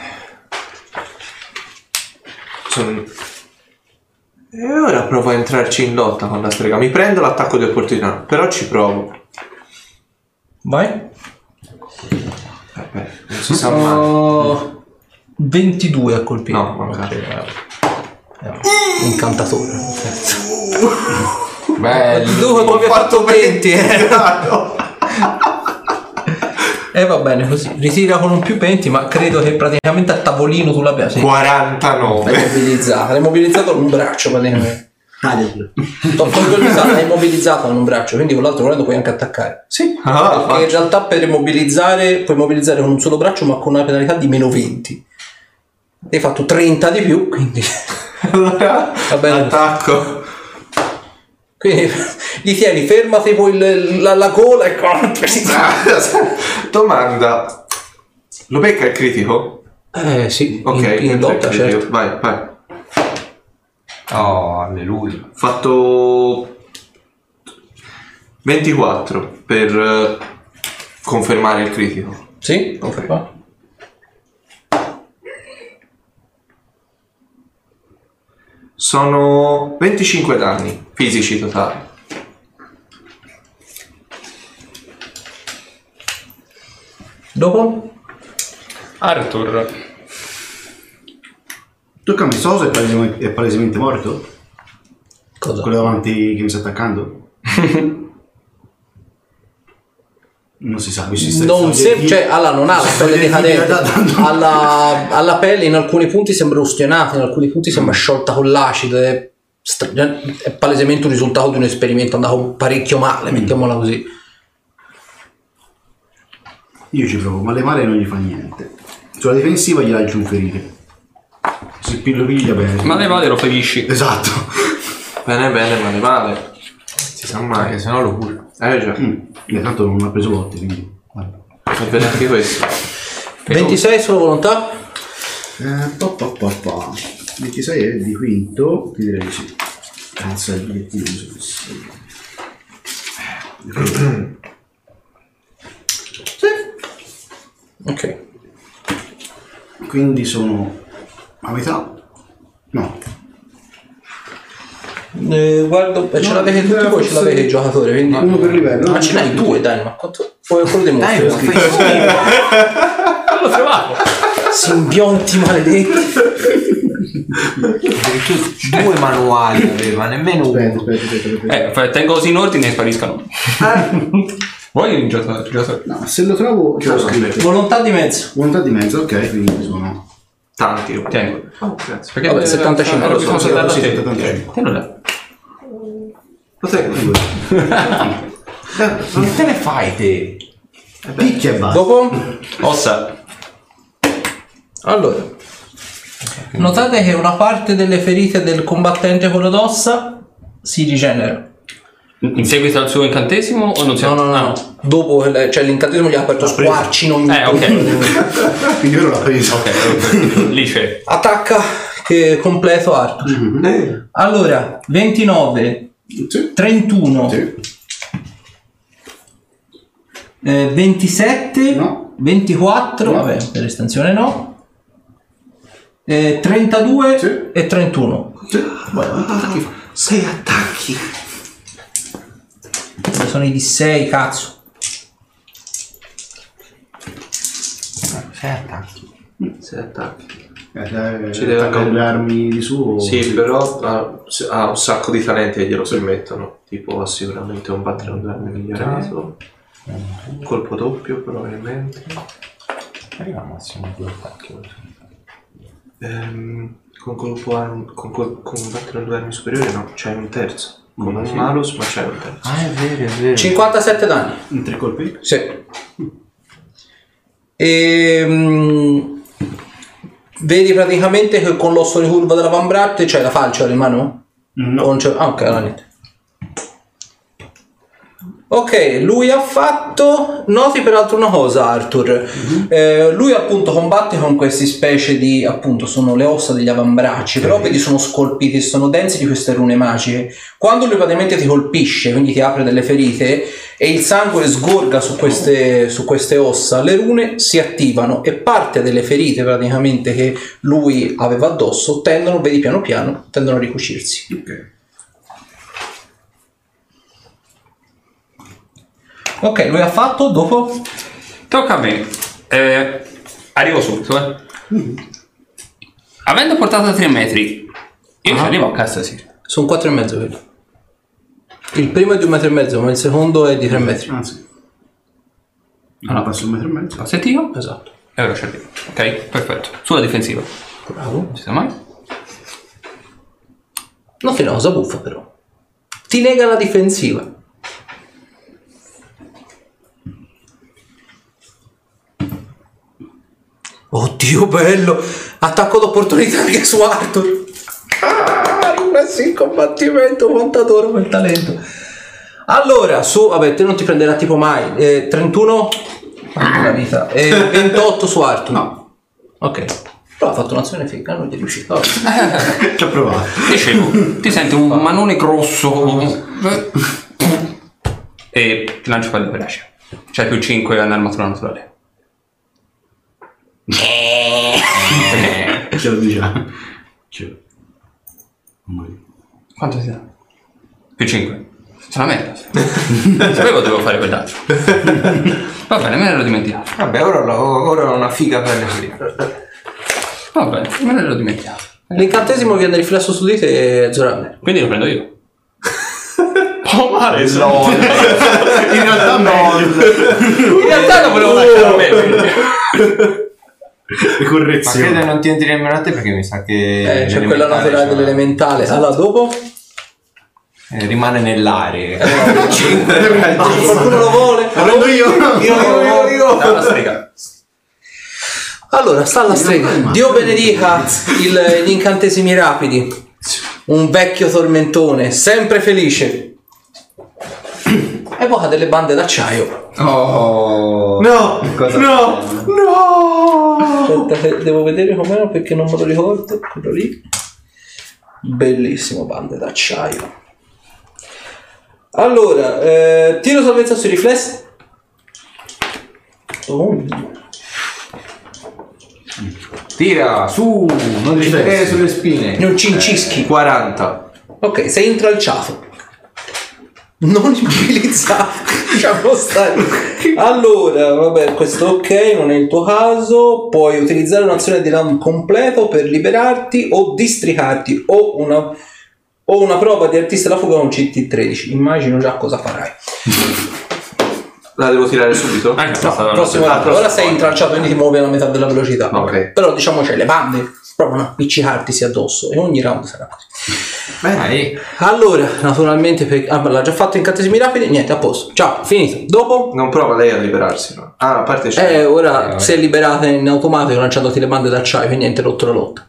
Speaker 4: Sono... E ora provo a entrarci in lotta con la strega. Mi prendo l'attacco di opportunità, però ci provo.
Speaker 1: Vai.
Speaker 4: Vabbè, non si sa mai.
Speaker 1: Oh, ventidue a colpire.
Speaker 4: No, manca.
Speaker 1: È un incantatore.
Speaker 5: Bello.
Speaker 1: Due come hai fatto venti, eh. E va bene così. Ritira con un più venti, ma credo che praticamente a tavolino tu l'abbia. Sì.
Speaker 4: quarantanove.
Speaker 1: L'hai immobilizzato. L'hai immobilizzato con un braccio praticamente. T'ho immobilizzato, l'hai immobilizzato con un braccio, quindi con l'altro volendo puoi anche attaccare.
Speaker 4: Sì. Ah,
Speaker 1: Perché in realtà per immobilizzare puoi immobilizzare con un solo braccio, ma con una penalità di meno venti. Hai fatto trenta di più, quindi
Speaker 4: allora,
Speaker 1: va bene.
Speaker 4: attacco.
Speaker 1: Quindi gli tieni ferma tipo il, la, la gola e
Speaker 4: Domanda. Lo becca il critico?
Speaker 1: eh sì,
Speaker 4: Ok,
Speaker 1: in, in lotta
Speaker 4: critico.
Speaker 1: certo.
Speaker 4: Vai, vai.
Speaker 5: Oh, alleluia.
Speaker 4: Ho fatto ventiquattro per eh, confermare il critico.
Speaker 1: Sì, conferma.
Speaker 4: Sono venticinque danni fisici totali.
Speaker 1: Dopo?
Speaker 3: Arthur.
Speaker 2: Tocca a me, Soso è palesemente, è palesemente morto?
Speaker 1: Cosa?
Speaker 2: Quello davanti che mi sta attaccando? Non si sa, questi sta-
Speaker 1: Non
Speaker 2: sta-
Speaker 1: sem- cioè, allora non ha la
Speaker 2: sta-
Speaker 1: pelle decadente,
Speaker 2: da- da- da-
Speaker 1: alla, alla pelle in alcuni punti sembra ustionata, in alcuni punti sembra sciolta con l'acido, è, stra- è palesemente un risultato di un esperimento andato parecchio male, mettiamola così.
Speaker 2: Io ci provo, ma le male non gli fa niente. Sulla difensiva gli lancio un ferire. Se pillo piglia bene.
Speaker 3: Ma le vale lo ferisci.
Speaker 2: Esatto.
Speaker 4: Bene, bene, male, male. Si sa mai.
Speaker 5: Perché sennò lo cura.
Speaker 4: Eh già.
Speaker 2: Mm. E tanto non ha preso botte, quindi. Vabbè.
Speaker 4: Va bene anche questo.
Speaker 1: ventisei solo volontà?
Speaker 2: Eh, pa, pa, pa, pa. ventisei è di quinto, ti direi di sì. Cazzo, il bigliettino mi sono messo. Sì.
Speaker 1: Ok.
Speaker 2: Quindi sono a metà? No.
Speaker 1: Eh, guardo, eh, ce
Speaker 2: No,
Speaker 1: l'avete tutti voi, ce l'avete i giocatori, quindi...
Speaker 2: Uno per livello.
Speaker 1: Ma ce n'hai due, dai, ma quanto... Poi quello dei mostri.
Speaker 3: L'ho trovato.
Speaker 1: Simbionti maledetti.
Speaker 5: Due manuali aveva, nemmeno
Speaker 2: Aspetta,
Speaker 5: uno.
Speaker 2: aspetta, aspetta, aspetta.
Speaker 3: Eh, fai- tengo così in ordine e spariscano. Vuoi il giocatore? il giocatore?
Speaker 2: No, se lo trovo ce l'ho scritto.
Speaker 1: Volontà di mezzo.
Speaker 2: Volontà di mezzo, ok, quindi sono...
Speaker 4: Tanti. io.
Speaker 3: Tieni.
Speaker 4: Oh, grazie.
Speaker 3: Perché
Speaker 1: Vabbè, settantacinque,
Speaker 3: allora,
Speaker 1: lo so,
Speaker 3: bisogna
Speaker 2: sì,
Speaker 3: darlo a
Speaker 2: sì,
Speaker 3: te.
Speaker 2: settantacinque.
Speaker 3: Tienilo là.
Speaker 4: Lo tengo.
Speaker 5: Non te ne fai te?
Speaker 2: Picchia e basta.
Speaker 1: Dopo?
Speaker 3: Ossa.
Speaker 1: Allora. Notate che una parte delle ferite del combattente quello d'ossa si rigenera.
Speaker 3: In seguito al suo incantesimo o non c'è?
Speaker 1: No, no, no,
Speaker 3: Ah,
Speaker 1: no. Dopo, il- cioè l'incantesimo gli ha aperto squarci in ogni
Speaker 3: Eh, ok.
Speaker 2: Quindi io l'ho preso.
Speaker 3: Ok, ok. Lì c'è.
Speaker 1: Attacca che completo Arthur. Allora, ventinove,
Speaker 2: Sì.
Speaker 1: trentuno,
Speaker 2: Sì.
Speaker 1: eh, ventisette,
Speaker 2: No.
Speaker 1: ventiquattro,
Speaker 2: No.
Speaker 1: vabbè, per estensione no. eh, trentadue
Speaker 2: Sì.
Speaker 1: e trentuno.
Speaker 2: Sì.
Speaker 4: Sei attacchi.
Speaker 1: Sono i di sei, cazzo.
Speaker 5: Sei attacchi.
Speaker 4: Sei attacchi.
Speaker 2: Eh, se
Speaker 4: Ci deve
Speaker 2: attacca
Speaker 4: avere-
Speaker 2: le armi di suo.
Speaker 4: Sì, però ha, ha un sacco di talenti che glielo permettono. Tipo ha sicuramente un battere due armi migliorato. Un colpo doppio probabilmente.
Speaker 5: Arriva al massimo due attacchi.
Speaker 4: Ehm, con colpo arm- con, col- con un battere due armi superiore no, c'hai un terzo. Con un
Speaker 2: Sì.
Speaker 4: malus ma c'hai un terzo.
Speaker 5: Ah, è vero, è vero.
Speaker 1: cinquantasette danni.
Speaker 2: In tre colpi?
Speaker 1: Sì. Ehm, vedi praticamente che con l'osso di curva dell'avambraccio c'è la falce in mano?
Speaker 2: No.
Speaker 1: O non c'è- Ah, ok, allora niente. Ok, lui ha fatto. Noti peraltro una cosa, Arthur. Eh, lui appunto combatte con queste specie di. Appunto, sono le ossa degli avambracci, però vedi sono scolpiti, sono densi di queste rune magiche. Quando lui praticamente ti colpisce, quindi ti apre delle ferite e il sangue sgorga su queste, su queste ossa, le rune si attivano e parte delle ferite praticamente che lui aveva addosso tendono, vedi piano piano, tendono a ricucirsi.
Speaker 2: Ok.
Speaker 1: Ok, lui ha fatto, dopo?
Speaker 3: Tocca a me. Eh, arrivo subito, eh. Avendo portato tre metri, io ci arrivo a cassa, sì.
Speaker 1: Sono quattro e mezzo quello. Il primo è di un metro e mezzo, ma il secondo è di tre metri.
Speaker 2: Ah, sì. Allora passo un metro e mezzo.
Speaker 3: Senti io?
Speaker 1: Esatto.
Speaker 3: E ora ci arrivo. Ok, perfetto. Sulla difensiva.
Speaker 1: Bravo.
Speaker 3: Non ci sta mai?
Speaker 1: Non ti cosa buffa però. Ti nega la difensiva. Oddio bello. Attacco d'opportunità anche su Arthur. Ah, rimessi in combattimento, montatore quel talento. Allora, su, vabbè, te non ti prenderà tipo mai. Eh, trentuno la vita. E ventotto su Arthur.
Speaker 2: No.
Speaker 1: Ok. Però ha fatto un'azione figa, non gli è riuscito.
Speaker 2: Ci ho provato.
Speaker 3: Dicevo, ti senti un manone grosso e ti lancio palle veloce. C'hai più cinque all'armatura naturale.
Speaker 2: Ce lo diciamo. Ce lo. Morì.
Speaker 3: Quanto ti dà? Più cinque. C'è una merda. Sapevo dovevo fare quell'altro. Va bene, me l'ero dimenticato.
Speaker 5: Vabbè, ora, lo- ora ho una figa per le ferite.
Speaker 3: Va bene, me l'ero dimenticato.
Speaker 1: L'incantesimo viene riflesso su di te e Zorander.
Speaker 3: Quindi lo prendo io. Oh male,
Speaker 5: No,
Speaker 3: no.
Speaker 2: In realtà no.
Speaker 3: In realtà lo volevo lasciare a me. quindi.
Speaker 2: Le
Speaker 5: ma
Speaker 2: correzioni.
Speaker 5: credo non ti entri nemmeno a te perché mi sa che
Speaker 1: Eh, c'è quella
Speaker 5: l'elementare
Speaker 1: naturale
Speaker 5: c'ha-
Speaker 1: dell'elementale. Allora, dopo?
Speaker 5: eh, rimane nell'aria.
Speaker 1: Qualcuno lo vuole?
Speaker 2: Lo prendo io.
Speaker 1: Io, io, io.
Speaker 3: Dai, una strega.
Speaker 1: Allora, sta alla strega. Dio benedica il- gli incantesimi rapidi. Un vecchio tormentone, sempre felice. Evoca delle bande d'acciaio.
Speaker 5: Oh.
Speaker 4: No!
Speaker 5: Cosa
Speaker 4: No! No!
Speaker 1: Aspetta, che devo vedere com'era perché non me lo ricordo. Quello lì. Bellissimo, bande d'acciaio. Allora, eh, tiro salvezza sui riflessi. Oh.
Speaker 5: Tira su, non devi cadere sulle spine.
Speaker 1: Non cincischi.
Speaker 4: quaranta.
Speaker 1: Ok, sei intralciato. Non immobilizzato. Lasciamo stare. Allora, vabbè, questo ok, non è il tuo caso. Puoi utilizzare un'azione di round completo per liberarti o districarti o una, o una prova di artista della fuga con C T tredici. Immagino già cosa farai.
Speaker 4: La devo tirare subito?
Speaker 3: Ah,
Speaker 1: No, prossimo round. Ora sei intralciato, quindi ti muovi alla metà della velocità.
Speaker 4: Ok.
Speaker 1: Però diciamo c'è le bande, provano a appiccicarti addosso e ogni round sarà così.
Speaker 5: Dai.
Speaker 1: Allora, naturalmente, per... ah, l'ha già fatto incantesimi rapidi, niente, a posto. Ciao, finito. Dopo?
Speaker 4: Non prova lei a liberarsi, no? Ah, a parte c'è.
Speaker 1: Eh, ora
Speaker 5: Eh,
Speaker 1: si è liberata in automatico lanciandoti le bande d'acciaio, quindi hai interrotto la lotta.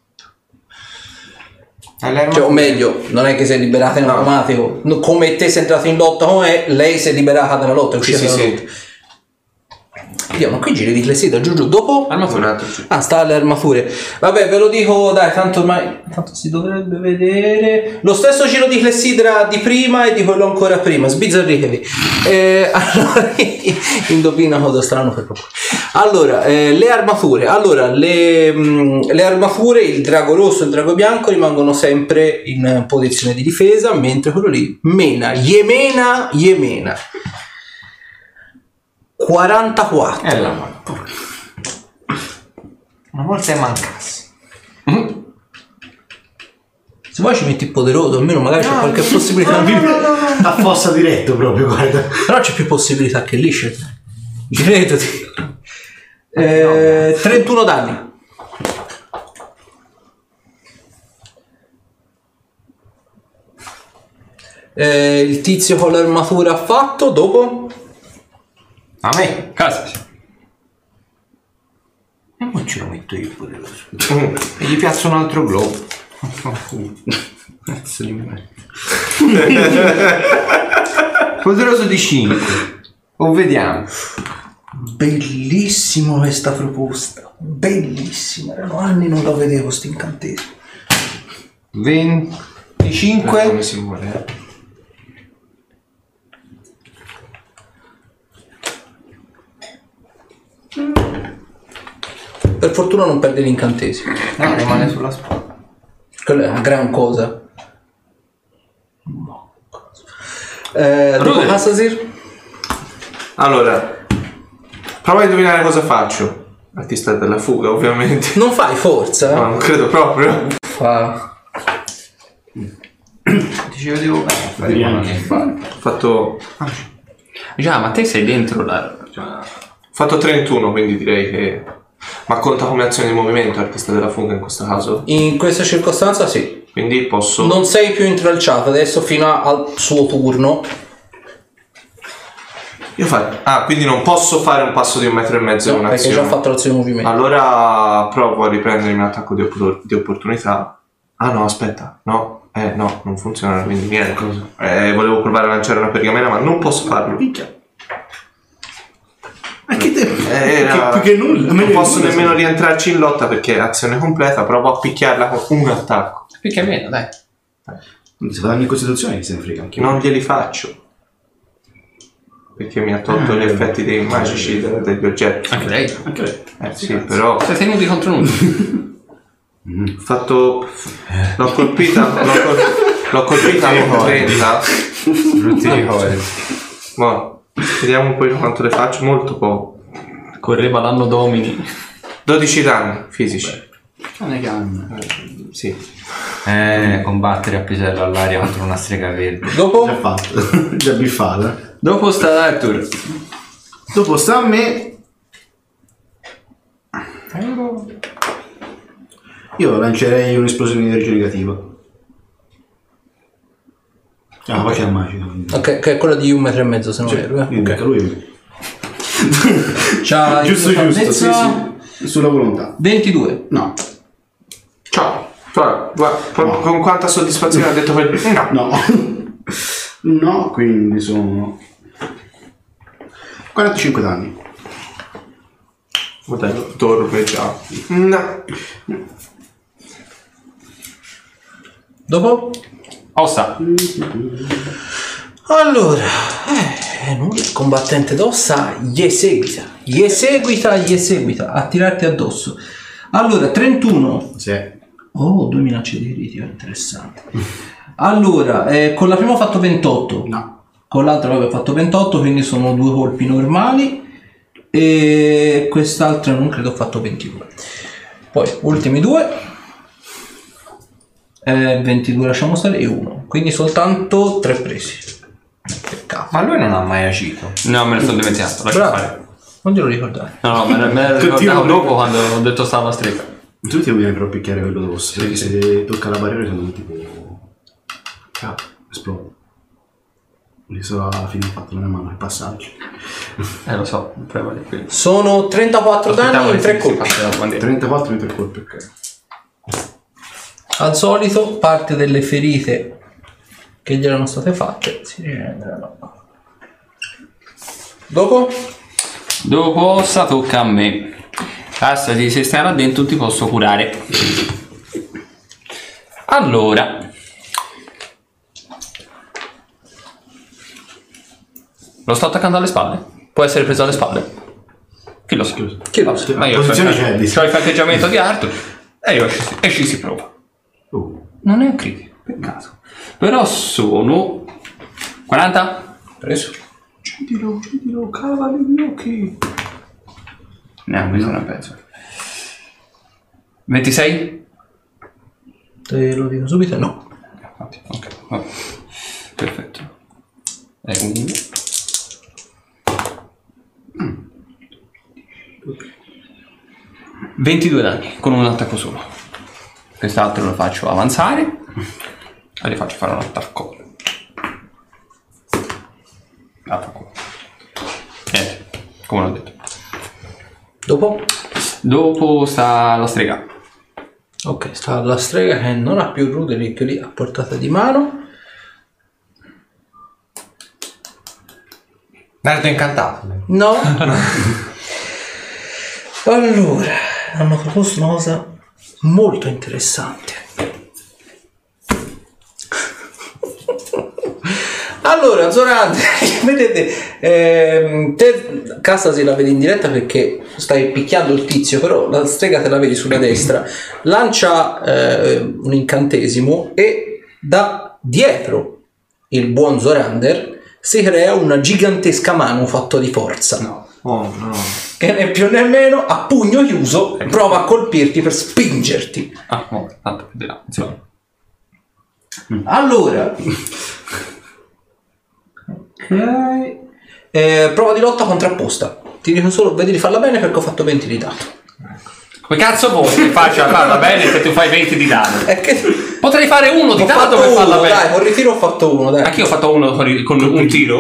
Speaker 1: Cioè, o meglio, non è che si è liberata in
Speaker 4: No.
Speaker 1: automatico. No, come te sei entrato in lotta come lei si è liberata dalla lotta, è
Speaker 4: Sì,
Speaker 1: uscita
Speaker 4: sì,
Speaker 1: dalla
Speaker 4: sì.
Speaker 1: lotta. Vediamo, qui giri di clessidra, giù giù. Dopo?
Speaker 4: Un altro.
Speaker 1: Ah, sta alle armature. Vabbè, ve lo dico, dai, tanto ormai tanto si dovrebbe vedere. Lo stesso giro di clessidra di prima e di quello ancora prima. Sbizzarritevi. Eh, allora, indovina cosa strano per proprio. Allora, eh, le armature. Allora, le, mh, le armature, il drago rosso e il drago bianco rimangono sempre in posizione di difesa, mentre quello lì mena, Yemena, Yemena. quarantaquattro.
Speaker 5: È la mano. Una volta è mancasse.
Speaker 1: Se vuoi ci metti poderoso, almeno magari c'è qualche possibilità.
Speaker 2: A fossa diretto proprio, guarda.
Speaker 1: Però c'è più possibilità che lisce. Crediti. Eh, trentuno danni. Eh, il tizio con l'armatura ha fatto. Dopo?
Speaker 5: A me.
Speaker 3: Casa.
Speaker 5: E poi ce lo metto io poderoso. E gli piazzo un altro globo. Cazzo di me. Poderoso di cinque. O vediamo.
Speaker 1: Bellissima questa proposta. Bellissima. Erano anni non la vedevo sto incantesimo.
Speaker 5: venticinque.
Speaker 4: Come si muore?
Speaker 1: Per fortuna non perde l'incantesimo.
Speaker 5: No, rimane sulla spalla.
Speaker 1: Quella è una gran cosa. Eh, dopo
Speaker 3: Rude.
Speaker 1: Hassasir?
Speaker 4: Allora, prova a indovinare cosa faccio. Artista della fuga, ovviamente.
Speaker 1: Non fai forza?
Speaker 4: No, non credo proprio.
Speaker 1: Fa...
Speaker 5: Dicevo devo fare non ne fare.
Speaker 4: Ho fatto,
Speaker 3: Già, ma te sei dentro la...
Speaker 4: ho fatto trentuno, quindi direi che... Ma conta come azione di movimento artista della fuga in questo caso?
Speaker 1: In questa circostanza sì.
Speaker 4: Quindi posso...
Speaker 1: Non sei più intralciato adesso fino a- al suo turno.
Speaker 4: Io fare... Ah, quindi non posso fare un passo di un metro e mezzo in
Speaker 1: No, perché hai
Speaker 4: un'azione.
Speaker 1: già fatto l'azione di movimento.
Speaker 4: Allora provo a riprendermi un attacco di, oppor- di opportunità. Ah no, aspetta, no, eh no, non funziona, quindi niente. Eh, volevo provare a lanciare una pergamena, ma non posso farlo.
Speaker 2: Ma che te...
Speaker 4: Eh, era-
Speaker 2: più che nulla.
Speaker 4: Non
Speaker 2: meglio
Speaker 4: posso
Speaker 2: di nulla,
Speaker 4: nemmeno
Speaker 2: sì.
Speaker 4: rientrarci in lotta perché è azione completa, provo a picchiarla con un attacco.
Speaker 3: Perché meno, dai.
Speaker 2: Se fa danni in Costituzione, chi se ne frega anche io.
Speaker 4: Non glieli faccio. Perché mi ha tolto gli effetti dei magici de- degli oggetti.
Speaker 3: Anche lei.
Speaker 2: Anche lei.
Speaker 4: Eh sì, però
Speaker 3: Siete nudi contro nudo.
Speaker 4: ho fatto... L'ho colpita, l'ho, col- l'ho colpita con trenta.
Speaker 5: Brutti ricordi.
Speaker 4: Boh, vediamo un po' quanto le faccio, molto poco.
Speaker 3: Correva l'anno domini.
Speaker 4: dodici danni fisici.
Speaker 2: Non è che hanno.
Speaker 4: Eh, sì.
Speaker 5: Eh, combattere a pisello all'aria contro una strega verde.
Speaker 1: Dopo?
Speaker 2: Già fatto. Già biffata.
Speaker 3: Dopo sta Arthur.
Speaker 2: Dopo sta a me. Io lancerei un'esplosione di energia negativa. Ah, poi c'è il magico. quindi.
Speaker 1: Ok, che è quella di un metro e mezzo se non
Speaker 2: Cioè,
Speaker 1: erro. eh.
Speaker 2: quindi
Speaker 1: Ok.
Speaker 2: lui.
Speaker 1: C'ha
Speaker 2: Giusto,
Speaker 1: in
Speaker 2: giusto. Sì,
Speaker 1: salvezza
Speaker 2: sì. Sulla volontà.
Speaker 1: ventidue.
Speaker 2: No.
Speaker 4: Ciao. Guarda, guarda, con,
Speaker 2: No.
Speaker 4: con quanta soddisfazione ha detto quel... No.
Speaker 2: No. No, quindi sono quarantacinque danni.
Speaker 4: Modello torre già. No.
Speaker 3: Dopo? Ossa.
Speaker 1: Allora, eh, nulla, il combattente d'ossa gli seguita, gli seguita, gli seguita a tirarti addosso. Allora, trentuno.
Speaker 2: Sì.
Speaker 1: Oh, due minacce di critico, interessante. Allora, eh, con la prima ho fatto ventotto.
Speaker 2: No.
Speaker 1: Con l'altra avevo fatto ventotto, quindi sono due colpi normali. E quest'altra non credo ho fatto ventidue. Poi, ultimi due. Eh, ventidue lasciamo stare e uno. Quindi soltanto tre presi. Peccato.
Speaker 5: Ma lui non ha mai agito.
Speaker 3: No, me ne sono dimenticato, lascia
Speaker 1: Bravo.
Speaker 3: fare.
Speaker 1: Non te lo ricordare.
Speaker 3: No, no, me ne, me ne
Speaker 2: Che
Speaker 3: ricordavo
Speaker 2: tiro-
Speaker 3: dopo quando ho detto stava la strega.
Speaker 2: Tu ti viene però a picchiare quello d'osso. Perché se tocca la barriera sono tipo. Ah, esplode. Lì solo alla fine ho fatto una mano ai passaggi.
Speaker 3: Eh, lo so, prova di qui.
Speaker 1: Sono trentaquattro danni in tre colpi.
Speaker 2: trentaquattro in tre colpi, ok.
Speaker 1: Al solito, parte delle ferite che gli erano state fatte si rigenerano. Dopo?
Speaker 3: Dopo sta tocca a me. Basta, se stai là dentro ti posso curare. Allora. Lo sto attaccando alle spalle? Può essere preso alle spalle? Chi lo sa?
Speaker 1: Chi lo sa?
Speaker 3: Ma io
Speaker 2: Posizione
Speaker 3: c'ho il,
Speaker 2: c'è,
Speaker 3: c'ho il fiancheggiamento di Arthur e io ci, e ci si prova.
Speaker 2: Oh.
Speaker 3: Non è un critico, peccato. Però sono quaranta?
Speaker 1: Preso.
Speaker 4: Uccidilo, uccidilo, cavali gli occhi.
Speaker 3: No, questo non penso. ventisei?
Speaker 1: Te lo dico subito, no.
Speaker 3: Ok, vabbè. Perfetto. È uno. ventidue danni con un attacco solo. Quest'altro lo faccio avanzare e le faccio fare un attacco. Attacco. Niente, come l'ho detto.
Speaker 1: Dopo?
Speaker 3: Dopo sta la strega.
Speaker 1: Ok, sta la strega che non ha più Ruderick lì a portata di mano.
Speaker 5: Nardo incantato.
Speaker 1: No. Allora, hanno proposto una cosa molto interessante. Allora, Zoran, vedete, ehm, te Castasi la vedi in diretta perché stai picchiando il tizio, però la strega te la vedi sulla destra, lancia eh, un incantesimo e da dietro il buon Zorander si crea una gigantesca mano fatto di forza.
Speaker 3: No.
Speaker 4: Oh no.
Speaker 1: Che né più né meno a pugno chiuso prova a colpirti per spingerti.
Speaker 3: Ah, no, tanto più di là. Insomma.
Speaker 1: Allora, ok, eh, prova di lotta contrapposta. Ti dico solo, vedi di farla bene perché ho fatto venti di dato.
Speaker 3: Come cazzo vuoi che faccia farla bene se tu fai venti di danno?
Speaker 1: È che
Speaker 3: Potrei fare uno di
Speaker 1: ho
Speaker 3: dato
Speaker 1: fatto
Speaker 3: per farla
Speaker 1: uno,
Speaker 3: bene.
Speaker 1: dai, con ritiro ho fatto uno, dai.
Speaker 3: Anche io ho fatto uno con, con un tiro.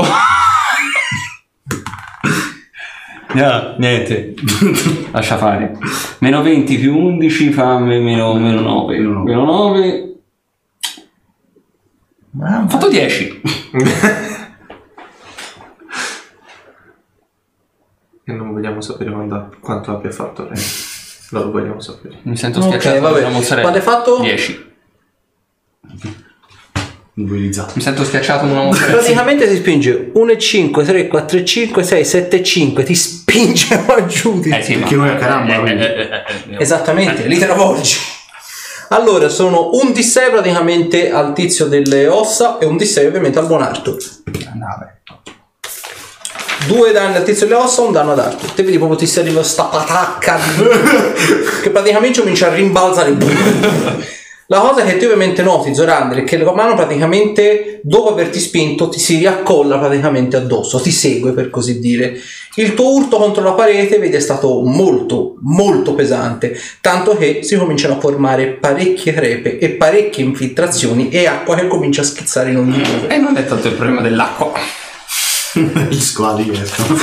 Speaker 3: No, niente. Lascia fare. Meno venti più undici fa me- meno, meno nove.
Speaker 2: Meno nove.
Speaker 3: Meno nove. Ho fatto dieci.
Speaker 4: E non vogliamo sapere quando- quanto abbia fatto lei. Lo vogliamo sapere.
Speaker 3: Mi sento
Speaker 1: Ok,
Speaker 3: schiacciato
Speaker 1: vabbè.
Speaker 3: da una mozzarella.
Speaker 1: Quanto hai fatto?
Speaker 3: dieci.
Speaker 2: Mobilizzato.
Speaker 3: Mi sento schiacciato con una mozzarella.
Speaker 1: Praticamente ti spinge uno e cinque, tre, quattro e cinque, sei, sette e cinque, ti spinge qua giù. ti-
Speaker 3: Eh sì, ma...
Speaker 2: Perché noi a caramba,
Speaker 3: eh,
Speaker 2: quindi.
Speaker 3: eh, eh, eh, eh.
Speaker 1: Esattamente, li travolgi. Allora, sono un D sei praticamente al tizio delle ossa e un D sei ovviamente al buon Arthur. Due danni al tizio delle ossa, un danno ad Arthur. Te vedi proprio ti si arriva sta patacca che praticamente comincia a rimbalzare. La cosa che tu ovviamente noti, Zorander, è che la mano praticamente dopo averti spinto ti si riaccolla praticamente addosso, ti segue per così dire. Il tuo urto contro la parete vedi è stato molto molto pesante, tanto che si cominciano a formare parecchie crepe e parecchie infiltrazioni e acqua che comincia a schizzare in ogni dove.
Speaker 3: E non è tanto il problema dell'acqua.
Speaker 2: Gli squali che escono.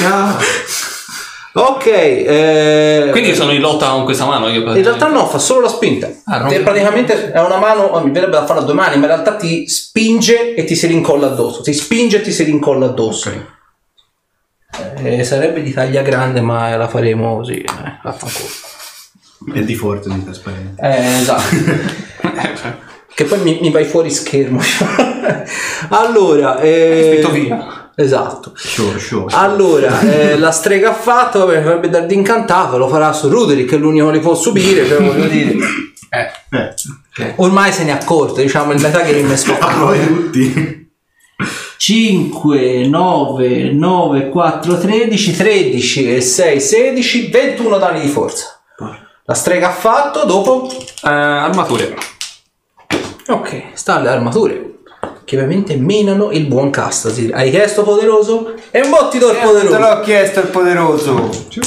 Speaker 1: Ok, eh,
Speaker 3: Quindi io sono in lotta con questa mano. Io
Speaker 1: in realtà no, fa solo la spinta.
Speaker 3: Ah,
Speaker 1: Te
Speaker 3: rompe-
Speaker 1: praticamente è una mano, oh, mi verrebbe da farla a due mani, ma in realtà ti spinge e ti si rincolla addosso. Ti spinge e ti si rincolla addosso.
Speaker 3: Ok.
Speaker 1: Eh, sarebbe di taglia grande, ma la faremo così. Eh, affanculo.
Speaker 2: È di forte, di trasparente.
Speaker 1: Eh, esatto. Che poi mi, mi vai fuori schermo. Allora, eh,
Speaker 3: Spinto via.
Speaker 1: Esatto.
Speaker 2: Sure, sure.
Speaker 1: Allora, eh, la strega ha fatto, vabbè, farebbe dar di incantato, lo farà su Ruderick, che è l'unico che li può subire, cioè voglio dire.
Speaker 5: Eh.
Speaker 2: Eh.
Speaker 1: Ormai se ne è accorto, diciamo, il metagame è sfoccato.
Speaker 2: Voi tutti.
Speaker 1: cinque, nove, nove, quattro, tredici, tredici e sei, sedici, ventuno danni di forza. La strega ha fatto, dopo?
Speaker 3: Eh, armature.
Speaker 1: Ok, sta alle armature. Che ovviamente menano il buon Castasir. Hai chiesto poderoso? E un bottito il
Speaker 5: Te
Speaker 1: poderoso.
Speaker 5: l'ho chiesto il poderoso.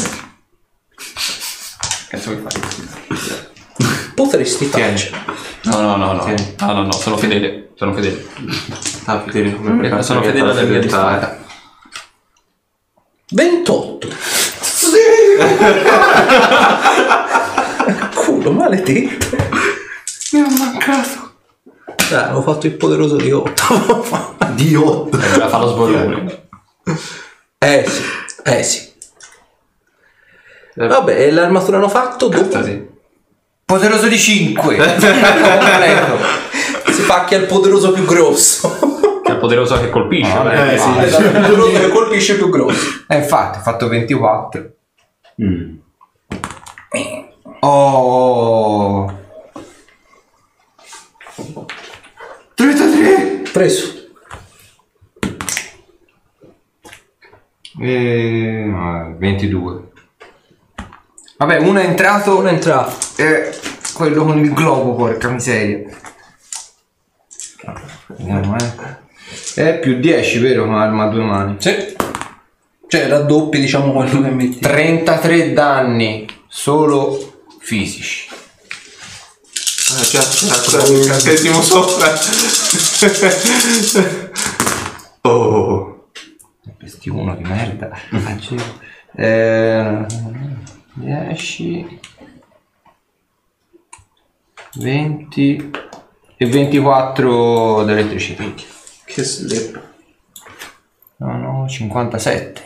Speaker 3: Cazzo mi fai?
Speaker 1: Potresti farci.
Speaker 3: No, no, no, no.
Speaker 4: Tieni.
Speaker 3: No, no, no, sono fedele. Sono fedele.
Speaker 4: Ah, fedele come
Speaker 3: Eh, sono fedele alla mia disfatta.
Speaker 1: ventotto. Culo maledetto.
Speaker 4: Mi ha mancato.
Speaker 1: Dai, avevo fatto il poderoso di otto.
Speaker 2: Di otto.
Speaker 3: Eh, ora fa lo sborrone.
Speaker 1: Eh sì, eh sì. Vabbè, e l'armatura hanno fatto, dopo
Speaker 3: Cazzo, sì.
Speaker 5: Poderoso di cinque. Completo.
Speaker 1: si pacchia il poderoso più grosso.
Speaker 3: Che è il poderoso che colpisce.
Speaker 5: Ah,
Speaker 3: vabbè.
Speaker 2: Eh sì.
Speaker 1: Esatto, il poderoso che colpisce più grosso.
Speaker 5: E infatti, ho fatto ventiquattro.
Speaker 2: Mm.
Speaker 5: Oh. trentatré.
Speaker 1: Preso.
Speaker 5: E... no, ventidue. Vabbè, uno è entrato.
Speaker 1: Uno è entrato.
Speaker 5: E quello con il globo, porca miseria. Vediamo, eh. È più dieci, vero? Con arma a due mani.
Speaker 1: Sì. Cioè raddoppi, diciamo, quello che metti.
Speaker 5: trentatré danni solo fisici.
Speaker 4: Ah già, c'era ancora un incantesimo sopra. Oh.
Speaker 5: Questi uno di merda. eh, dieci, venti e ventiquattro d'elettricità.
Speaker 4: Che slip.
Speaker 5: No, no, cinquantasette.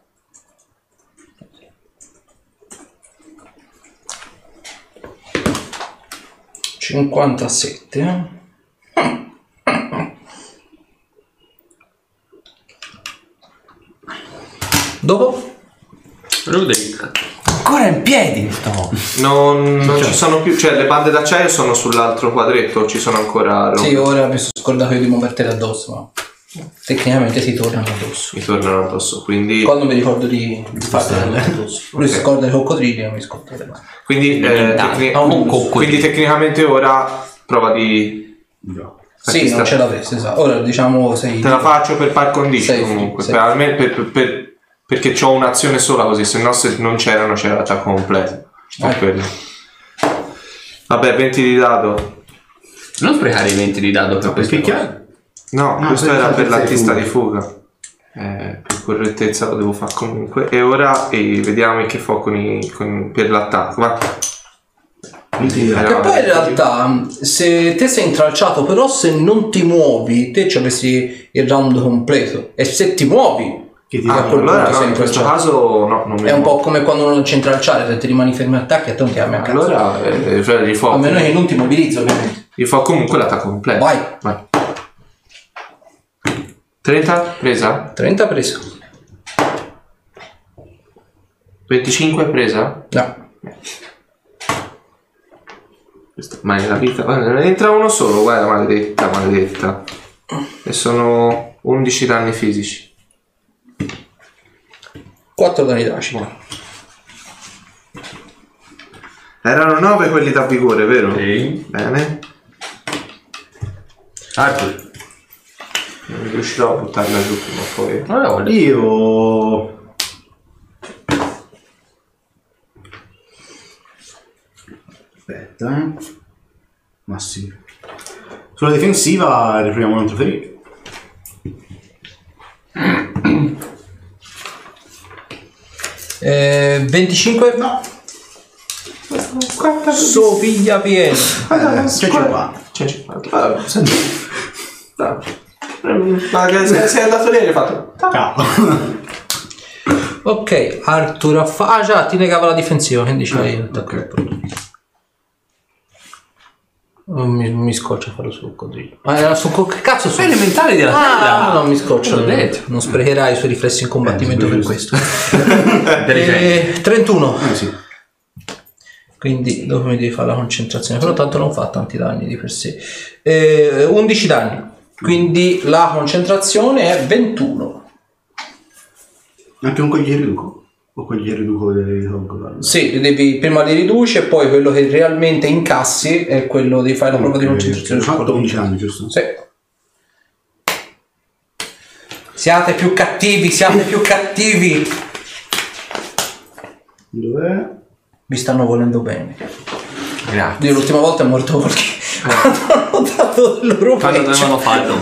Speaker 1: cinquantasette. eh. Dopo?
Speaker 3: Ruderick.
Speaker 5: Ancora in piedi sto.
Speaker 4: Non, non ci sono più, cioè le bande d'acciaio sono sull'altro quadretto, ci sono ancora.
Speaker 1: Sì, ora mi sono scordato di muovertele addosso, ma tecnicamente si tornano addosso.
Speaker 4: Mi tornano addosso, quindi.
Speaker 1: Quando mi ricordo di, di farle addosso. Lui si
Speaker 4: Ok.
Speaker 1: scorda i coccodrilli e non mi scorda le mani.
Speaker 4: Quindi, eh, tecni-
Speaker 1: Ah, un
Speaker 4: quindi tecnicamente ora prova di.
Speaker 2: No.
Speaker 1: Sì, non ce l'avresti, esatto. Ora diciamo sei.
Speaker 4: Te la faccio per par condicio
Speaker 1: Sei-
Speaker 4: comunque.
Speaker 1: sei.
Speaker 4: Per, almeno per- per- per- perché ho un'azione sola così, se no se non c'erano c'era l'attacco completo. Per
Speaker 1: Vai.
Speaker 4: quello. Vabbè, venti di dado.
Speaker 3: Non sprecare i venti di dado per questo.
Speaker 2: Perché chiaro?
Speaker 4: No,
Speaker 2: No,
Speaker 4: questo
Speaker 2: per
Speaker 4: era per
Speaker 2: l'artista
Speaker 4: l'artista
Speaker 2: di
Speaker 4: di fuga. Eh, per correttezza lo devo fare comunque. E ora eh, vediamo in che fa con i, con- per l'attacco. Va.
Speaker 2: Quindi,
Speaker 4: Eh,
Speaker 1: Che poi in realtà, se te sei intralciato, però se non ti muovi, te ci avresti il round completo. E se ti muovi,
Speaker 2: che ti
Speaker 4: Ah,
Speaker 2: dà
Speaker 1: quel
Speaker 4: allora
Speaker 1: punto
Speaker 4: no,
Speaker 1: sei
Speaker 4: in questo
Speaker 1: intralciato.
Speaker 4: caso no, non mi
Speaker 1: È un
Speaker 4: muovo.
Speaker 1: po' come quando non c'è intralciare, se ti rimani fermo in attacchi, a te non ti ha mai a cazzo.
Speaker 4: Allora eh, cioè, gli
Speaker 1: A meno
Speaker 4: fa,
Speaker 1: che non ti mobilizzo, ovviamente.
Speaker 4: gli fa comunque l'attacco completo.
Speaker 1: Vai.
Speaker 4: Vai. trenta presa?
Speaker 1: trenta preso.
Speaker 4: venticinque presa?
Speaker 1: No.
Speaker 4: Questa mai la vita. Guarda, ne entra uno solo, guarda, maledetta, maledetta. E sono undici danni fisici.
Speaker 1: quattro danni d'acido.
Speaker 4: Erano nove quelli da vigore, vero?
Speaker 3: Sì.
Speaker 4: Bene.
Speaker 3: Arthur.
Speaker 4: Non riuscirò a buttarla giù prima o poi.
Speaker 3: Non la voglio.
Speaker 2: Io... Aspetta, eh. Ma sì. Sulla difensiva riproviamo un altro ferito.
Speaker 1: Eh, venticinque? No. Sopiglia pieno.
Speaker 2: Eh, c'è cinquanta.
Speaker 4: C'è cinquanta. Ah, senti. Ah. Ma che sei, sei andato lì e hai fatto.
Speaker 2: Cavolo.
Speaker 1: Ok, Arthur ha fatto. Ah, già, ti negava la difensiva, quindi c'hai l'attacco.
Speaker 2: ok.
Speaker 1: Non mi, mi scoccia farlo sul coccodrillo. Ma era su co- che cazzo sono?
Speaker 3: Elementari della terra.
Speaker 1: Ah, no, mi scoccia.
Speaker 3: L'ho detto.
Speaker 1: Non sprecherai i suoi riflessi in combattimento
Speaker 2: Eh,
Speaker 1: per
Speaker 2: giusto.
Speaker 1: questo.
Speaker 3: Intelligente.
Speaker 1: Eh, trentuno.
Speaker 2: Eh sì.
Speaker 1: Quindi dopo mi devi fare la concentrazione. Però tanto non fa tanti danni di per sé. Eh, undici danni. Quindi la concentrazione è ventuno.
Speaker 2: Anche con quelli riduco? O quelli riduco li tolgo?
Speaker 1: Sì, devi, prima li riduci e poi quello che realmente incassi è quello di fare la prova di concentrazione.
Speaker 2: Ho fatto undici anni, giusto?
Speaker 1: Sì. Siate più cattivi, siate più cattivi.
Speaker 2: Dov'è?
Speaker 1: Vi stanno volendo bene.
Speaker 3: Grazie.
Speaker 1: Io l'ultima volta è morto perché hanno dato del loro
Speaker 3: Quando
Speaker 1: peggio.
Speaker 3: dovevano farlo.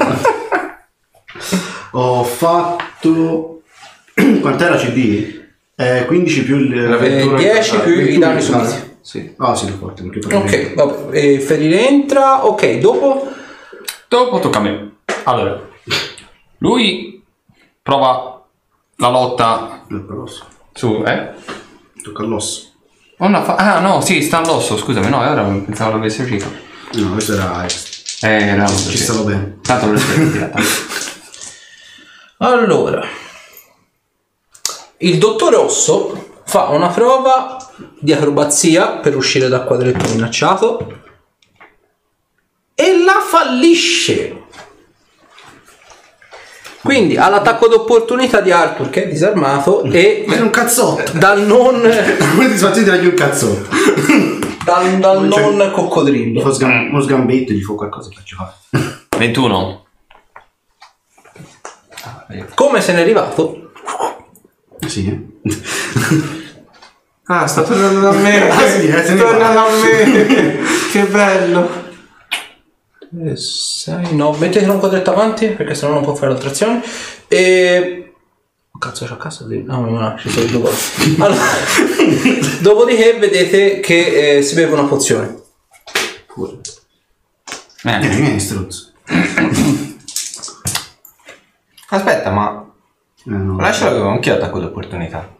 Speaker 2: Ho fatto... Quant'era C D? Eh, quindici più il...
Speaker 1: Eh, dieci più i danni subiti.
Speaker 2: Sì. Ah sì, più forte. Perché
Speaker 1: Ok, vabbè. E ferire entra. Ok, dopo...
Speaker 3: Dopo tocca a me. Allora, lui prova la lotta
Speaker 2: Tocca all'osso.
Speaker 3: su, eh?
Speaker 2: Tocca all'osso.
Speaker 3: Oh, no, fa- ah no, sì, sta all'osso, scusami, no, ora pensavo l'avesse uscito.
Speaker 2: No, questo era...
Speaker 3: Eh, era
Speaker 2: Ci stavo bene.
Speaker 3: Tanto lo stai
Speaker 1: Allora, il dottor Rosso fa una prova di acrobazia per uscire dal quadretto minacciato e la fallisce. Quindi ha l'attacco d'opportunità di Arthur che è disarmato e
Speaker 2: Ma è un cazzotto!
Speaker 1: dal non
Speaker 2: Come ti faccio dire un cazzotto?
Speaker 1: dal, dal
Speaker 2: Cioè,
Speaker 1: non
Speaker 2: Gli
Speaker 1: coccodrillo.
Speaker 2: fa sgam- uno sgambetto, gli fa qualcosa e faccio fare.
Speaker 3: ventuno.
Speaker 1: Come se n'è arrivato?
Speaker 2: Sì, eh?
Speaker 4: Ah, sta tornando da me.
Speaker 2: Ah, sì, eh, se ne
Speaker 4: Torna
Speaker 2: va.
Speaker 4: da me. Che bello.
Speaker 1: sei, no, mettetelo un quadretto avanti perché sennò non può fare l'altra azione. E cazzo c'è a casa di... no, no, ci sono due cose. Allora, dopodiché vedete che eh, si beve una pozione.
Speaker 3: Eh.
Speaker 2: Eh, vieni struzzo.
Speaker 5: Aspetta, ma
Speaker 2: Eh, no.
Speaker 5: lascialo che avevo anch'io attacco d'opportunità.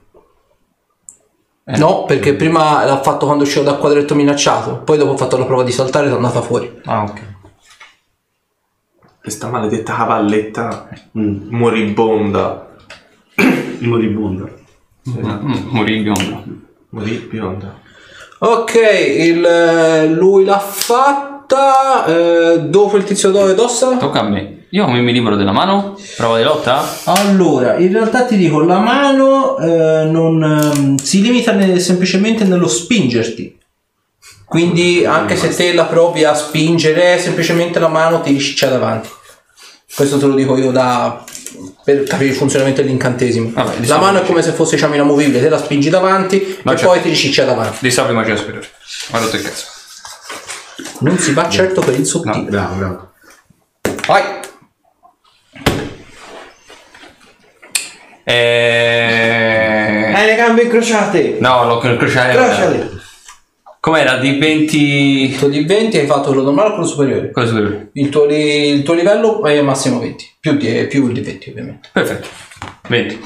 Speaker 1: No, perché prima l'ha fatto quando uscivo dal quadretto minacciato, poi dopo ho fatto la prova di saltare ed è andata fuori.
Speaker 5: Ah, ok.
Speaker 4: Questa maledetta cavalletta
Speaker 2: Mm.
Speaker 4: moribonda.
Speaker 2: Il moribondo.
Speaker 3: Mm, morì biondo.
Speaker 4: Moribonda.
Speaker 1: Ok, il, lui l'ha fatta. Eh, dopo il tizio dove dossa?
Speaker 3: Tocca a me. Io come mi libero della mano? Prova di lotta?
Speaker 1: Allora, in realtà ti dico, la mano eh, non ehm, si limita ne- semplicemente nello spingerti. Quindi anche se te la provi a spingere, semplicemente la mano ti riciccia davanti. Questo te lo dico io da per capire il funzionamento dell'incantesimo.
Speaker 3: Vabbè, di
Speaker 1: la
Speaker 3: solito
Speaker 1: mano è
Speaker 3: sì.
Speaker 1: come se fosse diciamo inamovibile, te la spingi davanti
Speaker 3: Ma
Speaker 1: e
Speaker 3: certo.
Speaker 1: poi ti riciccia davanti.
Speaker 3: Di salve magia superiore. Guarda te cazzo.
Speaker 1: Non si va certo per il
Speaker 3: No.
Speaker 1: sottile.
Speaker 2: Bravo, bravo.
Speaker 1: Vai!
Speaker 3: Eh...
Speaker 5: Hai le gambe incrociate!
Speaker 3: No, l'ho incrociato.
Speaker 5: Incrociale!
Speaker 3: Com'era? Di venti...
Speaker 1: Il tuo di venti hai fatto quello normale o quello superiore?
Speaker 3: Cosa superiore?
Speaker 1: Il tuo, li- il tuo livello è massimo venti, più di, più di venti ovviamente.
Speaker 3: Perfetto. venti.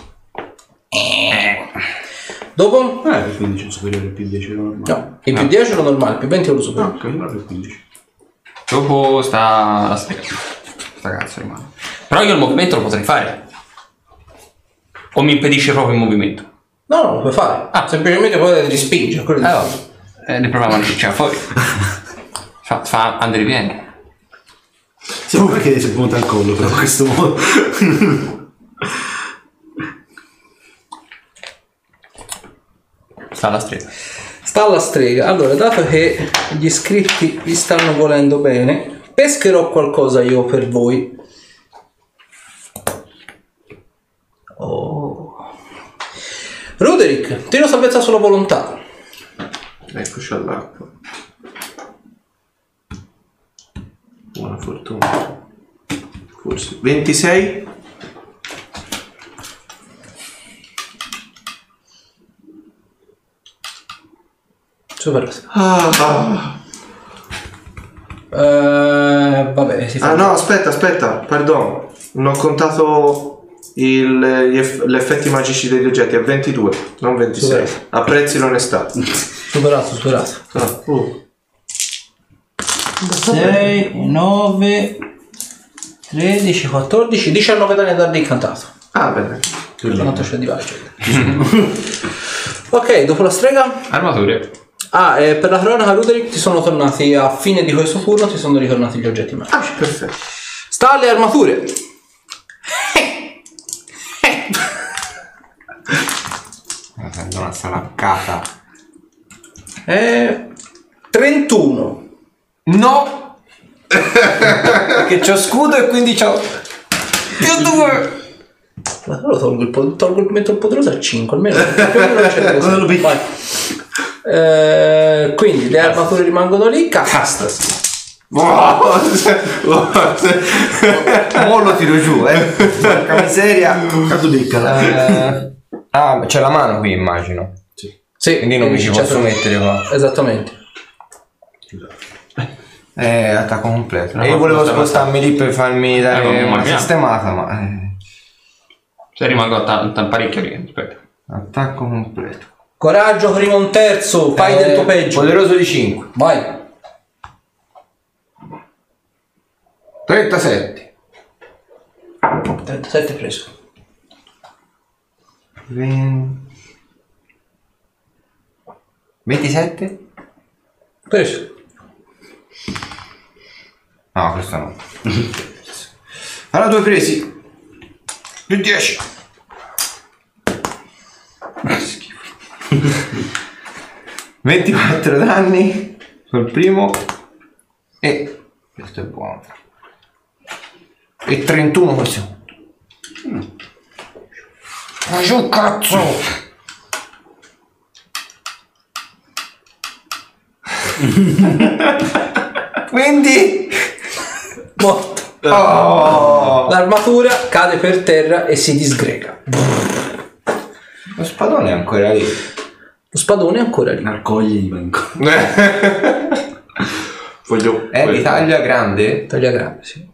Speaker 1: Dopo?
Speaker 2: Eh, il quindici è superiore, il più dieci è normale.
Speaker 1: No, il più dieci è lo normale, più venti è lo superiore.
Speaker 2: Ok, allora il quindici.
Speaker 3: Dopo sta la strega. Sta cazzo di mano. Però io il movimento lo potrei fare. O mi impedisce proprio il movimento?
Speaker 1: No, no, lo puoi fare. Ah, semplicemente poi devi spingere. quello di-
Speaker 3: Allora, eh, ne proviamo a cicciare fuori. Fa, fa andare e vieni.
Speaker 2: Sì, ma perché si punta al collo però a questo modo?
Speaker 3: Sta alla strega.
Speaker 1: Sta alla strega. Allora, dato che gli iscritti vi stanno volendo bene, pescherò qualcosa io per voi. Oh. Roderick, tiro salvezza sulla volontà.
Speaker 4: Eccoci all'acqua. Buona fortuna. Forse. ventisei?
Speaker 1: Superato.
Speaker 4: Ah,
Speaker 1: Eh, vabbè, si fa.
Speaker 4: ah no, aspetta, aspetta, perdono. Non ho contato il- gli eff- gli effetti magici degli oggetti. È ventidue, non ventisei.
Speaker 1: Superato.
Speaker 4: Apprezzi l'onestà.
Speaker 1: Superato, superato.
Speaker 4: Ah, uh.
Speaker 1: sei, nove, tredici, quattordici, diciannove danni a dardo incantato.
Speaker 4: Ah, bene.
Speaker 1: Quanto c'è di vale? Ok, dopo la strega.
Speaker 3: Armature.
Speaker 1: Ah, e per la cronaca Ruderick ti sono tornati a fine di questo turno, ti sono ritornati gli oggetti magici.
Speaker 4: Ah, perfetto.
Speaker 1: Sta alle armature.
Speaker 5: Prendo una salaccata.
Speaker 1: Eh, trentuno.
Speaker 5: No! Perché c'ho scudo e quindi c'ho più due.
Speaker 1: Ma lo tolgo il, po- tolgo il metto il poderoso a cinque, almeno. Più o meno non c'è così. Vai. Eh, quindi le armature rimangono lì. Castasi.
Speaker 5: Mo lo tiro giù, eh. Porca miseria.
Speaker 2: Caso becca.
Speaker 5: Eh, ah, c'è la mano qui, immagino.
Speaker 1: Sì,
Speaker 5: Quindi non mi ci
Speaker 1: c'è
Speaker 5: posso
Speaker 1: per-
Speaker 5: mettere qua.
Speaker 1: Esattamente.
Speaker 5: Eh, attacco completo.
Speaker 3: No,
Speaker 5: E io volevo
Speaker 3: questa
Speaker 5: spostarmi lì per farmi dare
Speaker 3: Eh, ma
Speaker 5: una
Speaker 3: mia.
Speaker 5: sistemata, ma... eh,
Speaker 3: Se rimango a ta- ta- parecchio lì. Aspetta.
Speaker 5: attacco completo.
Speaker 1: Coraggio, prima un terzo, fai
Speaker 5: Eh,
Speaker 1: del tuo peggio.
Speaker 5: Poderoso di cinque.
Speaker 1: Vai.
Speaker 5: trentasette.
Speaker 1: trentasette preso.
Speaker 5: ventisette?
Speaker 1: Preso.
Speaker 5: No, questo no. Allora due presi. Più dieci. ventiquattro danni sul primo. E questo è buono. E trentuno col secondo. Ma giù cazzo! Quindi
Speaker 1: Morto.
Speaker 5: oh,
Speaker 1: L'armatura cade per terra e si disgrega.
Speaker 5: lo spadone è ancora lì.
Speaker 1: Lo spadone è ancora lì.
Speaker 2: Narcoglie gli va in co-
Speaker 4: Voglio...
Speaker 5: È di taglia grande?
Speaker 1: Taglia grande, sì.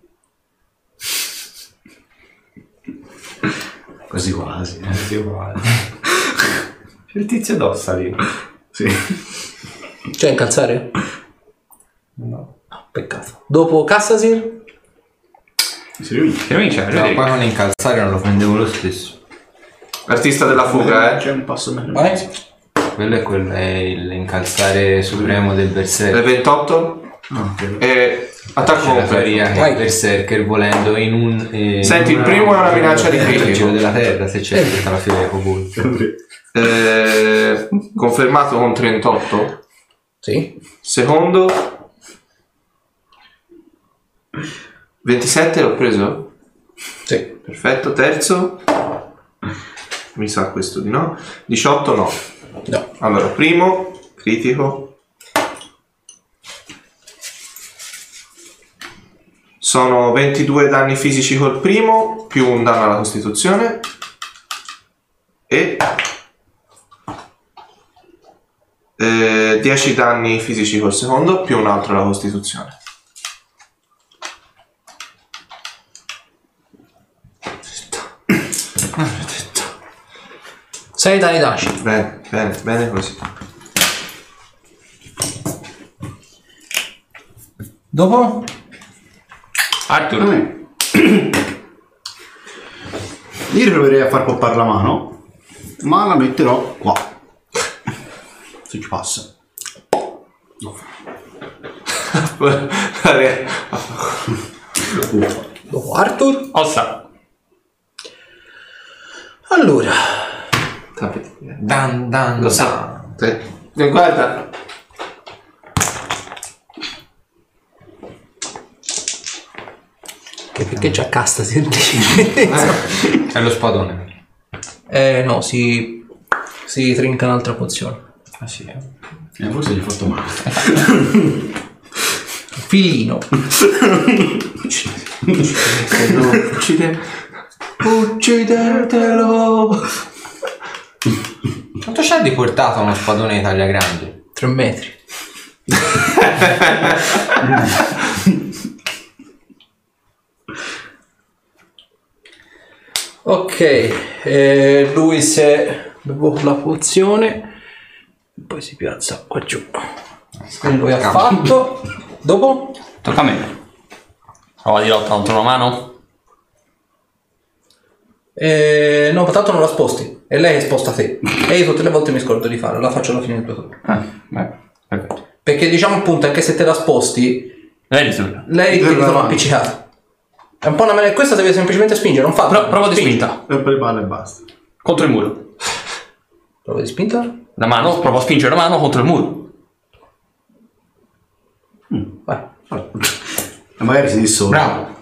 Speaker 2: Quasi quasi. eh.
Speaker 5: C'è il tizio d'ossa lì.
Speaker 2: Sì.
Speaker 1: C'è incalzare?
Speaker 5: No.
Speaker 1: No, peccato. Dopo Cassasir?
Speaker 2: Si riunisce.
Speaker 3: Se non c'è,
Speaker 5: No,
Speaker 3: Ruderick.
Speaker 5: poi con incalzare non lo prendevo lo stesso.
Speaker 4: Artista della fuga, eh.
Speaker 2: C'è un passo meno.
Speaker 1: Vai.
Speaker 5: Quello è, quello, è il incalzare supremo del
Speaker 4: Le
Speaker 5: berserker.
Speaker 4: ventotto.
Speaker 2: Ah, ok.
Speaker 4: E attacco
Speaker 5: C'è la
Speaker 4: completo.
Speaker 5: teoria che
Speaker 1: Vai.
Speaker 5: il berserker volendo in un... eh,
Speaker 4: Senti,
Speaker 5: in
Speaker 4: il primo è una minaccia di
Speaker 5: il giro
Speaker 4: critico.
Speaker 5: della terra, se c'è tutta la fiera dei cobol.
Speaker 4: Eh, confermato con trentotto.
Speaker 1: Sì.
Speaker 4: Secondo. ventisette l'ho preso?
Speaker 1: Sì.
Speaker 4: Perfetto. Terzo. Mi sa questo di no. diciotto no.
Speaker 1: No.
Speaker 4: Allora, primo, critico. Sono ventidue danni fisici col primo, più un danno alla costituzione. E eh, dieci danni fisici col secondo, più un altro alla costituzione.
Speaker 1: sei danni d'acido.
Speaker 4: Bene, bene, bene così.
Speaker 1: Dopo?
Speaker 3: Arthur.
Speaker 2: Io riproverei a far poppare la mano, ma la metterò qua. Se ci passa. Uffa.
Speaker 1: Dopo Arthur?
Speaker 3: Ossa.
Speaker 1: Allora.
Speaker 5: Dan dan
Speaker 4: Lo
Speaker 5: dan.
Speaker 4: sa. Sì. Eh, Guarda.
Speaker 1: Che perché c'è Cassasir?
Speaker 5: È lo spadone.
Speaker 1: Eh no, si... si trinca un'altra pozione.
Speaker 5: Ah sì, eh.
Speaker 2: Eh, forse gli ho fatto male.
Speaker 1: Filino.
Speaker 4: Uccide. Uccidetelo.
Speaker 5: Quanto c'ha di portata uno spadone di taglia grande?
Speaker 1: tre metri. Ok, eh, lui si è bevuto la pozione, poi si piazza qua giù. Quindi lui ha fatto Dopo?
Speaker 3: Tocca a me. Prova di lotta contro una mano.
Speaker 1: Eh, no, tanto non la sposti. E lei è sposta a te. E io tutte le volte mi scordo di farlo. La faccio alla fine del tuo turno.
Speaker 3: Ah, beh, perfetto.
Speaker 1: Perché diciamo appunto, anche se te la sposti,
Speaker 3: Lei risulta.
Speaker 1: lei ti ritorna appiccicata. È un po' una maniera. Questa deve semplicemente spingere, non fa.
Speaker 3: Pro- prova di
Speaker 1: Spingi.
Speaker 3: spinta.
Speaker 2: E per le palle e basta.
Speaker 3: Contro il muro.
Speaker 1: Prova di spinta.
Speaker 3: La mano, prova a spingere la mano contro il muro.
Speaker 1: Vai.
Speaker 2: E magari si dissolve.
Speaker 3: Bravo.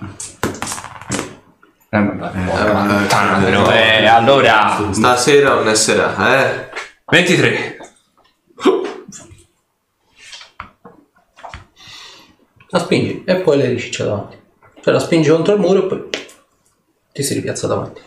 Speaker 3: Eh, vabbè, tanto, eh, allora
Speaker 4: Stasera non ne sarà, eh.
Speaker 3: ventitré.
Speaker 1: La spingi e poi lei riciccia davanti. Cioè la spingi contro il muro e poi ti si ripiazza davanti.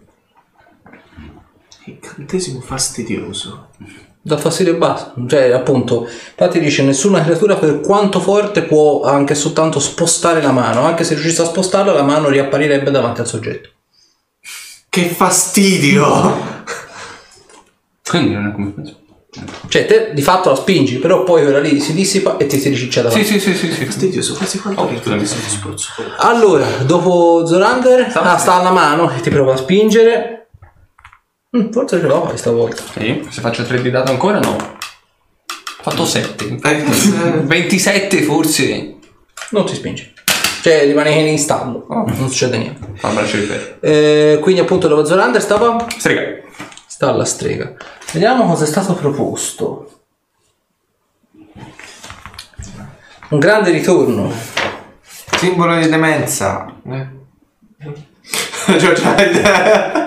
Speaker 4: Incantesimo fastidioso.
Speaker 1: Da fastidio e basta. Cioè appunto, infatti dice nessuna creatura per quanto forte può anche soltanto spostare la mano. Anche se riuscisse a spostarla, la mano riapparirebbe davanti al soggetto.
Speaker 4: Che fastidio!
Speaker 3: Quindi non è come penso.
Speaker 1: Cioè te di fatto la spingi, però poi quella lì si dissipa e ti si riciccia davanti.
Speaker 3: Sì, sì, sì, sì, sì.
Speaker 4: Fastidioso, quasi quanto
Speaker 3: Oh,
Speaker 4: oh,
Speaker 3: scusami.
Speaker 4: spruzzo.
Speaker 1: Allora, dopo Zorander,
Speaker 3: Sta-
Speaker 1: ah, sta alla mano e ti prova a spingere. Mm, forse ce l'ho questa volta.
Speaker 3: Sì, se faccio tre di dato ancora no. Ho fatto sette.
Speaker 4: Eh,
Speaker 3: ventisette forse.
Speaker 1: Non ti spinge. Cioè rimane in stallo.
Speaker 3: Oh.
Speaker 1: Non succede niente.
Speaker 3: Fa un braccio di ferro.
Speaker 1: Eh, quindi appunto dopo Zorander stava...
Speaker 3: Strega.
Speaker 1: Sta alla strega. Vediamo cosa è stato proposto. Un grande ritorno.
Speaker 5: Simbolo di demenza.
Speaker 4: eh. Giorgia,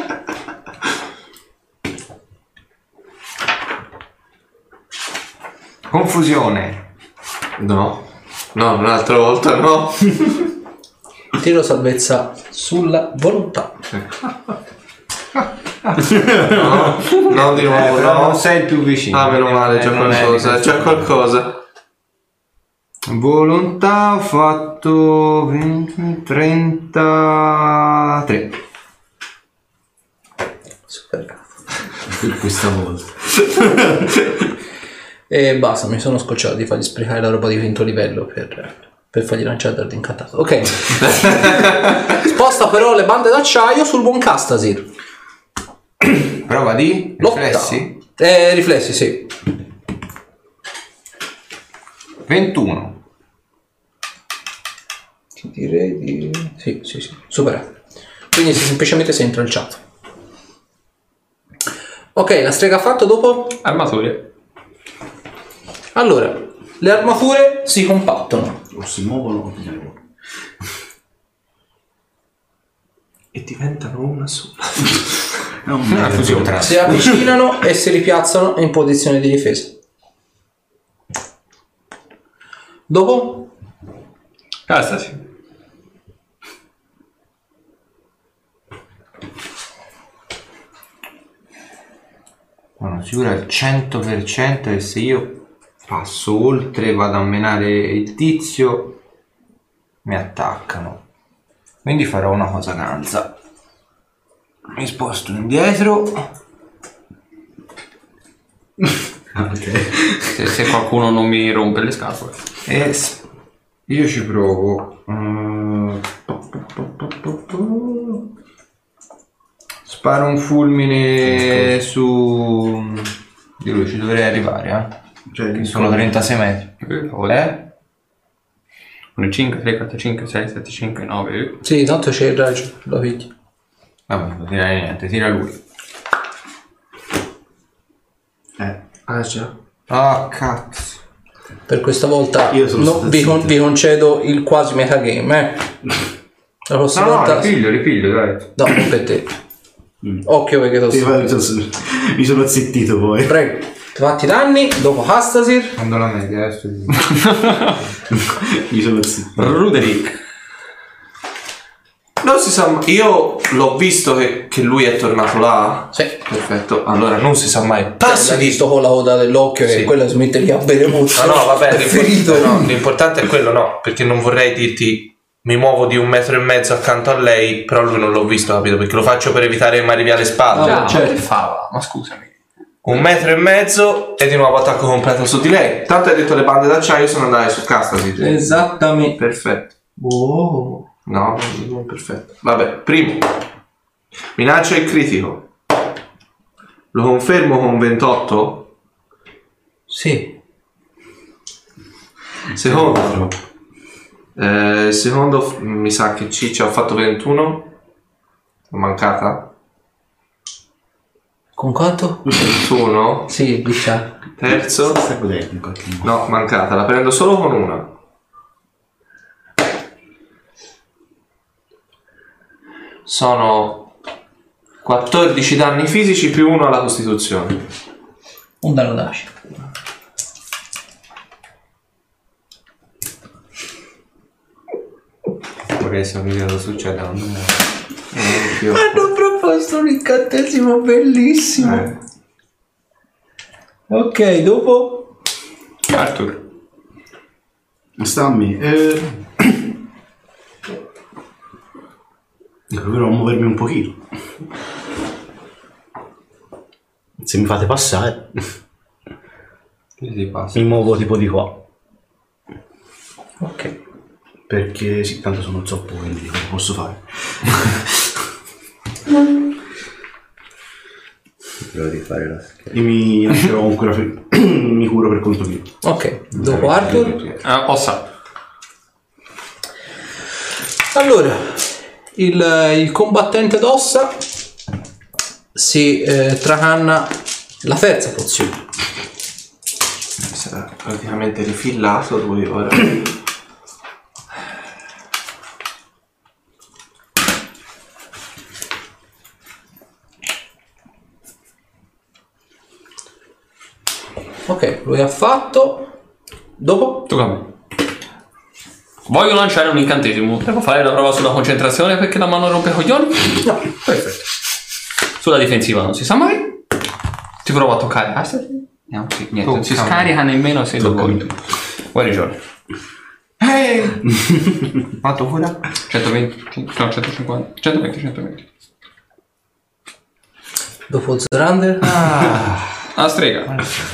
Speaker 5: Confusione.
Speaker 4: no, no, un'altra volta no.
Speaker 1: Tiro salvezza sulla volontà.
Speaker 4: No, no di
Speaker 5: Eh,
Speaker 4: nuovo,
Speaker 5: però
Speaker 4: no.
Speaker 5: non sei il più vicino.
Speaker 4: Ah, meno male,
Speaker 5: Eh,
Speaker 4: c'è
Speaker 5: non è di
Speaker 4: qualcosa,
Speaker 5: questo.
Speaker 4: c'è qualcosa.
Speaker 5: Volontà ho fatto venti, trentatré.
Speaker 1: Super.
Speaker 2: Per questa volta.
Speaker 1: E basta, mi sono scocciato di fargli sprecare la roba di quinto livello per, per fargli lanciare il dardo incantato. Ok. Sposta però le bande d'acciaio sul buon Castasir.
Speaker 5: Prova di
Speaker 1: Lotta.
Speaker 5: riflessi.
Speaker 1: Eh, riflessi, sì.
Speaker 5: ventuno.
Speaker 1: Ti direi di... Sì, sì, sì. Superato. Quindi semplicemente si entra il chat. Ok, la strega ha fatto dopo?
Speaker 3: Armature.
Speaker 1: Allora, le armature si compattono.
Speaker 2: O si muovono o piano.
Speaker 4: E diventano una sola.
Speaker 2: Non
Speaker 5: Una fusione.
Speaker 1: Si avvicinano e si ripiazzano in posizione di difesa. Dopo?
Speaker 3: Castasi.
Speaker 5: Sono sicuro al cento per cento che se io passo oltre, vado a menare il tizio, mi attaccano. Quindi farò una cosa ganza. Mi sposto indietro.
Speaker 2: Ok.
Speaker 3: Se, se qualcuno non mi rompe le scatole.
Speaker 5: E s- io ci provo. Uh, sparo un fulmine su di lui, ci dovrei arrivare, eh?
Speaker 2: Cioè,
Speaker 5: Che sono trentasei metri. Eh?
Speaker 3: uno, cinque, tre, quattro, cinque, sei, sette, cinque, nove.
Speaker 1: Sì, tanto c'è il raggio, lo vedi.
Speaker 5: Vabbè, non tirare niente, tira lui.
Speaker 2: Eh.
Speaker 4: Ah, già.
Speaker 5: Ah, cazzo.
Speaker 1: Per questa volta
Speaker 2: Io sono
Speaker 1: no,
Speaker 2: stato
Speaker 1: vi, con-
Speaker 2: zitto.
Speaker 1: vi concedo il quasi metagame, eh. La prossima
Speaker 5: No, no,
Speaker 1: volta...
Speaker 5: ripiglio, ripiglio, dai.
Speaker 1: No, non per te. Occhio perché
Speaker 2: Sì,
Speaker 1: tu...
Speaker 2: ma mi sono- mi sono zittito poi.
Speaker 1: Prego, fatti i danni, dopo Castasir.
Speaker 5: Quando la media, adesso ti dico.
Speaker 2: Mi sono zittito.
Speaker 3: Ruderick.
Speaker 4: Non si sa, ma- io l'ho visto che, che lui è tornato là.
Speaker 1: Sì.
Speaker 4: Perfetto, allora non si sa mai. Passi
Speaker 1: L'hai
Speaker 4: di
Speaker 1: visto con la coda dell'occhio
Speaker 4: Sì.
Speaker 1: che quella smette lì a bere molto.
Speaker 4: No, no, vabbè,
Speaker 1: è
Speaker 4: l'impor-
Speaker 1: ferito.
Speaker 4: no, l'importante è quello, no, perché non vorrei dirti mi muovo di un metro e mezzo accanto a lei, però lui non l'ho visto, capito? Perché lo faccio per evitare che mi arrivi alle spalle.
Speaker 1: Ah,
Speaker 3: Ah,
Speaker 1: certo.
Speaker 3: che fava? Ma scusami.
Speaker 4: un metro e mezzo e di nuovo attacco completo su di lei. Tanto hai detto le bande d'acciaio sono andate su Castasi.
Speaker 1: Esattamente.
Speaker 4: Perfetto.
Speaker 1: Oh.
Speaker 4: No, non perfetto. Vabbè, primo. Minaccia il critico. Lo confermo con ventotto.
Speaker 1: Sì.
Speaker 4: Secondo. Eh, secondo mi sa che Ciccia ho fatto ventuno. Ho mancata.
Speaker 1: Con quanto?
Speaker 4: ventuno.
Speaker 1: Sì, diciamo.
Speaker 4: Terzo.
Speaker 2: Sta godendo in qualche modo.
Speaker 4: No, mancata. La prendo solo con una. Sono quattordici danni fisici più uno alla costituzione.
Speaker 1: Un danno d'acido.
Speaker 5: Vorrei sapere cosa succede.
Speaker 4: Eh,
Speaker 1: Hanno proposto un incantesimo bellissimo.
Speaker 4: eh.
Speaker 1: Ok, dopo.
Speaker 3: Arthur.
Speaker 2: Sta a me. Eh... Io proverò a muovermi un pochino. Se mi fate passare,
Speaker 5: Che si passa?
Speaker 2: mi muovo tipo di qua.
Speaker 1: Ok.
Speaker 2: Perché sì, tanto sono zoppo, quindi lo posso fare.
Speaker 5: Devo rifare la scheda.
Speaker 2: E mi lascerò ancora fe- mi curo per conto mio.
Speaker 1: Ok, dopo Arthur.
Speaker 3: Ah, Ossa.
Speaker 1: Allora, il, il combattente d'ossa si eh, tracanna la terza pozione.
Speaker 4: Sarà praticamente rifillato lui ora.
Speaker 1: Ok, lui ha fatto. Dopo?
Speaker 3: Tocca a me. Voglio lanciare un incantesimo. Devo fare la prova sulla concentrazione perché la mano rompe i coglioni?
Speaker 1: No.
Speaker 3: Perfetto. Sulla difensiva non si sa mai. Ti provo a toccare. Ah, sì. No, sì, niente, non si
Speaker 5: Tocca.
Speaker 3: scarica nemmeno se lo vuoi tu. Guarigione.
Speaker 5: Ehi! Quanto cura?
Speaker 3: centoventi, no, centocinquanta. centoventi, centoventi.
Speaker 1: Dopo Zorander.
Speaker 3: La strega.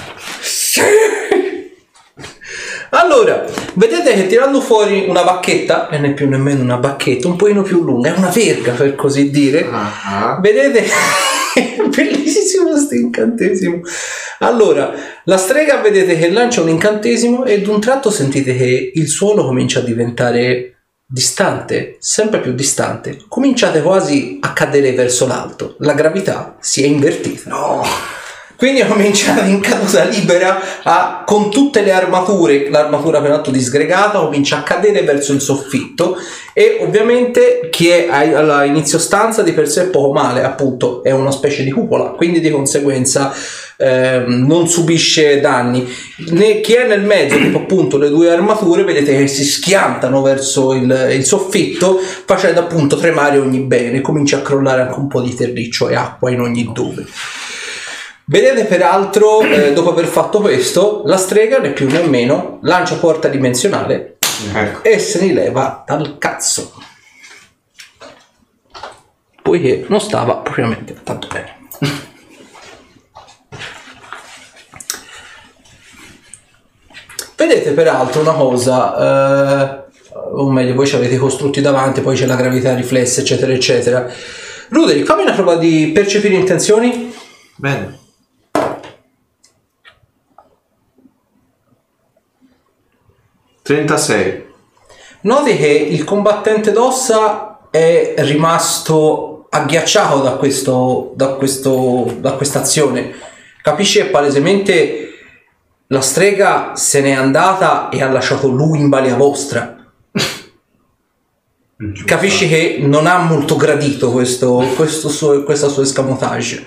Speaker 1: Allora, vedete che tirando fuori una bacchetta, e non è più nemmeno una bacchetta, un pochino più lunga, è una verga per così dire.
Speaker 4: Ah,
Speaker 1: Vedete, bellissimo questo incantesimo. Allora, la strega vedete che lancia un incantesimo e ad un tratto sentite che il suolo comincia a diventare distante, sempre più distante. Cominciate quasi a cadere verso l'alto. La gravità si è invertita. No! Quindi cominciate in caduta libera a, con tutte le armature, l'armatura peraltro disgregata, comincia a cadere verso il soffitto e ovviamente chi è alla inizio stanza di per sé è poco male, appunto è una specie di cupola, quindi di conseguenza ehm, non subisce danni. Né chi è nel mezzo, tipo appunto le due armature, vedete che si schiantano verso il, il soffitto facendo appunto tremare ogni bene, comincia a crollare anche un po' di terriccio e acqua in ogni dove. Vedete peraltro, eh, dopo aver fatto questo, la strega, né più né meno, lancia porta dimensionale
Speaker 4: ecco.
Speaker 1: e se ne leva dal cazzo. Poiché non stava propriamente tanto bene. Vedete peraltro una cosa, eh, o meglio voi ci avete i costrutti davanti, poi c'è la gravità riflessa eccetera eccetera. Ruderick, fammi una prova di percepire intenzioni.
Speaker 4: Bene. trentasei.
Speaker 1: Noti che il combattente d'ossa è rimasto agghiacciato da questo, da questo, da questa azione. Capisce che palesemente la strega se n'è andata e ha lasciato lui in balia vostra. Capisci che non ha molto gradito questo, questo suo, questa sua escamotage.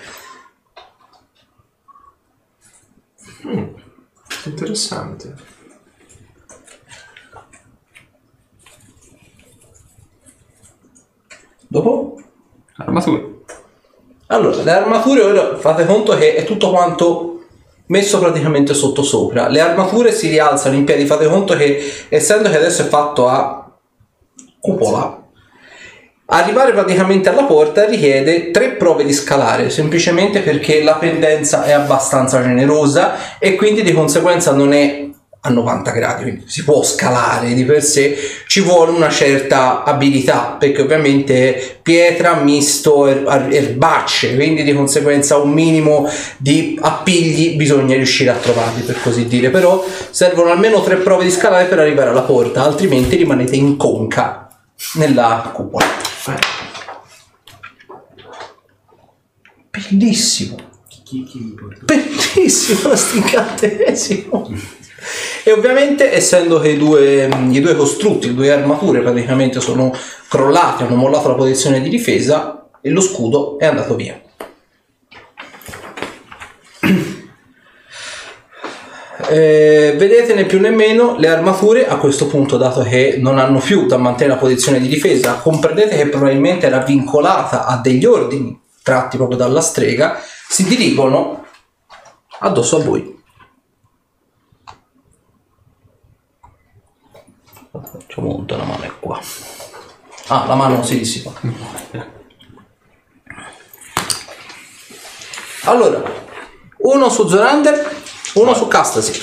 Speaker 4: Mm, interessante.
Speaker 1: Dopo?
Speaker 3: Armatura.
Speaker 1: Allora, le armature ora fate conto che è tutto quanto messo praticamente sotto sopra. Le armature si rialzano in piedi, fate conto che essendo che adesso è fatto a cupola, Arrivare praticamente alla porta richiede tre prove di scalare, semplicemente perché la pendenza è abbastanza generosa e quindi di conseguenza non è a novanta gradi, quindi si può scalare di per sé, ci vuole una certa abilità perché ovviamente pietra misto er- erbacce, quindi di conseguenza un minimo di appigli bisogna riuscire a trovarli, per così dire, però servono almeno tre prove di scalare per arrivare alla porta, altrimenti rimanete in conca nella cupola. Bellissimo,
Speaker 2: Chi, chi mi porta?
Speaker 1: bellissimo sto incantesimo. E ovviamente essendo che i due, i due costrutti, le due armature praticamente sono crollate, hanno mollato la posizione di difesa e lo scudo è andato via. Eh, vedete né più né meno le armature a questo punto, dato che non hanno più da mantenere la posizione di difesa, comprendete che probabilmente era vincolata a degli ordini tratti proprio dalla strega, si dirigono addosso a voi. Faccio monto, la mano è qua. Ah, la mano si dissipa. Allora, uno su Zorander, uno su Castasi.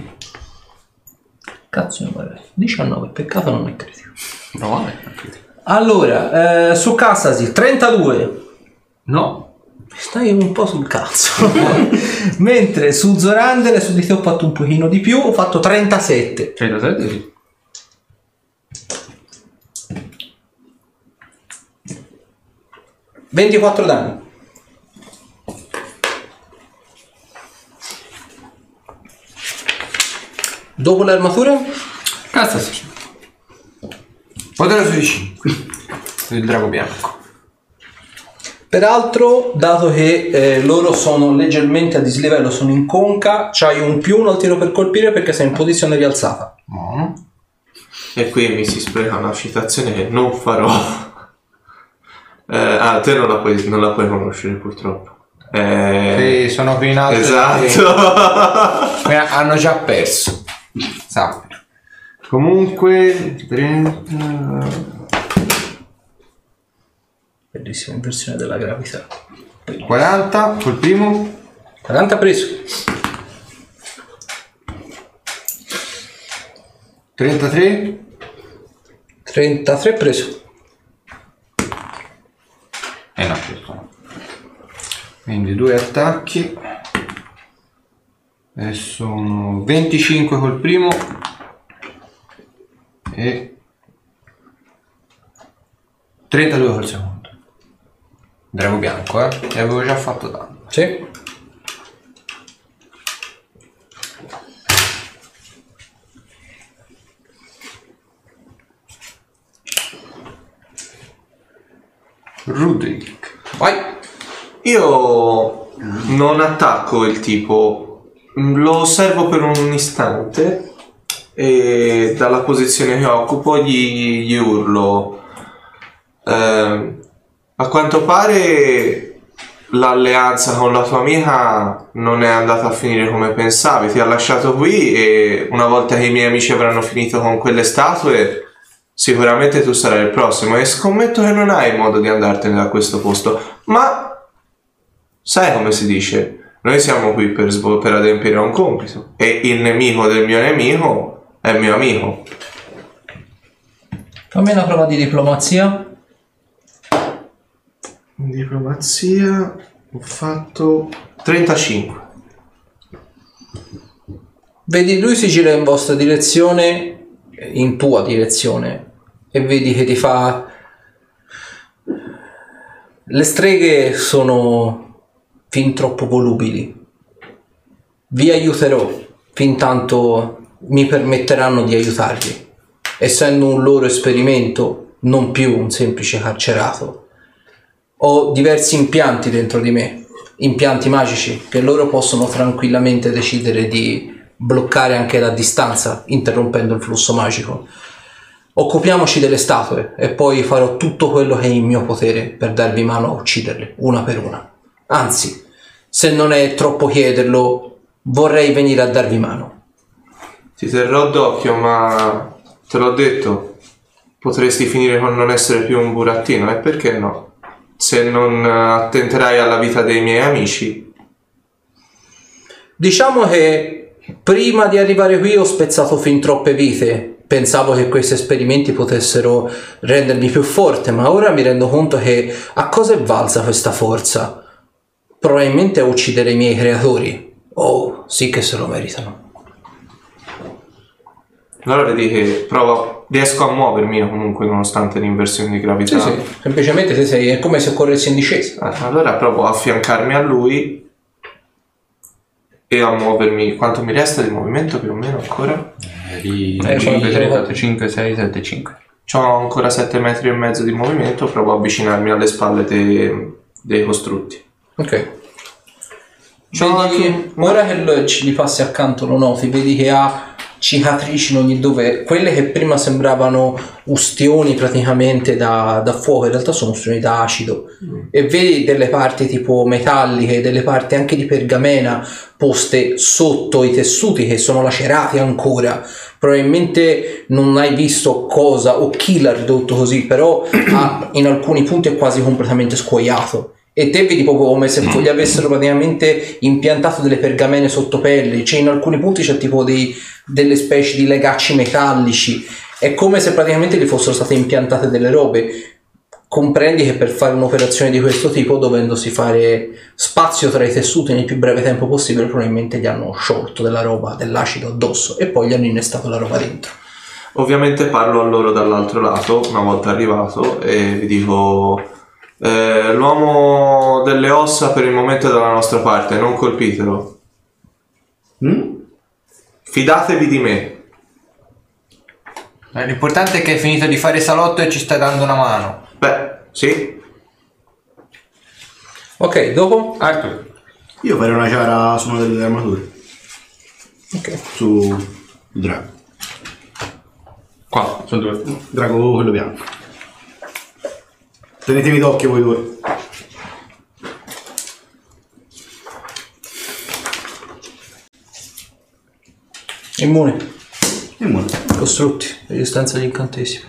Speaker 1: Cazzo, diciannove, peccato non è critico.
Speaker 3: Provare.
Speaker 1: Allora, eh, su Castasi trentadue.
Speaker 3: No.
Speaker 1: Stai un po' sul cazzo. Mentre su Zorander e su di te ho fatto un pochino di più, ho fatto trentasette.
Speaker 3: trentasette sì.
Speaker 1: ventiquattro danni. Dopo le armature?
Speaker 3: Cazzo sì.
Speaker 5: Potere sui cinque. Il drago bianco.
Speaker 1: Peraltro, dato che eh, loro sono leggermente a dislivello, sono in conca, c'hai un più uno al tiro per colpire perché sei in posizione rialzata.
Speaker 5: Buono.
Speaker 4: E qui mi si spreca una citazione che non farò. Eh, ah, te non la puoi, non la puoi conoscere purtroppo. Eh,
Speaker 5: Sì, sono qui in alto.
Speaker 4: esatto.
Speaker 5: e- Hanno già perso. Sappi. Comunque, trenta...
Speaker 1: Bellissima inversione della gravità.
Speaker 5: quaranta col primo.
Speaker 1: quaranta preso.
Speaker 5: trentatré.
Speaker 1: trentatré preso.
Speaker 5: E no, questo. Quindi due attacchi. E sono venticinque col primo. E trentadue col secondo. Drago bianco, eh? E avevo già fatto danno.
Speaker 1: Sì.
Speaker 5: Rudrick.
Speaker 1: Vai.
Speaker 4: Io non attacco il tipo, lo osservo per un istante e dalla posizione che occupo gli, gli urlo. Eh, a quanto pare l'alleanza con la tua amica non è andata a finire come pensavi, ti ha lasciato qui e una volta che i miei amici avranno finito con quelle statue sicuramente tu sarai il prossimo e scommetto che non hai modo di andartene da questo posto, ma sai come si dice, noi siamo qui per, svol- per adempiere a un compito e il nemico del mio nemico è il mio amico.
Speaker 1: Fammi una prova di diplomazia.
Speaker 4: In diplomazia ho fatto trentacinque.
Speaker 1: Vedi, lui si gira in vostra direzione, in tua direzione, e vedi che ti fa... Le streghe sono fin troppo volubili. Vi aiuterò fin tanto mi permetteranno di aiutarvi, essendo un loro esperimento, non più un semplice carcerato. Ho diversi impianti dentro di me, impianti magici che loro possono tranquillamente decidere di bloccare anche da distanza, interrompendo il flusso magico. Occupiamoci delle statue e poi farò tutto quello che è in mio potere per darvi mano a ucciderle, una per una. Anzi, se non è troppo chiederlo, vorrei venire a darvi mano.
Speaker 4: Ti terrò d'occhio, ma te l'ho detto, potresti finire con non essere più un burattino, e perché no? Se non attenterai alla vita dei miei amici.
Speaker 1: Diciamo che prima di arrivare qui ho spezzato fin troppe vite. Pensavo che questi esperimenti potessero rendermi più forte, ma ora mi rendo conto che a cosa è valsa questa forza? Probabilmente a uccidere i miei creatori. Oh, sì che se lo meritano.
Speaker 4: Allora vedi che provo, riesco a muovermi io comunque nonostante l'inversione di gravità.
Speaker 1: Sì, sì, semplicemente te sei, è come se corressi in discesa.
Speaker 4: Ah, allora provo a affiancarmi a lui e a muovermi. Quanto mi resta di movimento più o meno ancora?
Speaker 5: Eri...
Speaker 3: Eh, cinque, sei, sette, cinque, sei, sette, cinque.
Speaker 4: C'ho ancora sette metri e mezzo di movimento, provo a avvicinarmi alle spalle dei, dei costrutti.
Speaker 1: Ok.
Speaker 4: C'ho
Speaker 1: Vedi,
Speaker 4: anche-
Speaker 1: ora che lo- ci gli passi accanto lo noti, vedi che ha cicatrici in ogni dove. Quelle che prima sembravano ustioni praticamente da, da fuoco, in realtà sono ustioni da acido. E vedi delle parti tipo metalliche, delle parti anche di pergamena poste sotto i tessuti che sono lacerati ancora. Probabilmente non hai visto cosa o chi l'ha ridotto così, però ha- in alcuni punti è quasi completamente scuoiato. E te vedi proprio come se gli avessero praticamente impiantato delle pergamene sotto pelle, cioè in alcuni punti c'è tipo dei, delle specie di legacci metallici, è come se praticamente gli fossero state impiantate delle robe. Comprendi che per fare un'operazione di questo tipo, dovendosi fare spazio tra i tessuti nel più breve tempo possibile, probabilmente gli hanno sciolto della roba, dell'acido addosso e poi gli hanno innestato la roba dentro.
Speaker 4: Ovviamente parlo a loro dall'altro lato, una volta arrivato, e vi dico... Eh, l'uomo delle ossa per il momento è dalla nostra parte, non colpitelo.
Speaker 2: Mm?
Speaker 4: Fidatevi di me.
Speaker 5: Eh, L'importante è che hai finito di fare salotto e ci stai dando una mano.
Speaker 4: Beh, sì.
Speaker 1: Ok, dopo?
Speaker 3: Arthur.
Speaker 2: Io farei una ciara su una delle armature.
Speaker 1: Ok.
Speaker 2: Su il drago.
Speaker 3: Qua, sono due.
Speaker 2: Drago quello bianco. Tenetevi d'occhio voi due.
Speaker 1: Immune.
Speaker 2: Immune.
Speaker 1: Costrutti, resistenza agli incantesimi.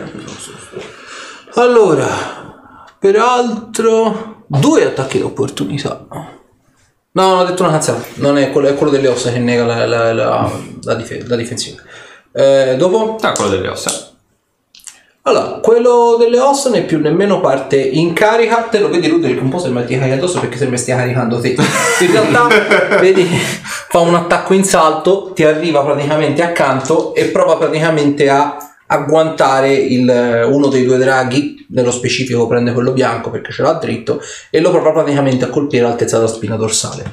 Speaker 1: Allora, peraltro, due attacchi d'opportunità. No, non ho detto una cazzata. Non è quello, è quello delle ossa che nega la, la, la, la, dif- la difensiva. Eh, dopo?
Speaker 3: Ah, quello delle ossa.
Speaker 1: Allora, quello delle ossa né più nemmeno parte in carica. Te lo vedi Ludwig che un po' sembra ti carica addosso perché sembra stia caricando te. In realtà vedi fa un attacco in salto, ti arriva praticamente accanto e prova praticamente a agguantare il, uno dei due draghi. Nello specifico prende quello bianco perché ce l'ha dritto e lo prova praticamente a colpire all'altezza della spina dorsale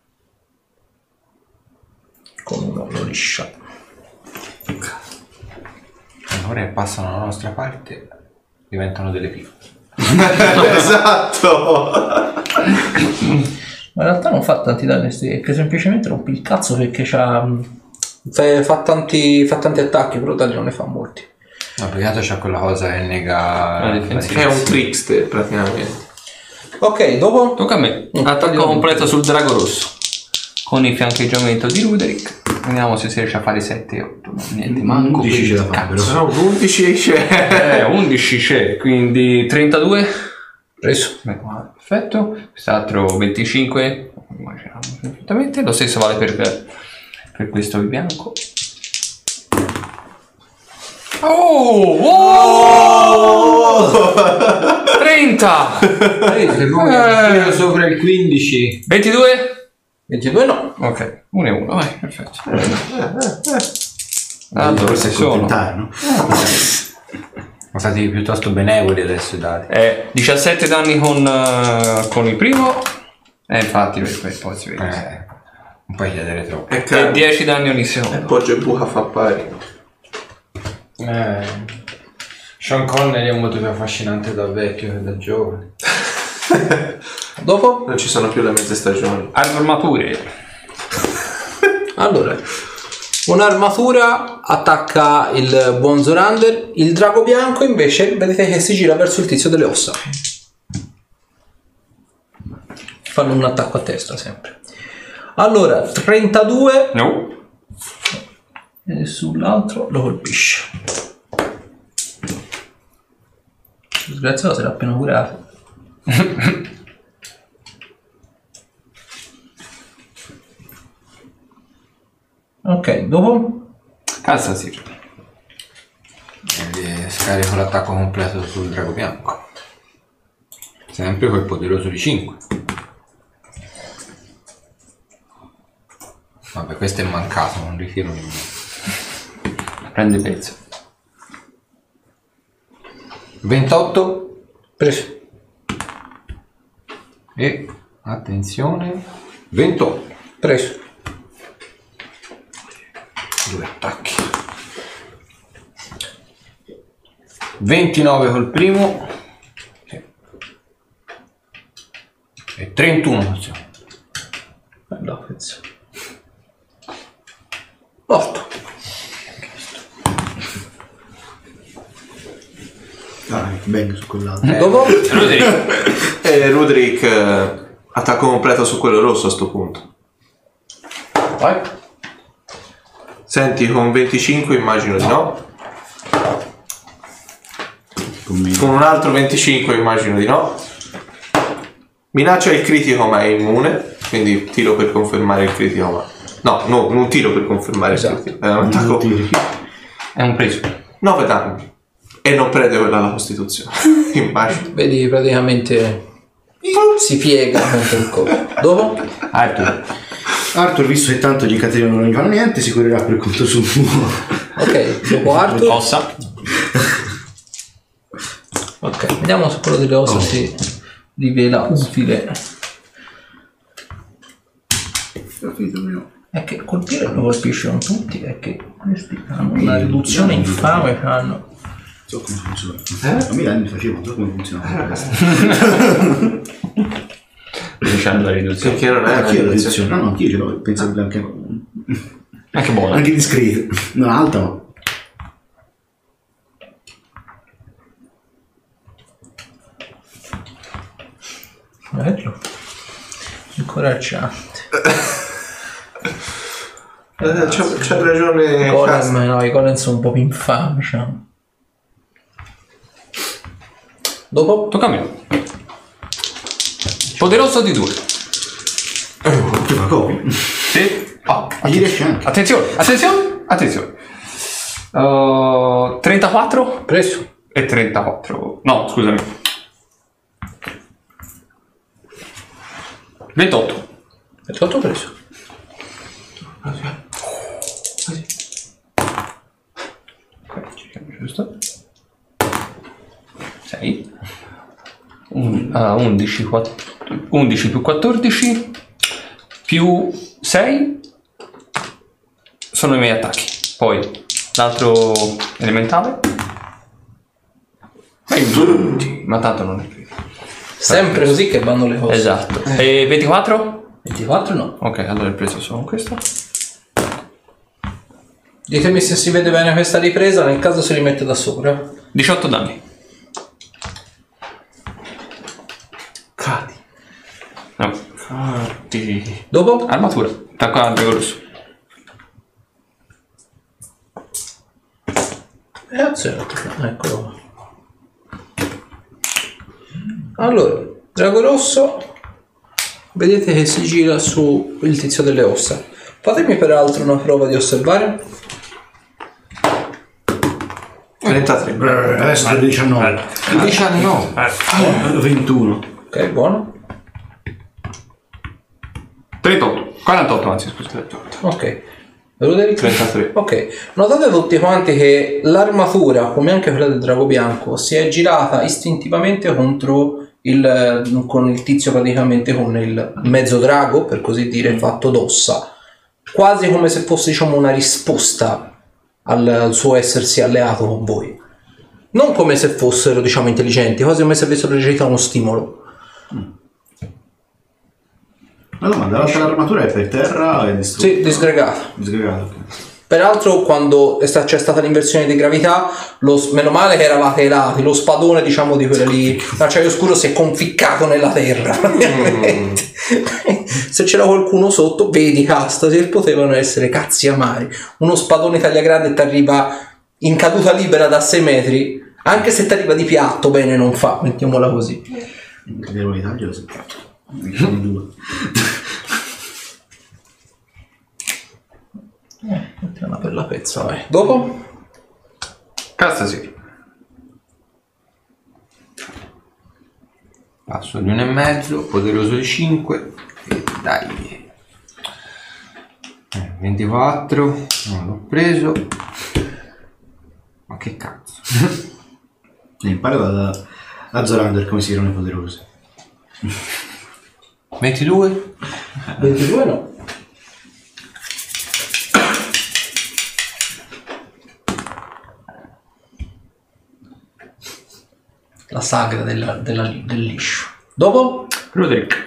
Speaker 1: con uno lo liscia.
Speaker 5: Ora che passano alla nostra parte diventano delle pive.
Speaker 4: Esatto.
Speaker 1: Ma in realtà non fa tanti danni, è che semplicemente rompi il cazzo perché c'ha, fa, fa, tanti, fa tanti attacchi, però danni non ne fa molti.
Speaker 5: No, peccato c'ha quella cosa che nega
Speaker 3: La difensiva.
Speaker 4: È un trickster praticamente.
Speaker 1: Ok, dopo?
Speaker 3: Tocca a me.
Speaker 1: Mm,
Speaker 3: Attacco
Speaker 1: taglio-
Speaker 3: completo sul drago rosso. Con il fiancheggiamento di Ruderick. Vediamo se si riesce a fare sette otto. Niente, manco
Speaker 2: undici ce la
Speaker 3: quel
Speaker 2: fa, però.
Speaker 3: cazzo.
Speaker 4: No, undici c'è.
Speaker 3: Eh, undici c'è, quindi trentadue.
Speaker 1: Preso.
Speaker 3: Beh, perfetto. Quest'altro venticinque. Immaginiamo perfettamente. Lo stesso vale per, per questo bianco. Oh! Oh! trenta!
Speaker 5: Se lui
Speaker 3: Eh.
Speaker 5: sopra il quindici.
Speaker 3: ventidue?
Speaker 1: ventidue no.
Speaker 3: Ok, uno e uno, vai, perfetto.
Speaker 2: Ah,
Speaker 3: Allora,
Speaker 2: forse
Speaker 3: ci
Speaker 2: è
Speaker 3: sono.
Speaker 2: contentare, no?
Speaker 5: Sono stati piuttosto benevoli adesso i dati.
Speaker 3: Eh, diciassette danni con, eh, con il primo. Eh, infatti, per, per, poi si vede.
Speaker 5: Eh, non puoi chiedere troppo.
Speaker 4: È
Speaker 3: E
Speaker 4: caro.
Speaker 3: dieci danni ogni
Speaker 4: E
Speaker 3: secondo.
Speaker 4: Poggio e buca fa pari.
Speaker 5: Eh, Sean Connery è molto più affascinante da vecchio che da giovane.
Speaker 1: Dopo?
Speaker 4: Non ci sono più le mezze stagioni.
Speaker 3: Armature.
Speaker 1: Allora, un'armatura attacca il buon Zorander, il drago bianco invece vedete che si gira verso il tizio delle ossa. Fanno un attacco a testa sempre. Allora, trentadue
Speaker 3: No.
Speaker 1: e sull'altro lo colpisce. disgraziato se l'ha appena curato. Ok, dopo?
Speaker 3: Calza sì.
Speaker 5: E scarico l'attacco completo sul drago bianco. Sempre col poderoso di cinque. Vabbè, questo è mancato, non ritiro nemmeno.
Speaker 3: Prende pezzo.
Speaker 5: ventotto.
Speaker 1: Preso.
Speaker 5: E attenzione, ventotto.
Speaker 1: Preso.
Speaker 5: Due attacchi. ventinove col primo. Sì. E trentuno pozione.
Speaker 1: Bella pezzo. Morto.
Speaker 2: Ah, bang su quell'altro.
Speaker 1: Eh, dopo?
Speaker 3: Roderick.
Speaker 4: E Ruderick eh, attacco completo su quello rosso a sto punto.
Speaker 1: Vai.
Speaker 4: Senti, con venticinque immagino di no.
Speaker 2: Con
Speaker 4: Con un altro venticinque immagino di no. Minaccia il critico ma è immune, quindi tiro per confermare il critico ma... No, no, non tiro per confermare
Speaker 1: Esatto.
Speaker 4: il critico. È un attacco...
Speaker 3: È un preso.
Speaker 4: nove danni. E non prende quella alla Costituzione. Immagino.
Speaker 1: Vedi praticamente si piega contro il corpo. Dopo?
Speaker 3: Arthur.
Speaker 2: Arthur, visto che tanto gli catene non gli fanno niente, si curerà per conto suo.
Speaker 1: Ok, dopo Arthur.
Speaker 3: Ossa.
Speaker 1: Ok, vediamo se quello delle ossa si rivela utile. È che colpire lo colpiscono tutti, è che questi hanno una riduzione infame che hanno.
Speaker 2: So come funziona. A me anni facevo, non so come funziona.
Speaker 3: Diciamo la riduzione.
Speaker 4: Perché non è una
Speaker 2: Anch'io la
Speaker 4: riduzione.
Speaker 2: riduzione. No, no, anch'io ce l'ho. Pensavo che anche.
Speaker 3: Anche buono.
Speaker 2: Anche discreto. Non alta, ma.
Speaker 1: Bello. Incoraggiante.
Speaker 4: Eh, c'ha, c'ha ragione.
Speaker 1: Golem,
Speaker 4: Cast.
Speaker 1: no, i golem sono un po' più infami, diciamo. Dopo?
Speaker 3: Tocca a me. Poderoso di due.
Speaker 2: Che fa copi?
Speaker 3: Sì. Oh,
Speaker 2: Gli riesce anche.
Speaker 3: attenzione, attenzione, attenzione. Uh, trentaquattro
Speaker 1: Preso.
Speaker 3: e trentaquattro. No, scusami. ventotto.
Speaker 1: ventotto preso.
Speaker 3: Giusto? sei. Un, ah, undici, quattro, undici più quattordici più sei sono i miei attacchi. Poi l'altro elementale. E ma tanto non è più.
Speaker 1: Sempre così che vanno le cose.
Speaker 3: Esatto. E ventiquattro?
Speaker 1: ventiquattro no.
Speaker 3: Ok, allora il preso solo questo.
Speaker 1: Ditemi se si vede bene questa ripresa, nel caso si rimette da sopra.
Speaker 3: diciotto danni.
Speaker 4: Cadi.
Speaker 3: No.
Speaker 4: Cadi.
Speaker 1: Dopo?
Speaker 3: Armatura. Attacco al drago rosso.
Speaker 1: Grazie. Eccolo qua. Allora, drago rosso, vedete che si gira su il tizio delle ossa. Fatemi peraltro una prova di osservare.
Speaker 4: trentatré.
Speaker 2: Adesso è diciannove.
Speaker 5: diciannove.
Speaker 2: ventuno.
Speaker 1: Ok, buono.
Speaker 3: trentotto. quarantotto anzi, scusa.
Speaker 1: Ok. Roderick?
Speaker 4: trentatré.
Speaker 1: Ok. Notate tutti quanti che l'armatura, come anche quella del drago bianco, si è girata istintivamente contro il, con il tizio praticamente con il mezzo drago, per così dire, fatto d'ossa. Quasi come se fosse, diciamo, una risposta al, al suo essersi alleato con voi. Non come se fossero, diciamo, intelligenti, quasi come se avessero ricevuto uno stimolo.
Speaker 2: La domanda, l'altra armatura è per terra e distrutta?
Speaker 1: Sì, disgregata.
Speaker 2: Disgregata, ok.
Speaker 1: Peraltro, quando è sta- c'è stata l'inversione di gravità, lo s- meno male che eravate ai lati, lo spadone, diciamo, di quella lì, l'acciaio scuro si è conficcato nella terra. Mm. Se c'era qualcuno sotto, vedi, Castasir, potevano essere cazzi amari. Uno spadone tagliagrande ti arriva in caduta libera da sei metri, Anche se ti arriva di piatto, bene non fa, mettiamola così.
Speaker 2: Devo ritagliare se sono due.
Speaker 1: Eh, mettiamo una bella pezza, vai. Dopo?
Speaker 3: Cazzo sì.
Speaker 5: Passo di uno e mezzo, poderoso di cinque. E dai. Eh, ventiquattro, non l'ho preso. Ma che cazzo?
Speaker 2: Impara da, da Zorander come si erano i poderosi.
Speaker 5: ventidue?
Speaker 1: ventidue no. La sagra della, della, del liscio. Dopo?
Speaker 3: Roderick.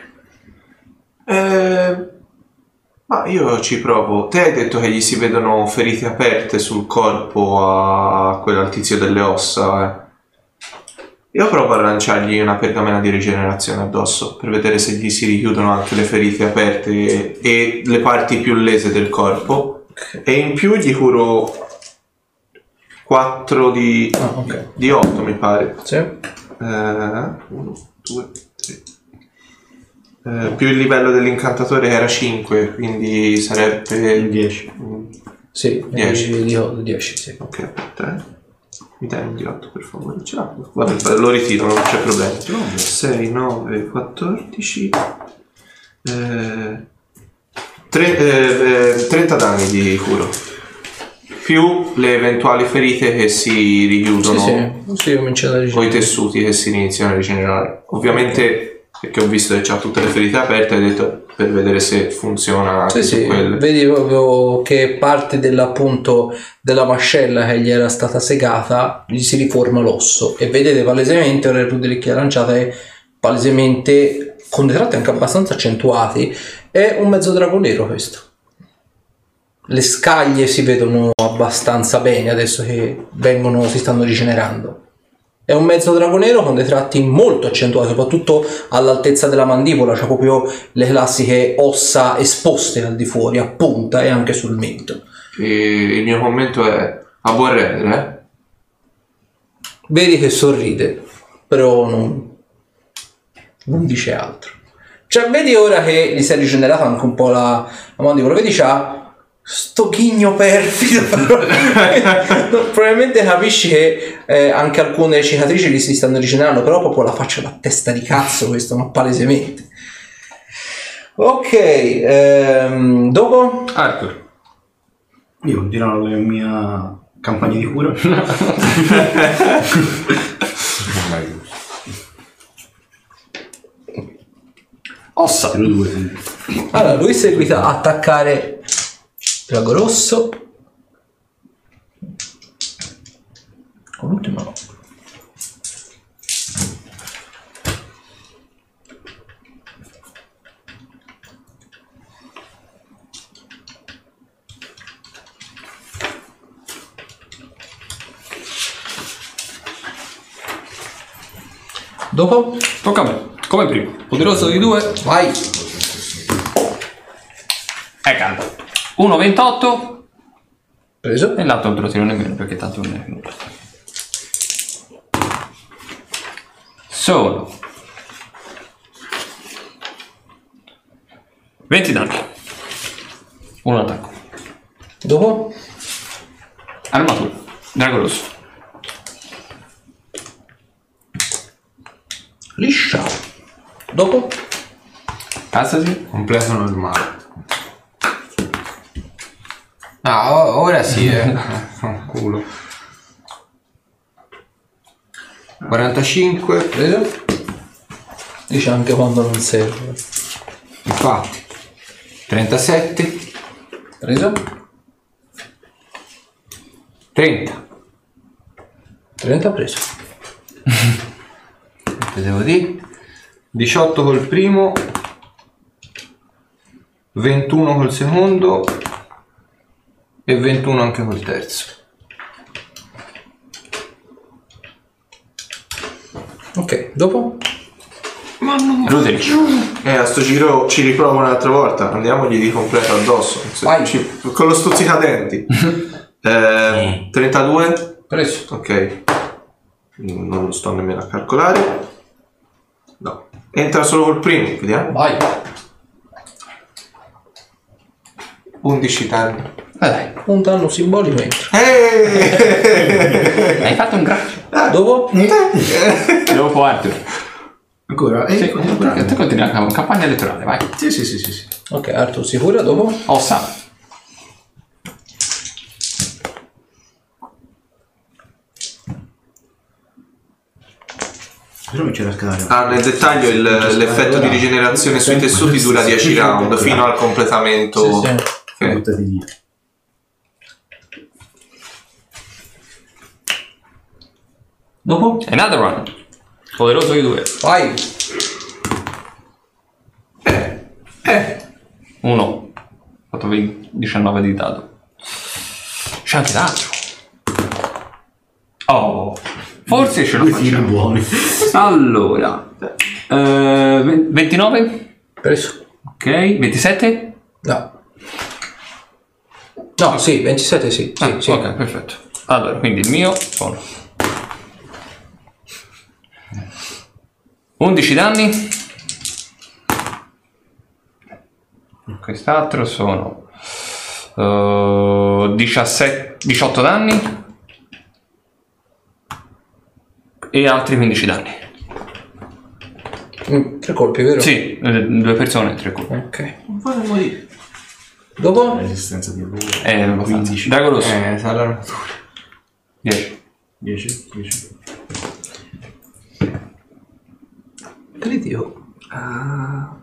Speaker 4: Eh, ma io ci provo. Te hai detto che gli si vedono ferite aperte sul corpo a quel tizio delle ossa. Eh. Io provo a lanciargli una pergamena di rigenerazione addosso per vedere se gli si richiudono anche le ferite aperte e, e le parti più lese del corpo. E in più gli curo quattro di,
Speaker 1: Ah, ok.
Speaker 4: di otto mi pare.
Speaker 1: Sì.
Speaker 4: uno, due, tre. Eh, più il livello dell'incantatore era cinque, quindi sarebbe
Speaker 2: dieci.
Speaker 4: mm,
Speaker 1: Sì,
Speaker 4: dieci.
Speaker 1: dieci, sì.
Speaker 4: Ok, aspetta, eh. Mi dai un di otto per favore, ce l'ho. Vabbè, lo ritiro, non c'è problema. sei, nove, quattordici. Eh, tre, eh, eh, trenta danni di curo. Più le eventuali ferite che si richiudono.
Speaker 1: Sì, sì, sì, ho cominciato a
Speaker 4: O i
Speaker 1: rigenerare.
Speaker 4: tessuti che si iniziano a rigenerare. Ovviamente, perché ho visto che c'ha tutte le ferite aperte, hai detto per vedere se funziona anche
Speaker 1: Sì,
Speaker 4: su
Speaker 1: sì,
Speaker 4: quelle.
Speaker 1: vedi proprio che parte dell'appunto della mascella che gli era stata segata, gli si riforma l'osso e vedete palesemente, ora il Roderick che ha lanciata è palesemente con dei tratti anche abbastanza accentuati, è un mezzo drago nero questo. Le scaglie si vedono abbastanza bene adesso che vengono, si stanno rigenerando. È un mezzo drago nero con dei tratti molto accentuati, soprattutto all'altezza della mandibola, c'ha proprio le classiche ossa esposte al di fuori, a punta e anche sul mento.
Speaker 4: E il mio commento è a buon rendere, eh?
Speaker 1: Vedi che sorride, però non, non dice altro. Cioè, vedi ora che gli si è rigenerata anche un po' la, la mandibola, vedi c'ha sto ghigno perfido, però probabilmente capisci che eh, anche alcune cicatrici gli si stanno rigenerando, però proprio la faccia da testa di cazzo questo, ma palesemente. Ok, ehm, dopo?
Speaker 3: Arthur.
Speaker 2: Io continuo la mia campagna di cura.
Speaker 3: Ossa.
Speaker 2: Tiro due, quindi.
Speaker 1: Allora, lui seguita a attaccare Drago Rosso con l'ultimo no. Dopo?
Speaker 3: Tocca a me. Come prima. Poderoso di due.
Speaker 1: Vai.
Speaker 3: E canta. uno ventotto.
Speaker 1: Preso.
Speaker 3: E l'altro non te lo tiro nemmeno perché tanto non è nulla. Sono venti danni. Un attacco.
Speaker 1: Dopo?
Speaker 3: Armatura. Drago rosso.
Speaker 1: Liscia. Dopo?
Speaker 3: Alzati.
Speaker 5: Completo normale. Ah, o- ora sì, eh. Culo. quarantacinque.
Speaker 1: Preso. Dice anche quando non serve.
Speaker 5: Infatti. trentasette.
Speaker 1: Preso.
Speaker 5: trenta.
Speaker 1: trenta preso.
Speaker 5: Devo dire. diciotto col primo. ventuno col secondo. E ventuno anche col terzo.
Speaker 1: Ok, dopo?
Speaker 3: Roderick.
Speaker 4: Eh, a sto giro ci riprovo un'altra volta. Andiamogli di completo addosso. Se-
Speaker 1: Vai.
Speaker 4: ci- con lo stuzzicadenti. eh, trentadue.
Speaker 1: Preso.
Speaker 4: Ok. Non lo sto nemmeno a calcolare. No. Entra solo col primo, vediamo.
Speaker 1: Vai.
Speaker 4: undici danni.
Speaker 1: Ah, dai, un danno simbolico entra.
Speaker 4: Eh!
Speaker 3: Hai fatto un grazie.
Speaker 1: Dopo?
Speaker 3: Dopo Arthur.
Speaker 2: Ancora? Eh,
Speaker 3: Sì,
Speaker 2: continua a curare.
Speaker 3: tu continui la campagna elettorale, vai.
Speaker 2: Sì, sì, sì, sì, sì.
Speaker 1: Ok, Arthur si cura, dopo?
Speaker 3: Ossa.
Speaker 2: Però mi c'era a scadere.
Speaker 4: Ah, nel dettaglio il- l'effetto di rigenerazione sui tessuti dura dieci round fino al completamento.
Speaker 1: Sì, sì.
Speaker 4: Ok.
Speaker 2: Buttati via.
Speaker 1: Dopo?
Speaker 3: Another one. Poderoso di due.
Speaker 1: Vai.
Speaker 3: Uno. Ho fatto venti, diciannove di dado. C'è anche l'altro. Oh. Forse ce lo
Speaker 2: Due tiri
Speaker 3: facciamo.
Speaker 2: buoni.
Speaker 3: Allora. eh, ventinove.
Speaker 1: Preso.
Speaker 3: Ok. ventisette.
Speaker 1: No. No, sì, ventisette sì. Sì,
Speaker 3: Ah,
Speaker 1: sì.
Speaker 3: ok, perfetto. Allora, quindi il mio sono undici danni. Quest'altro sono uh, diciassette, diciotto danni e altri quindici danni.
Speaker 1: Mm, tre colpi, vero?
Speaker 3: Sì, eh, due persone, tre colpi.
Speaker 1: Ok.
Speaker 4: Non vuole morire.
Speaker 1: Dopo?
Speaker 2: Resistenza di lavoro.
Speaker 3: Eh, abbastanza.
Speaker 2: quindici.
Speaker 3: Drago rosso.
Speaker 5: Eh, sa l'armatura.
Speaker 3: dieci.
Speaker 2: dieci, dieci.
Speaker 1: Critico. Ah.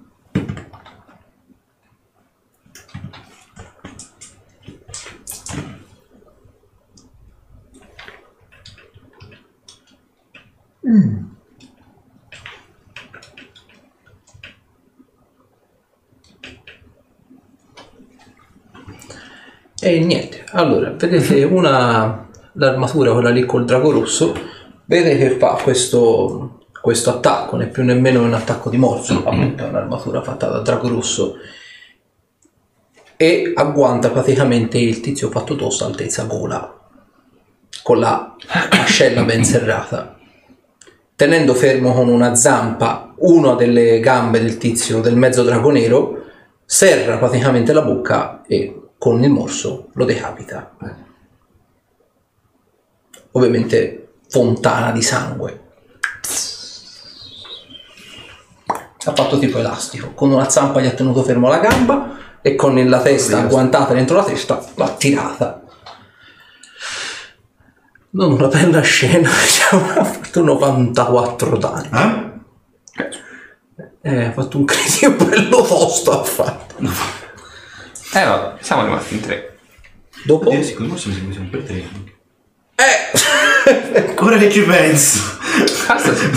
Speaker 1: Mm. E niente, allora vedete una l'armatura, quella lì col drago rosso, vedete che fa questo, questo attacco, né più nemmeno un attacco di morso, appunto è un'armatura fatta da drago rosso e agguanta praticamente il tizio fatto tosto altezza gola, con la ascella ben serrata, tenendo fermo con una zampa una delle gambe del tizio del mezzo drago nero, serra praticamente la bocca e con il morso lo decapita. Ovviamente fontana di sangue. Ha fatto tipo elastico, con una zampa gli ha tenuto fermo la gamba e con la testa agguantata dentro la testa l'ha tirata. Non una bella scena, diciamo, ha fatto novantaquattro danni.
Speaker 2: Eh?
Speaker 1: Eh, ha fatto un critico bello tosto, ha fatto.
Speaker 3: Eh vabbè, siamo rimasti in tre.
Speaker 1: Dopo?
Speaker 2: Eh sì, come siamo sempre tre.
Speaker 1: Eh!
Speaker 2: Ora che ci penso.
Speaker 3: Basta sì.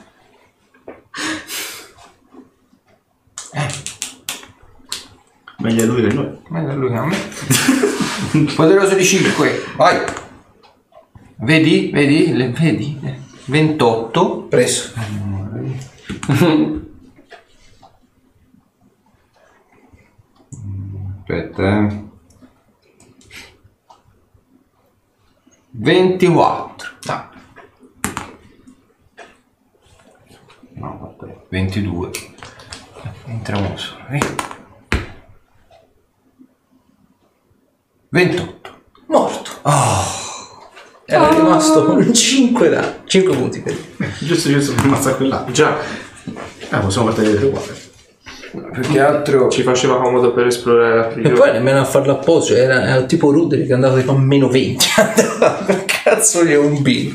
Speaker 2: Meglio a lui che a noi.
Speaker 5: Meglio lui che a me. Poderoso di cinque, vai. Vedi? Vedi? Le, vedi? ventotto.
Speaker 1: Preso.
Speaker 5: Aspetta, eh. ventiquattro.
Speaker 1: Ah.
Speaker 5: No, vabbè. ventidue. Entriamo solo. eh. ventotto.
Speaker 1: Morto. Era rimasto con cinque da cinque punti per
Speaker 2: Giusto, giusto per ammazzare quella.
Speaker 4: Già,
Speaker 2: Ah, possiamo partire tre uguali.
Speaker 5: Più che altro.
Speaker 4: ci faceva comodo per esplorare la
Speaker 1: e
Speaker 4: prigione.
Speaker 1: poi nemmeno a farlo apposta, era, era tipo Ruderi che andava tipo a meno venti. Andava per cazzo gli ombini.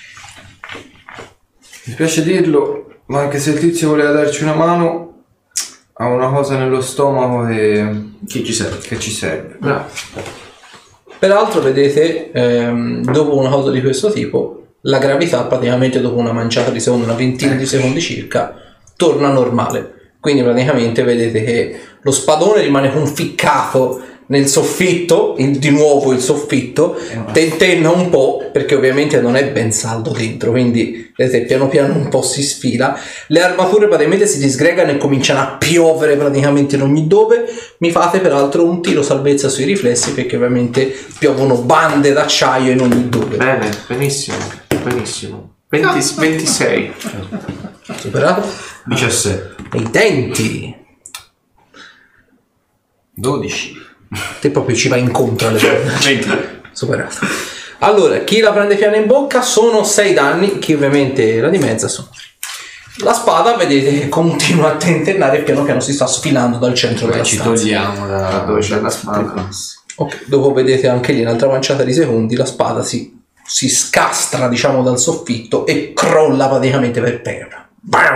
Speaker 5: Mi spiace dirlo, ma anche se il tizio voleva darci una mano, ha una cosa nello stomaco che,
Speaker 2: Che ci serve?
Speaker 5: che ci serve.
Speaker 4: Bravo.
Speaker 1: Peraltro vedete, ehm, dopo una cosa di questo tipo, la gravità praticamente dopo una manciata di secondi, una ventina di secondi circa, torna normale. Quindi praticamente vedete che lo spadone rimane conficcato nel soffitto, il- di nuovo il soffitto, tentenna un po' perché ovviamente non è ben saldo dentro, quindi vedete piano piano un po' si sfila, le armature praticamente si disgregano e cominciano a piovere praticamente in ogni dove. Mi fate peraltro un tiro salvezza sui riflessi perché ovviamente piovono bande d'acciaio in ogni dove.
Speaker 4: Bene, benissimo, benissimo. venti, ventisei.
Speaker 1: Superato.
Speaker 2: diciassette.
Speaker 1: E i denti.
Speaker 5: dodici.
Speaker 1: Te proprio ci vai incontro alle
Speaker 3: venti.
Speaker 1: Superato. Allora, chi la prende piano in bocca sono sei danni, chi ovviamente la dimezza sono. La spada, vedete, continua a tentennare e piano piano si sta sfilando dal centro
Speaker 5: Beh,
Speaker 1: della
Speaker 5: ci
Speaker 1: stanza.
Speaker 5: togliamo da
Speaker 4: dove c'è la spada.
Speaker 5: classi.
Speaker 1: Ok, dopo vedete anche lì un'altra manciata di secondi, la spada si, si scastra, diciamo, dal soffitto e crolla praticamente per terra.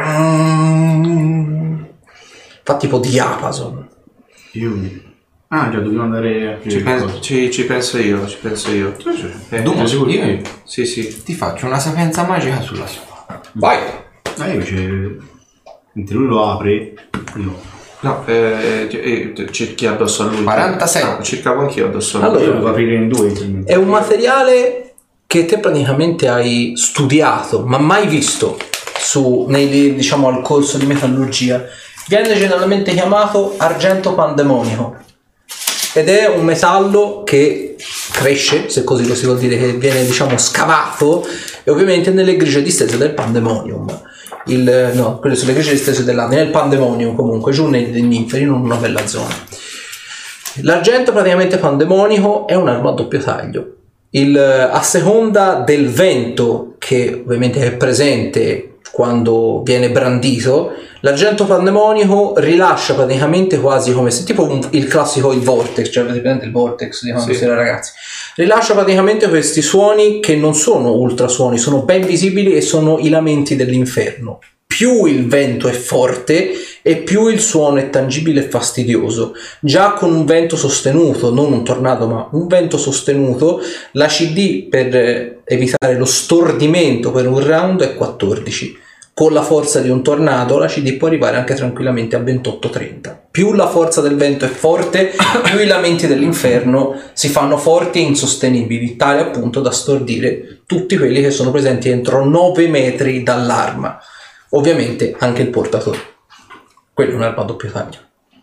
Speaker 1: Bam! Fa tipo diapason.
Speaker 2: Io... Ah, già, dobbiamo andare a
Speaker 4: Ci, pen- ci, ci penso io, ci penso io. Eh,
Speaker 5: Domo,
Speaker 2: sicuro?
Speaker 5: io
Speaker 4: Sì, sì.
Speaker 5: ti faccio una sapienza magica sulla spada.
Speaker 1: Vai!
Speaker 2: Ah, io invece... Mentre lui lo apre, io...
Speaker 4: No, eh, eh, cerchi addosso a lui.
Speaker 5: quarantasei.
Speaker 4: No, cercavo anch'io addosso a lui.
Speaker 1: Allora,
Speaker 2: Io devo aprire in due. quindi.
Speaker 1: è un materiale che te praticamente hai studiato, ma mai visto su, nei, diciamo, al corso di metallurgia. Viene generalmente chiamato argento pandemonico ed è un metallo che cresce, se così lo si vuol dire, che viene, diciamo, scavato e ovviamente nelle grigie distese del pandemonium. Il, no, quelle sono le grigie distese dell'Ade, nel pandemonium comunque, giù nei, negli inferi, in una bella zona. L'argento praticamente pandemonico è un'arma a doppio taglio. Il, a seconda del vento che ovviamente è presente quando viene brandito, l'argento pandemonico rilascia praticamente quasi come se tipo un, il classico il vortex, cioè avete presente il vortex di quando
Speaker 4: Sì.
Speaker 1: si era ragazzi, rilascia praticamente questi suoni che non sono ultrasuoni, sono ben visibili e sono i lamenti dell'inferno. Più il vento è forte e più il suono è tangibile e fastidioso. Già con un vento sostenuto, non un tornado ma un vento sostenuto, la C D per evitare lo stordimento per un round è quattordici. Con la forza di un tornado la C D può arrivare anche tranquillamente a ventotto trenta. Più la forza del vento è forte, più i lamenti dell'inferno si fanno forti e insostenibili, tale appunto da stordire tutti quelli che sono presenti entro nove metri dall'arma. Ovviamente anche il portatore. Quello è un'arma a doppio taglio.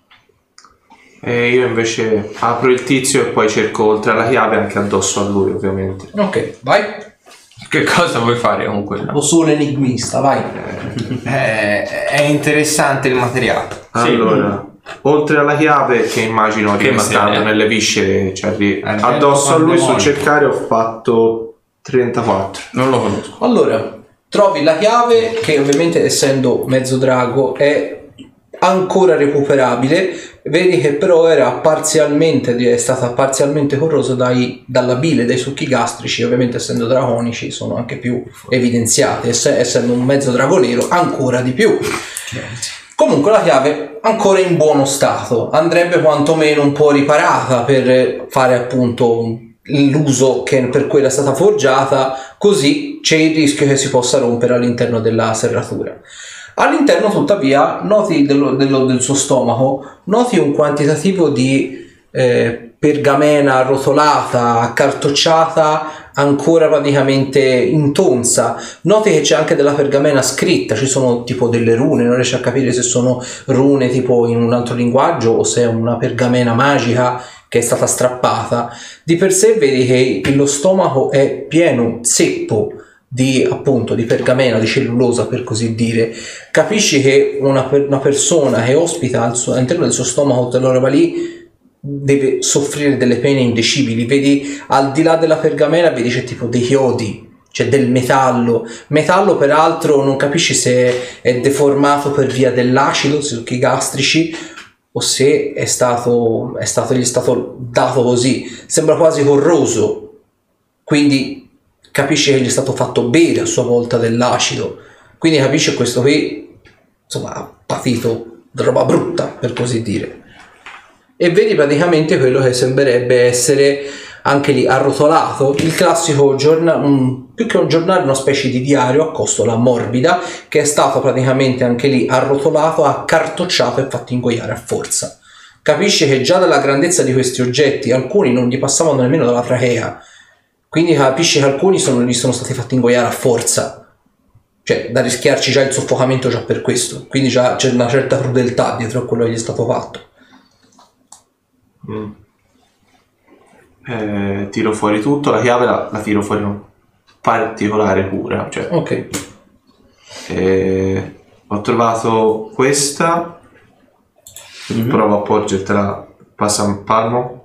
Speaker 4: E io invece apro il tizio e poi cerco oltre alla chiave anche addosso a lui, ovviamente.
Speaker 1: Ok, vai.
Speaker 3: Che cosa vuoi fare con quello?
Speaker 1: O solo enigmista, vai.
Speaker 5: Eh, è interessante il materiale.
Speaker 4: Allora, oltre alla chiave, che immagino
Speaker 3: Che
Speaker 4: rimastando
Speaker 3: materiale?
Speaker 4: nelle viscere, cioè lì,
Speaker 5: Argento
Speaker 4: addosso a lui sul
Speaker 5: pandemonico.
Speaker 4: cercare ho fatto trentaquattro.
Speaker 3: Non lo conosco.
Speaker 1: Allora, trovi la chiave che ovviamente essendo mezzo drago è ancora recuperabile, vedi che però era parzialmente è stata parzialmente corrosa dai, dalla bile, dai succhi gastrici, ovviamente essendo draconici sono anche più evidenziati, ess- essendo un mezzo drago nero ancora di più. Comunque la chiave ancora in buono stato, andrebbe quantomeno un po' riparata per fare appunto l'uso che per cui era stata forgiata, così c'è il rischio che si possa rompere all'interno della serratura. All'interno tuttavia noti dello, dello, del suo stomaco, noti un quantitativo di eh, pergamena arrotolata, accartocciata, ancora praticamente intonsa. Noti che c'è anche della pergamena scritta, ci sono tipo delle rune, non riesci a capire se sono rune tipo in un altro linguaggio o se è una pergamena magica che è stata strappata. Di per sé vedi che lo stomaco è pieno, zeppo di appunto di pergamena, di cellulosa per così dire. Capisci che una, per, una persona che ospita al suo, all'interno del suo stomaco quella roba lì deve soffrire delle pene indicibili. Vedi al di là della pergamena, vedi c'è tipo dei chiodi, c'è del metallo metallo peraltro non capisci se è deformato per via dell'acido, succhi gastrici, o se è stato, è stato gli è stato dato così. Sembra quasi corroso, quindi capisce che gli è stato fatto bere a sua volta dell'acido, quindi capisce questo qui insomma ha patito roba brutta per così dire. E vedi praticamente quello che sembrerebbe essere anche lì arrotolato, il classico giornale, un, più che un giornale una specie di diario a costola morbida che è stato praticamente anche lì arrotolato, accartocciato e fatto ingoiare a forza. Capisce che già dalla grandezza di questi oggetti alcuni non gli passavano nemmeno dalla trachea, quindi capisci che alcuni sono, gli sono stati fatti ingoiare a forza, cioè da rischiarci già il soffocamento già per questo, quindi già c'è una certa crudeltà dietro a quello che gli è stato fatto.
Speaker 4: Mm. Eh, tiro fuori tutto, la chiave la, la tiro fuori no. particolare cura. Cioè,
Speaker 1: Ok.
Speaker 4: eh, ho trovato questa,
Speaker 1: Mhm.
Speaker 4: provo a porgertela, passa un palmo,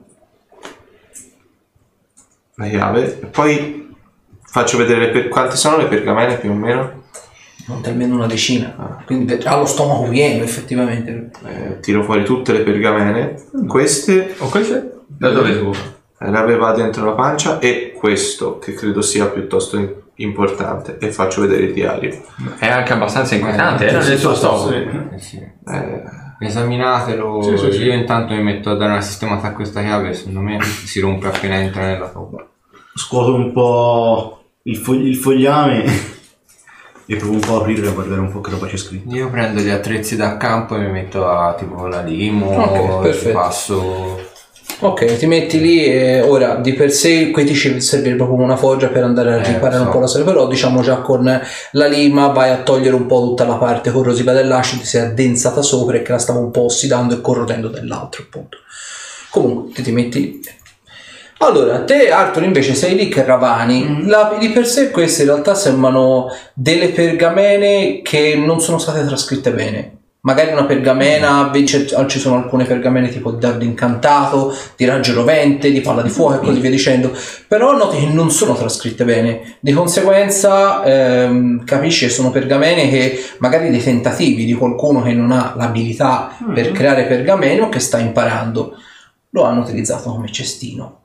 Speaker 4: la chiave, e poi faccio vedere le per- quante sono le pergamene più o meno.
Speaker 1: Monta almeno una decina. Quindi ha lo stomaco pieno, effettivamente.
Speaker 4: Eh, tiro fuori tutte le pergamene, queste
Speaker 3: O queste? Da dove tu?
Speaker 4: eh, le aveva dentro la pancia e questo che credo sia piuttosto in- importante, e faccio vedere il diario.
Speaker 3: È anche abbastanza inquietante, eh, nel suo stomaco.
Speaker 5: Eh, sì.
Speaker 4: Eh,
Speaker 5: Esaminatelo,
Speaker 2: Sì, sì, sì.
Speaker 5: io intanto mi metto a dare una sistemata a questa chiave, secondo me si rompe appena entra nella toba.
Speaker 2: Scuoto un po' il, fo- il fogliame e provo un po' a aprirlo e a guardare un po' che roba c'è scritto.
Speaker 5: Io prendo gli attrezzi da campo e mi metto a tipo la limo,
Speaker 1: Ok, perfetto.
Speaker 5: passo...
Speaker 1: Ok, ti metti lì e ora di per sé qui ti ci servirebbe come una foggia per andare a
Speaker 5: Eh,
Speaker 1: riparare un
Speaker 5: so.
Speaker 1: po' la storia, però diciamo già con la lima vai a togliere un po' tutta la parte corrosiva dell'acido, si è addensata sopra e che la stava un po' ossidando e corrodendo dell'altro appunto. Comunque ti, ti metti... Allora, te Arthur invece sei lì che ravani. La- di per sé queste in realtà sembrano delle pergamene che non sono state trascritte bene. Magari una pergamena, invece ci sono alcune pergamene tipo di dardo incantato, di raggio rovente, di palla di fuoco e così via dicendo, però noti che non sono trascritte bene. Di conseguenza ehm, capisci che sono pergamene che magari dei tentativi di qualcuno che non ha l'abilità per creare pergamene o che sta imparando lo hanno utilizzato come cestino.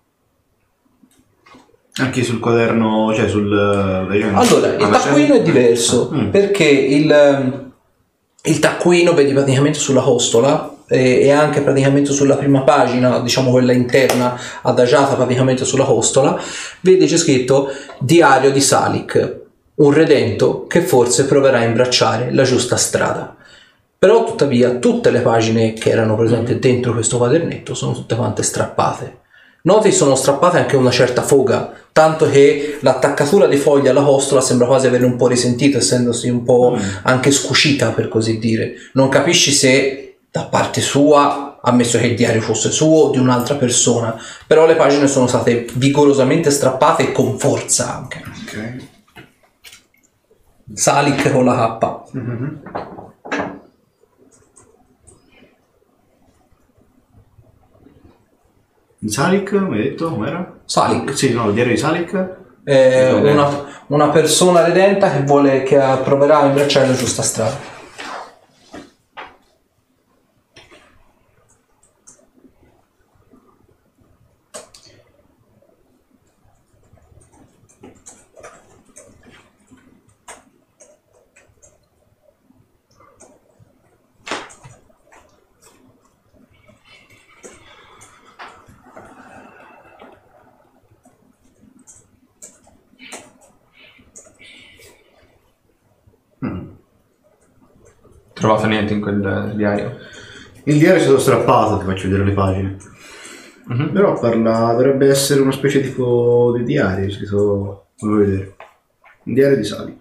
Speaker 2: Anche sul quaderno, cioè sul... legenda.
Speaker 1: Allora, il
Speaker 4: Alla
Speaker 1: taccuino
Speaker 4: scena-
Speaker 1: è diverso
Speaker 2: Mm.
Speaker 1: perché il, il taccuino vedi praticamente sulla costola e, e anche praticamente sulla prima pagina, diciamo quella interna adagiata praticamente sulla costola, vedi c'è scritto Diario di Salik, un redento che forse proverà a imbracciare la giusta strada. Però tuttavia tutte le pagine che erano presenti dentro questo quadernetto sono tutte quante strappate. Noti sono strappate anche una certa foga, tanto che l'attaccatura di foglia alla costola sembra quasi avere un po' risentito, essendosi un po' anche scucita per così dire. Non capisci se da parte sua, ammesso che il diario fosse suo o di un'altra persona, però le pagine sono state vigorosamente strappate e con forza anche.
Speaker 2: Ok.
Speaker 1: Salik con la K.
Speaker 2: Salik, mi hai detto com'era?
Speaker 1: Salik.
Speaker 2: Sì, no, il diario di Salik.
Speaker 1: È una, una persona redenta che vuole che proverà a imbracciare la giusta strada.
Speaker 3: Trovato niente in quel diario?
Speaker 2: Il diario è stato strappato, ti faccio vedere le pagine. Però parla, dovrebbe essere una specie tipo di diario, è scritto, come vuoi vedere. Un diario di Salik.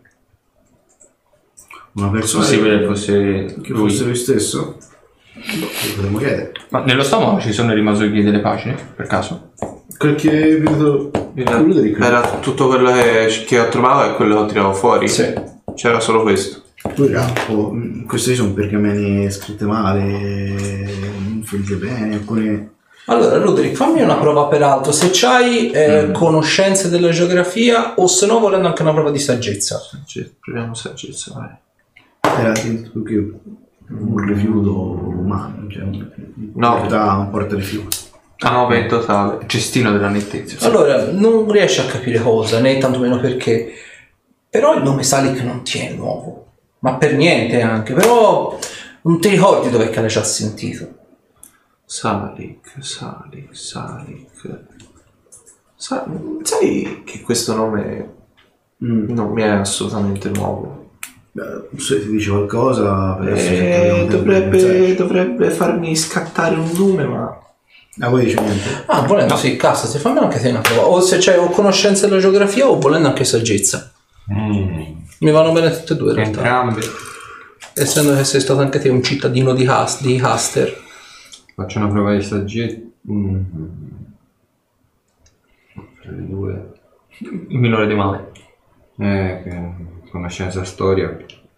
Speaker 2: Una persona
Speaker 3: Possibile che fosse
Speaker 2: che
Speaker 3: lui.
Speaker 2: fosse lui stesso? Boh, lo potremmo chiedere.
Speaker 3: Ma nello stomaco ci sono i rimasugli delle pagine, per caso?
Speaker 2: Quel che è venuto Luderick.
Speaker 4: Era tutto quello che, che ho trovato e quello che ho tirato fuori.
Speaker 1: Sì.
Speaker 4: C'era solo questo.
Speaker 2: Poi capo, mh, queste sono pergamene scritte male, non finite bene, alcune...
Speaker 1: Allora, Ludwig, fammi una prova peraltro, se c'hai eh, conoscenze della geografia o se no volendo anche una prova di saggezza.
Speaker 4: Cioè, proviamo saggezza, vai.
Speaker 2: Era più che un rifiuto umano, cioè un,
Speaker 4: No.
Speaker 2: in realtà un portarifiuto.
Speaker 4: Ah, nove in totale.
Speaker 3: Cestino della nettezza.
Speaker 1: Allora, non riesci a capire cosa, né tantomeno perché, però il nome Salik non ti è nuovo, ma per niente anche, però non ti ricordi dove che l'hai già sentito.
Speaker 4: Salik, Salik, Salik. Sa- sai che questo nome
Speaker 2: Mm.
Speaker 4: non mi è assolutamente nuovo.
Speaker 2: Beh, se ti dice qualcosa, per adesso
Speaker 4: Eh,
Speaker 2: cerchiamo di
Speaker 4: dovrebbe,
Speaker 2: pensarci.
Speaker 4: dovrebbe farmi scattare un nome, ma...
Speaker 2: Ah, poi dice niente.
Speaker 1: Ah, volendo sì, cassa, se fammi anche te una prova, o se c'hai o conoscenze della geografia o volendo anche saggezza.
Speaker 5: Mm.
Speaker 1: Mi vanno bene tutte e due in realtà.
Speaker 5: Entrambe.
Speaker 1: Essendo che sei stato anche te un cittadino di, Has- di Haster.
Speaker 5: Faccio una prova di saggezza. Mm. Tra le due.
Speaker 3: Il minore di male.
Speaker 5: Eh, che conoscenza storia.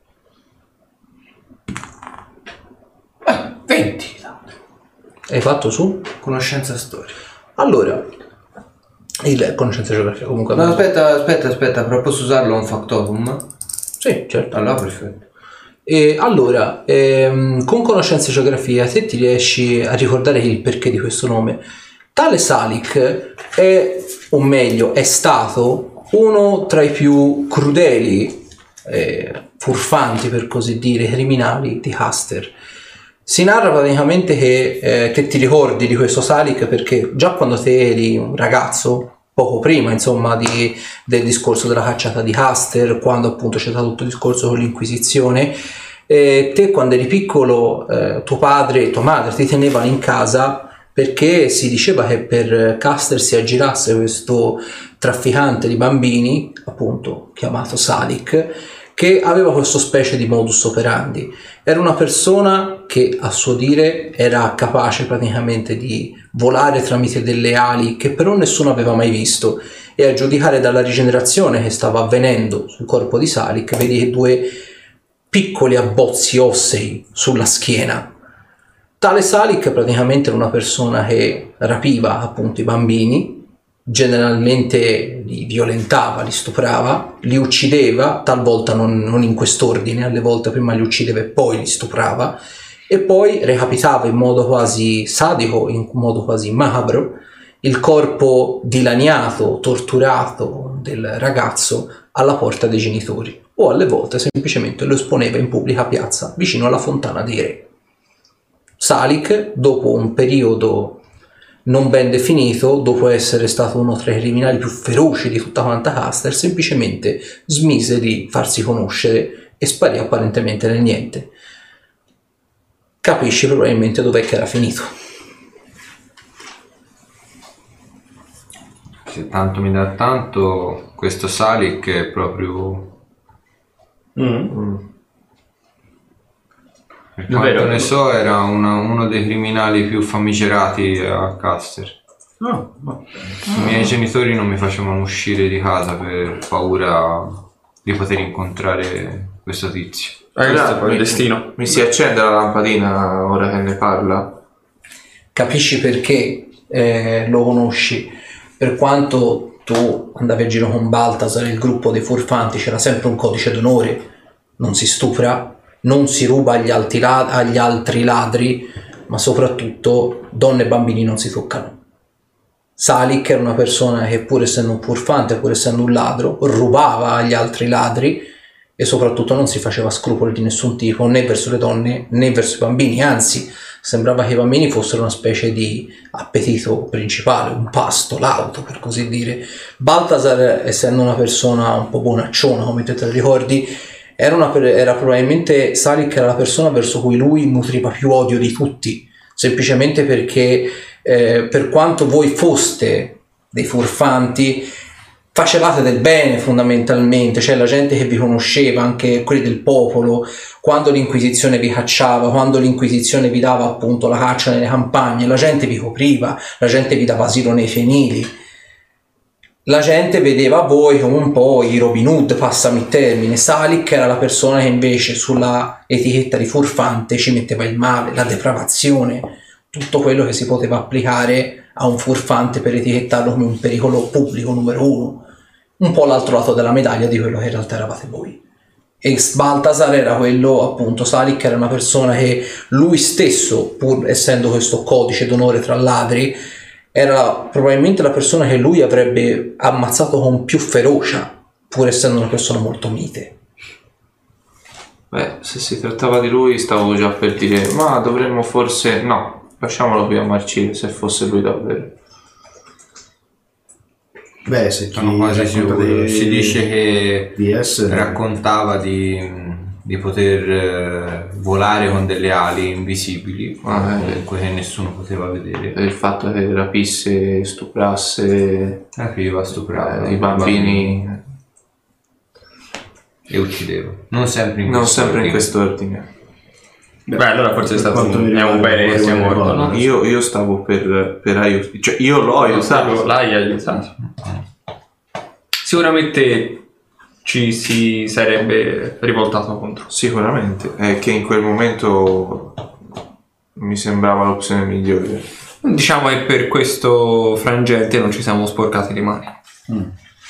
Speaker 5: Eh, venti.
Speaker 1: Hai fatto su?
Speaker 5: Conoscenza storia.
Speaker 1: Allora, il conoscenza geografia comunque.
Speaker 5: No, aspetta, aspetta, aspetta, però posso usarlo un factotum?
Speaker 1: Sì, certo.
Speaker 5: Allora, perfetto.
Speaker 1: E allora, ehm, con conoscenza geografia, se ti riesci a ricordare il perché di questo nome, tale Salik è, o meglio, è stato uno tra i più crudeli, eh, furfanti per così dire, criminali di Haster. Si narra praticamente che, eh, che ti ricordi di questo Salik perché già quando te eri un ragazzo, poco prima insomma di, del discorso della cacciata di Haster, quando appunto c'è stato tutto il discorso con l'Inquisizione, eh, te quando eri piccolo eh, tuo padre e tua madre ti tenevano in casa perché si diceva che per Haster si aggirasse questo trafficante di bambini, appunto chiamato Salik, che aveva questo specie di modus operandi. Era una persona che a suo dire era capace praticamente di volare tramite delle ali che però nessuno aveva mai visto, e a giudicare dalla rigenerazione che stava avvenendo sul corpo di Salik vedi due piccoli abbozzi ossei sulla schiena. Tale Salik praticamente era una persona che rapiva appunto i bambini, generalmente li violentava, li stuprava, li uccideva, talvolta non, non in quest'ordine, alle volte prima li uccideva e poi li stuprava, e poi recapitava in modo quasi sadico, in modo quasi macabro, il corpo dilaniato, torturato del ragazzo alla porta dei genitori, o alle volte semplicemente lo esponeva in pubblica piazza vicino alla fontana dei re. Salik, dopo un periodo non ben definito, dopo essere stato uno tra i criminali più feroci di tutta quanta Haster, semplicemente smise di farsi conoscere e sparì apparentemente nel niente. Capisci probabilmente dov'è che era finito.
Speaker 5: Se tanto mi dà tanto, questo Salik è proprio...
Speaker 3: Mm.
Speaker 5: Per quanto
Speaker 3: Davvero?
Speaker 5: ne so, era una- uno dei criminali più famigerati a Caster.
Speaker 2: No, no.
Speaker 5: I miei genitori non mi facevano uscire di casa per paura di poter incontrare questo tizio.
Speaker 3: Eh, questo è
Speaker 4: Ora
Speaker 3: poi il
Speaker 4: mi-
Speaker 3: destino.
Speaker 4: Mi si accende la lampadina ora che ne parla.
Speaker 1: Capisci perché eh, lo conosci. Per quanto tu andavi a giro con Baltasar, il gruppo dei furfanti, c'era sempre un codice d'onore: non si stupra, non si ruba agli altri, la- agli altri ladri, ma soprattutto donne e bambini non si toccano. Salik era una persona che, pur essendo un furfante, pur essendo un ladro, rubava agli altri ladri e soprattutto non si faceva scrupoli di nessun tipo, né verso le donne né verso i bambini. Anzi, sembrava che i bambini fossero una specie di appetito principale, un pasto, l'auto per così dire. Baltasar, essendo una persona un po' bonacciona, come te te la ricordi, Era, una, era probabilmente Salik era la persona verso cui lui nutriva più odio di tutti, semplicemente perché eh, per quanto voi foste dei furfanti, facevate del bene fondamentalmente, cioè la gente che vi conosceva, anche quelli del popolo, quando l'Inquisizione vi cacciava, quando l'Inquisizione vi dava appunto la caccia nelle campagne, la gente vi copriva, la gente vi dava asilo nei fienili. La gente vedeva voi come un po' i Robin Hood, passami il termine. Salik era la persona che invece sulla etichetta di furfante ci metteva il male, la depravazione, tutto quello che si poteva applicare a un furfante per etichettarlo come un pericolo pubblico numero uno. Un po' l'altro lato della medaglia di quello che in realtà eravate voi. E Baltasar era quello, appunto, Salik era una persona che lui stesso, pur essendo questo codice d'onore tra ladri, era probabilmente la persona che lui avrebbe ammazzato con più ferocia, pur essendo una persona molto mite.
Speaker 4: Beh, se si trattava di lui stavo già per dire, ma dovremmo forse... No, lasciamolo qui a marcire, se fosse lui davvero.
Speaker 2: Beh, se chi
Speaker 5: Sono quasi
Speaker 2: racconta
Speaker 5: sicuro.
Speaker 2: dei-
Speaker 5: Si dice che
Speaker 2: di essere
Speaker 5: raccontava di, di poter eh, volare con delle ali invisibili,
Speaker 4: Ah, eh.
Speaker 5: comunque che nessuno poteva vedere.
Speaker 4: Per il fatto che rapisse, stuprasse
Speaker 5: Rapiva, stuprava
Speaker 4: eh, i bambini,
Speaker 5: e uccideva. Non sempre in
Speaker 4: non
Speaker 5: questo
Speaker 4: sempre in
Speaker 5: ordine.
Speaker 4: quest'ordine.
Speaker 3: Beh, allora forse è
Speaker 2: per
Speaker 3: stato
Speaker 2: quanto
Speaker 3: un,
Speaker 2: mi
Speaker 3: è un
Speaker 2: riguarda,
Speaker 3: bene che sia
Speaker 2: vorrei
Speaker 3: morto, no?
Speaker 2: ricordare.
Speaker 4: Io, io stavo per, per aiutare, cioè io l'ho aiutato.
Speaker 3: L'hai aiutato. Sicuramente ci si sarebbe rivoltato contro.
Speaker 4: Sicuramente, è che in quel momento mi sembrava l'opzione migliore.
Speaker 3: Diciamo che per questo frangente non ci siamo sporcati le mani.
Speaker 2: Mm.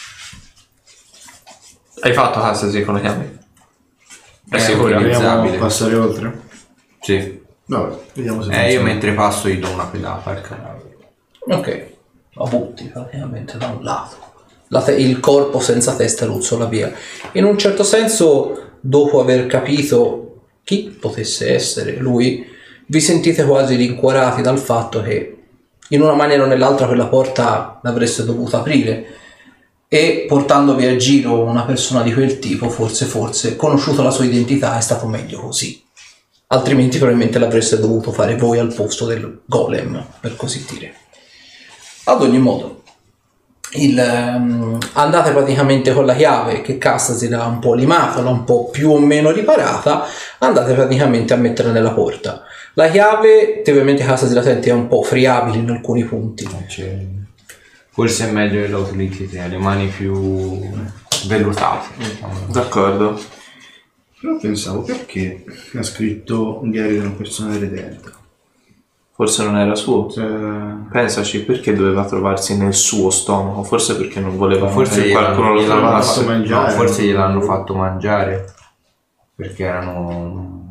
Speaker 3: Hai fatto Cassasi con la chiave? È
Speaker 5: Eh,
Speaker 3: sicuro?
Speaker 5: ok.
Speaker 2: Vogliamo
Speaker 5: Utilizzabile.
Speaker 2: passare oltre?
Speaker 5: Sì.
Speaker 2: Vabbè, vediamo se
Speaker 5: Eh, io
Speaker 2: funziona.
Speaker 5: mentre passo gli do una pedata al cadavere.
Speaker 1: Ok, la butti praticamente da un lato. La te- il corpo senza testa ruzzola via. In un certo senso, dopo aver capito chi potesse essere lui, vi sentite quasi rincuorati dal fatto che in una maniera o nell'altra quella porta l'avreste dovuta aprire, e portandovi a giro una persona di quel tipo, forse forse conosciuto la sua identità, è stato meglio così. Altrimenti probabilmente l'avreste dovuto fare voi al posto del golem, per così dire. Ad ogni modo, il, um, andate praticamente con la chiave che Castasi l'ha un po' limata, l'ha un po' più o meno riparata, andate praticamente a metterla nella porta. La chiave, ovviamente Castasi la sente un po' friabile in alcuni punti.
Speaker 5: Cioè, forse è meglio che la utilizzi te, ha le mani più vellutate.
Speaker 4: D'accordo.
Speaker 2: Però pensavo, perché ha scritto un diario di una persona redenta?
Speaker 4: Forse non era suo.
Speaker 2: Cioè,
Speaker 4: Pensaci, perché doveva trovarsi nel suo stomaco? Forse perché non voleva
Speaker 5: Forse
Speaker 4: che
Speaker 5: gliel'hanno,
Speaker 4: qualcuno lo
Speaker 5: gliel'hanno
Speaker 4: trovasse.
Speaker 2: fatto mangiare.
Speaker 5: no, forse gliel'hanno fatto mangiare perché erano.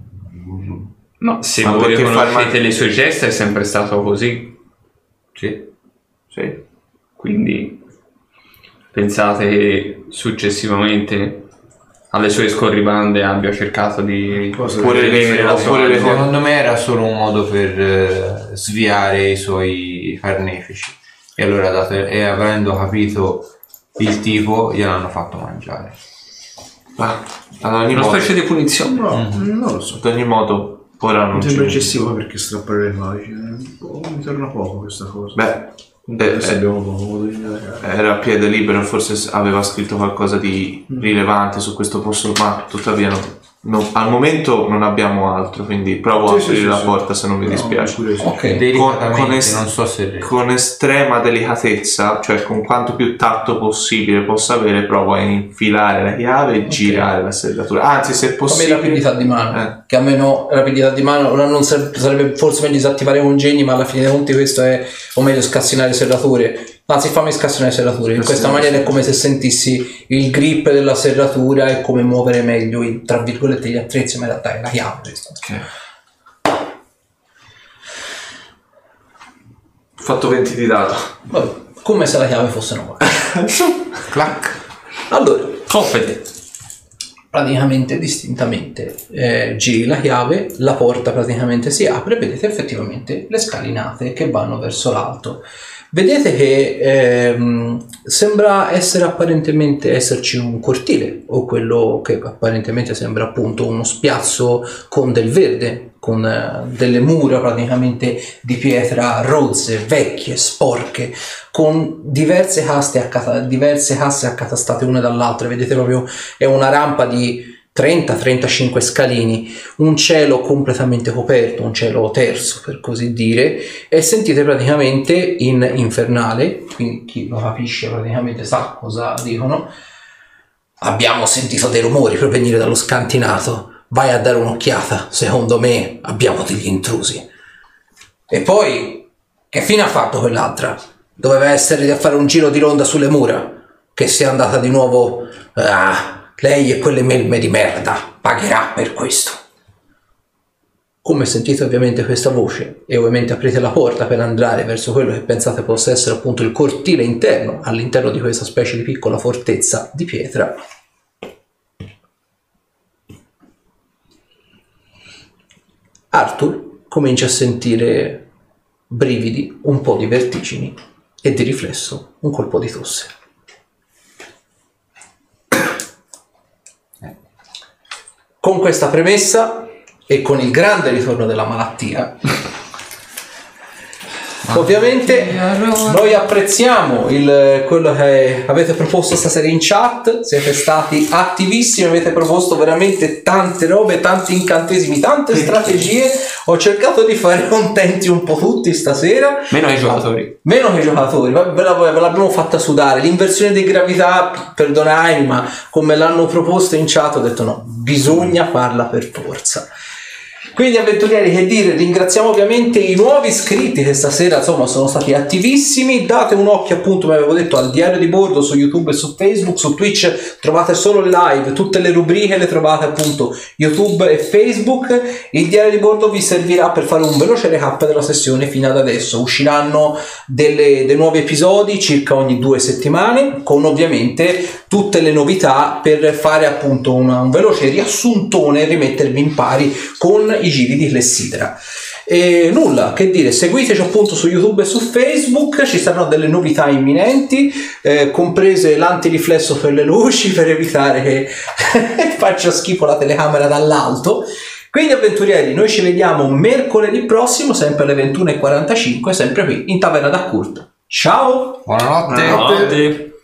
Speaker 3: No, se
Speaker 4: Ma
Speaker 3: voi
Speaker 4: perché far
Speaker 3: conoscete
Speaker 4: man-
Speaker 3: le sue gesta è sempre stato così.
Speaker 5: Sì.
Speaker 4: Sì.
Speaker 3: Quindi pensate che successivamente alle sue scorribande abbia cercato di
Speaker 2: Cosa
Speaker 4: Pure
Speaker 2: del
Speaker 4: le-
Speaker 2: genere?
Speaker 3: la sua
Speaker 4: oppure le-
Speaker 3: alma.
Speaker 5: Secondo me era solo un modo per eh, sviare i suoi carnefici. E allora, dato, e avendo capito il tipo, gliel'hanno fatto mangiare.
Speaker 4: Ah, ad ogni
Speaker 3: una
Speaker 4: modo,
Speaker 3: specie di punizione.
Speaker 2: No, non lo so.
Speaker 4: ad ogni modo, ora non
Speaker 2: Mi
Speaker 4: ci...
Speaker 2: sembra eccessivo perché strappare le pagine. Un po', mi torna poco questa cosa.
Speaker 4: Beh,
Speaker 2: Comunque
Speaker 4: eh,
Speaker 2: adesso
Speaker 4: eh.
Speaker 2: abbiamo poco modo di indagare.
Speaker 4: era a piede libero, forse s- aveva scritto qualcosa di rilevante su questo posto, ma tuttavia no- no- al momento non abbiamo altro, quindi provo a
Speaker 2: Sì, sì,
Speaker 4: aprire
Speaker 2: sì,
Speaker 4: la
Speaker 2: sì.
Speaker 4: porta se non vi
Speaker 2: No,
Speaker 4: dispiace.
Speaker 2: curioso.
Speaker 1: Ok,
Speaker 5: Delicatamente,
Speaker 4: con es-
Speaker 5: non so se.
Speaker 4: Con estrema delicatezza, cioè con quanto più tatto possibile possa avere, provo a infilare la chiave e girare la serratura. Anzi, se
Speaker 1: come
Speaker 4: possibile...
Speaker 1: rapidità di mano,
Speaker 4: Eh.
Speaker 1: che a meno rapidità di mano ora non ser- sarebbe forse meglio disattivare congegni, ma alla fine dei conti questo è, o meglio, scassinare serrature. Anzi, fammi scassinare serrature. In questa maniera è come se sentissi il grip della serratura e come muovere meglio i, tra virgolette, gli attrezzi, ma in realtà è la chiave questa.
Speaker 4: Ok. Ho fatto venti di dato.
Speaker 1: Vabbè, come se la chiave fosse nuova.
Speaker 5: Clac.
Speaker 1: Allora,
Speaker 3: Compete.
Speaker 1: praticamente distintamente eh, giri la chiave, la porta praticamente si apre e vedete effettivamente le scalinate che vanno verso l'alto. Vedete che ehm, sembra essere apparentemente esserci un cortile, o quello che apparentemente sembra appunto uno spiazzo con del verde, con eh, delle mura praticamente di pietra rozze, vecchie, sporche, con diverse caste, accata- diverse casse accatastate une dall'altra. Vedete proprio è una rampa di trenta trentacinque scalini, un cielo completamente coperto, un cielo terzo per così dire, e sentite praticamente in infernale, quindi chi lo capisce praticamente sa cosa dicono: abbiamo sentito dei rumori provenire dallo scantinato, vai a dare un'occhiata, secondo me abbiamo degli intrusi. E poi, che fine ha fatto quell'altra? Doveva essere a fare un giro di ronda sulle mura, che sia andata di nuovo... Ah, lei e quelle melme di merda pagherà per questo. Come sentite ovviamente questa voce e ovviamente aprite la porta per andare verso quello che pensate possa essere appunto il cortile interno all'interno di questa specie di piccola fortezza di pietra, Arthur comincia a sentire brividi, un po' di vertigini e di riflesso un colpo di tosse. Con questa premessa e con il grande ritorno della malattia, Ovviamente noi apprezziamo il, quello che avete proposto stasera in chat, siete stati attivissimi, avete proposto veramente tante robe, tanti incantesimi, tante strategie. Ho cercato di fare contenti un po' tutti stasera.
Speaker 3: Meno ai giocatori.
Speaker 1: Meno che i giocatori, ve, la, ve l'abbiamo fatta sudare. L'inversione di gravità, perdonatemi, ma come l'hanno proposto in chat ho detto no, bisogna farla per forza. Quindi avventurieri, che dire, ringraziamo ovviamente i nuovi iscritti che stasera insomma sono stati attivissimi. Date un occhio appunto, come avevo detto, al diario di bordo su YouTube e su Facebook. Su Twitch trovate solo le live, tutte le rubriche le trovate appunto YouTube e Facebook. Il diario di bordo vi servirà per fare un veloce recap della sessione fino ad adesso. Usciranno delle, dei nuovi episodi circa ogni due settimane, con ovviamente tutte le novità per fare appunto una, un veloce riassuntone e rimettervi in pari con i giri di Clessidra. E nulla che dire, seguiteci appunto su YouTube e su Facebook, ci saranno delle novità imminenti, eh, comprese l'antiriflesso per le luci per evitare che faccia schifo la telecamera dall'alto. Quindi avventurieri, noi ci vediamo mercoledì prossimo sempre alle ventuno e quarantacinque, sempre qui in Taverna da Kurt. Ciao,
Speaker 5: Buonanotte.
Speaker 3: Buonanotte.